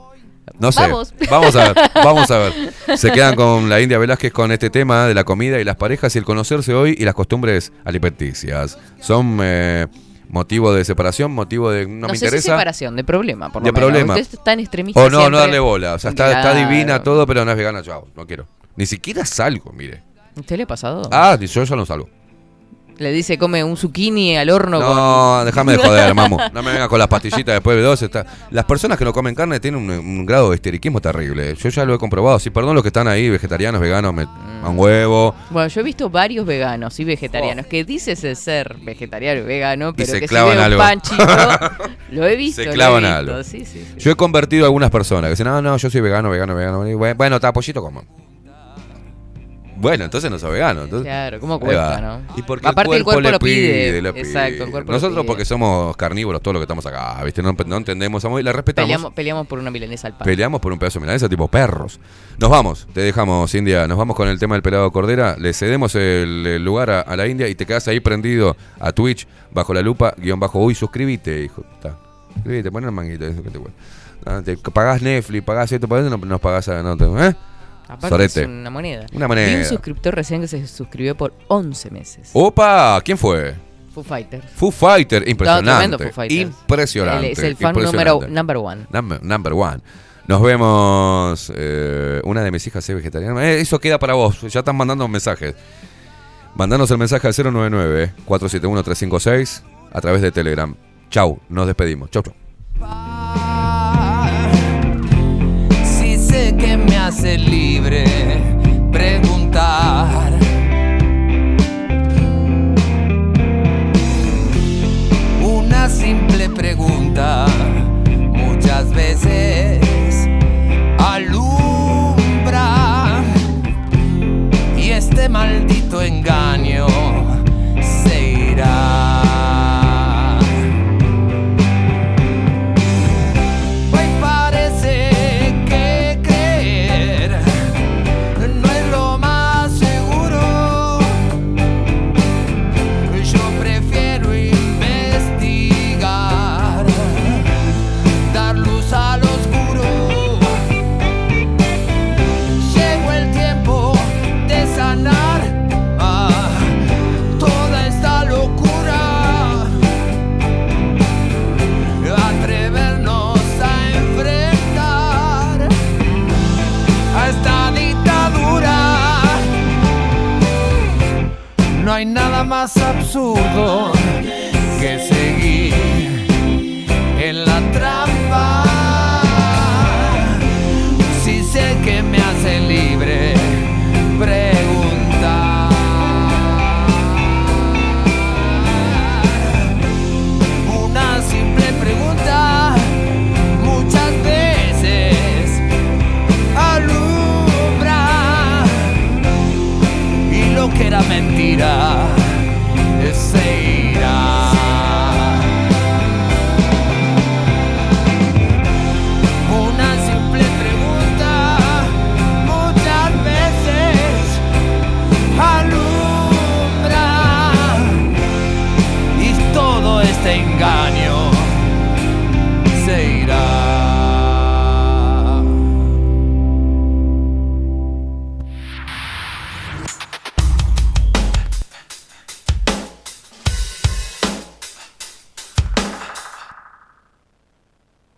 No sé. Vamos. Vamos a ver. Vamos a ver. Se quedan con la India Velázquez con este tema de la comida y las parejas y el conocerse hoy y las costumbres alimenticias. Son eh, motivo de separación, motivo de no, No me sé interesa. si separación, de problema, por lo De menos. problema. Usted es tan extremista O no, siempre. no darle bola. O sea, está, está Claro. divina todo, pero no es vegana. Chao, no quiero. Ni siquiera salgo, mire. ¿Usted le ha pasado? Ah, yo ya no salgo. Le dice, come un zucchini al horno con... No, déjame de joder, mamu. No me vengas con las pastillitas después de dos. Está... Las personas que no comen carne tienen un, un grado de histeriquismo terrible. Yo ya lo he comprobado. Sí, perdón los que están ahí, vegetarianos, veganos, me Mm. dan huevo. Bueno, yo he visto varios veganos y vegetarianos que dices ser vegetariano y vegano, pero se que si clavan ve un algo. panchito, lo he visto. Se lo he clavan visto, algo. sí, sí, sí. Yo he convertido a algunas personas que dicen, no, no, yo soy vegano, vegano, vegano. Y bueno, Bueno, está pollito como. Bueno, entonces no soy vegano. Entonces, Claro, ¿cómo ahí cuesta, va. no? Y porque Aparte el cuerpo le lo pide. pide, le Exacto, pide. el cuerpo lo Nosotros pide. porque somos carnívoros, todos los que estamos acá, ¿viste? No, no entendemos amor, y la respetamos. Peleamos, peleamos por una milanesa al pan. Peleamos por un pedazo de milanesa tipo perros. Nos vamos, te dejamos, India. Nos vamos con el tema del pelado Cordera. Le cedemos el, el lugar a, a la India y te quedas ahí prendido a Twitch, bajo la lupa, guión bajo uy. Suscríbete, hijo. Está. Suscríbete, pon el manguito. Eso que te, ah, te pagás Netflix, pagás esto, por eso no nos pagás a. No, te, ¿eh? Aparte Sorete. es una moneda. Una moneda. Vi un suscriptor recién que se suscribió por once meses. Opa, ¿quién fue? Foo Fighters. Foo Fighter, impresionante. tremendo Foo Fighters. Impresionante. Él es el fan impresionante. número number one. Number, number one. Nos vemos. Eh, una de mis hijas es vegetariana. Eh, eso queda para vos. Ya están mandando mensajes. Mandanos el mensaje al cero nueve nueve, cuatro siete uno, tres cinco seis a través de Telegram. Chau, nos despedimos. Chau, chau. Si sé que me hace libre preguntar. Una simple pregunta muchas veces alumbra y este maldito engaño se irá. Hoy parece que creer no es lo más seguro. Yo prefiero investigar, dar luz al oscuro. Llegó el tiempo de sanar ah, toda esta locura, atrevernos a enfrentar a esta dictadura. No hay nada más absurdo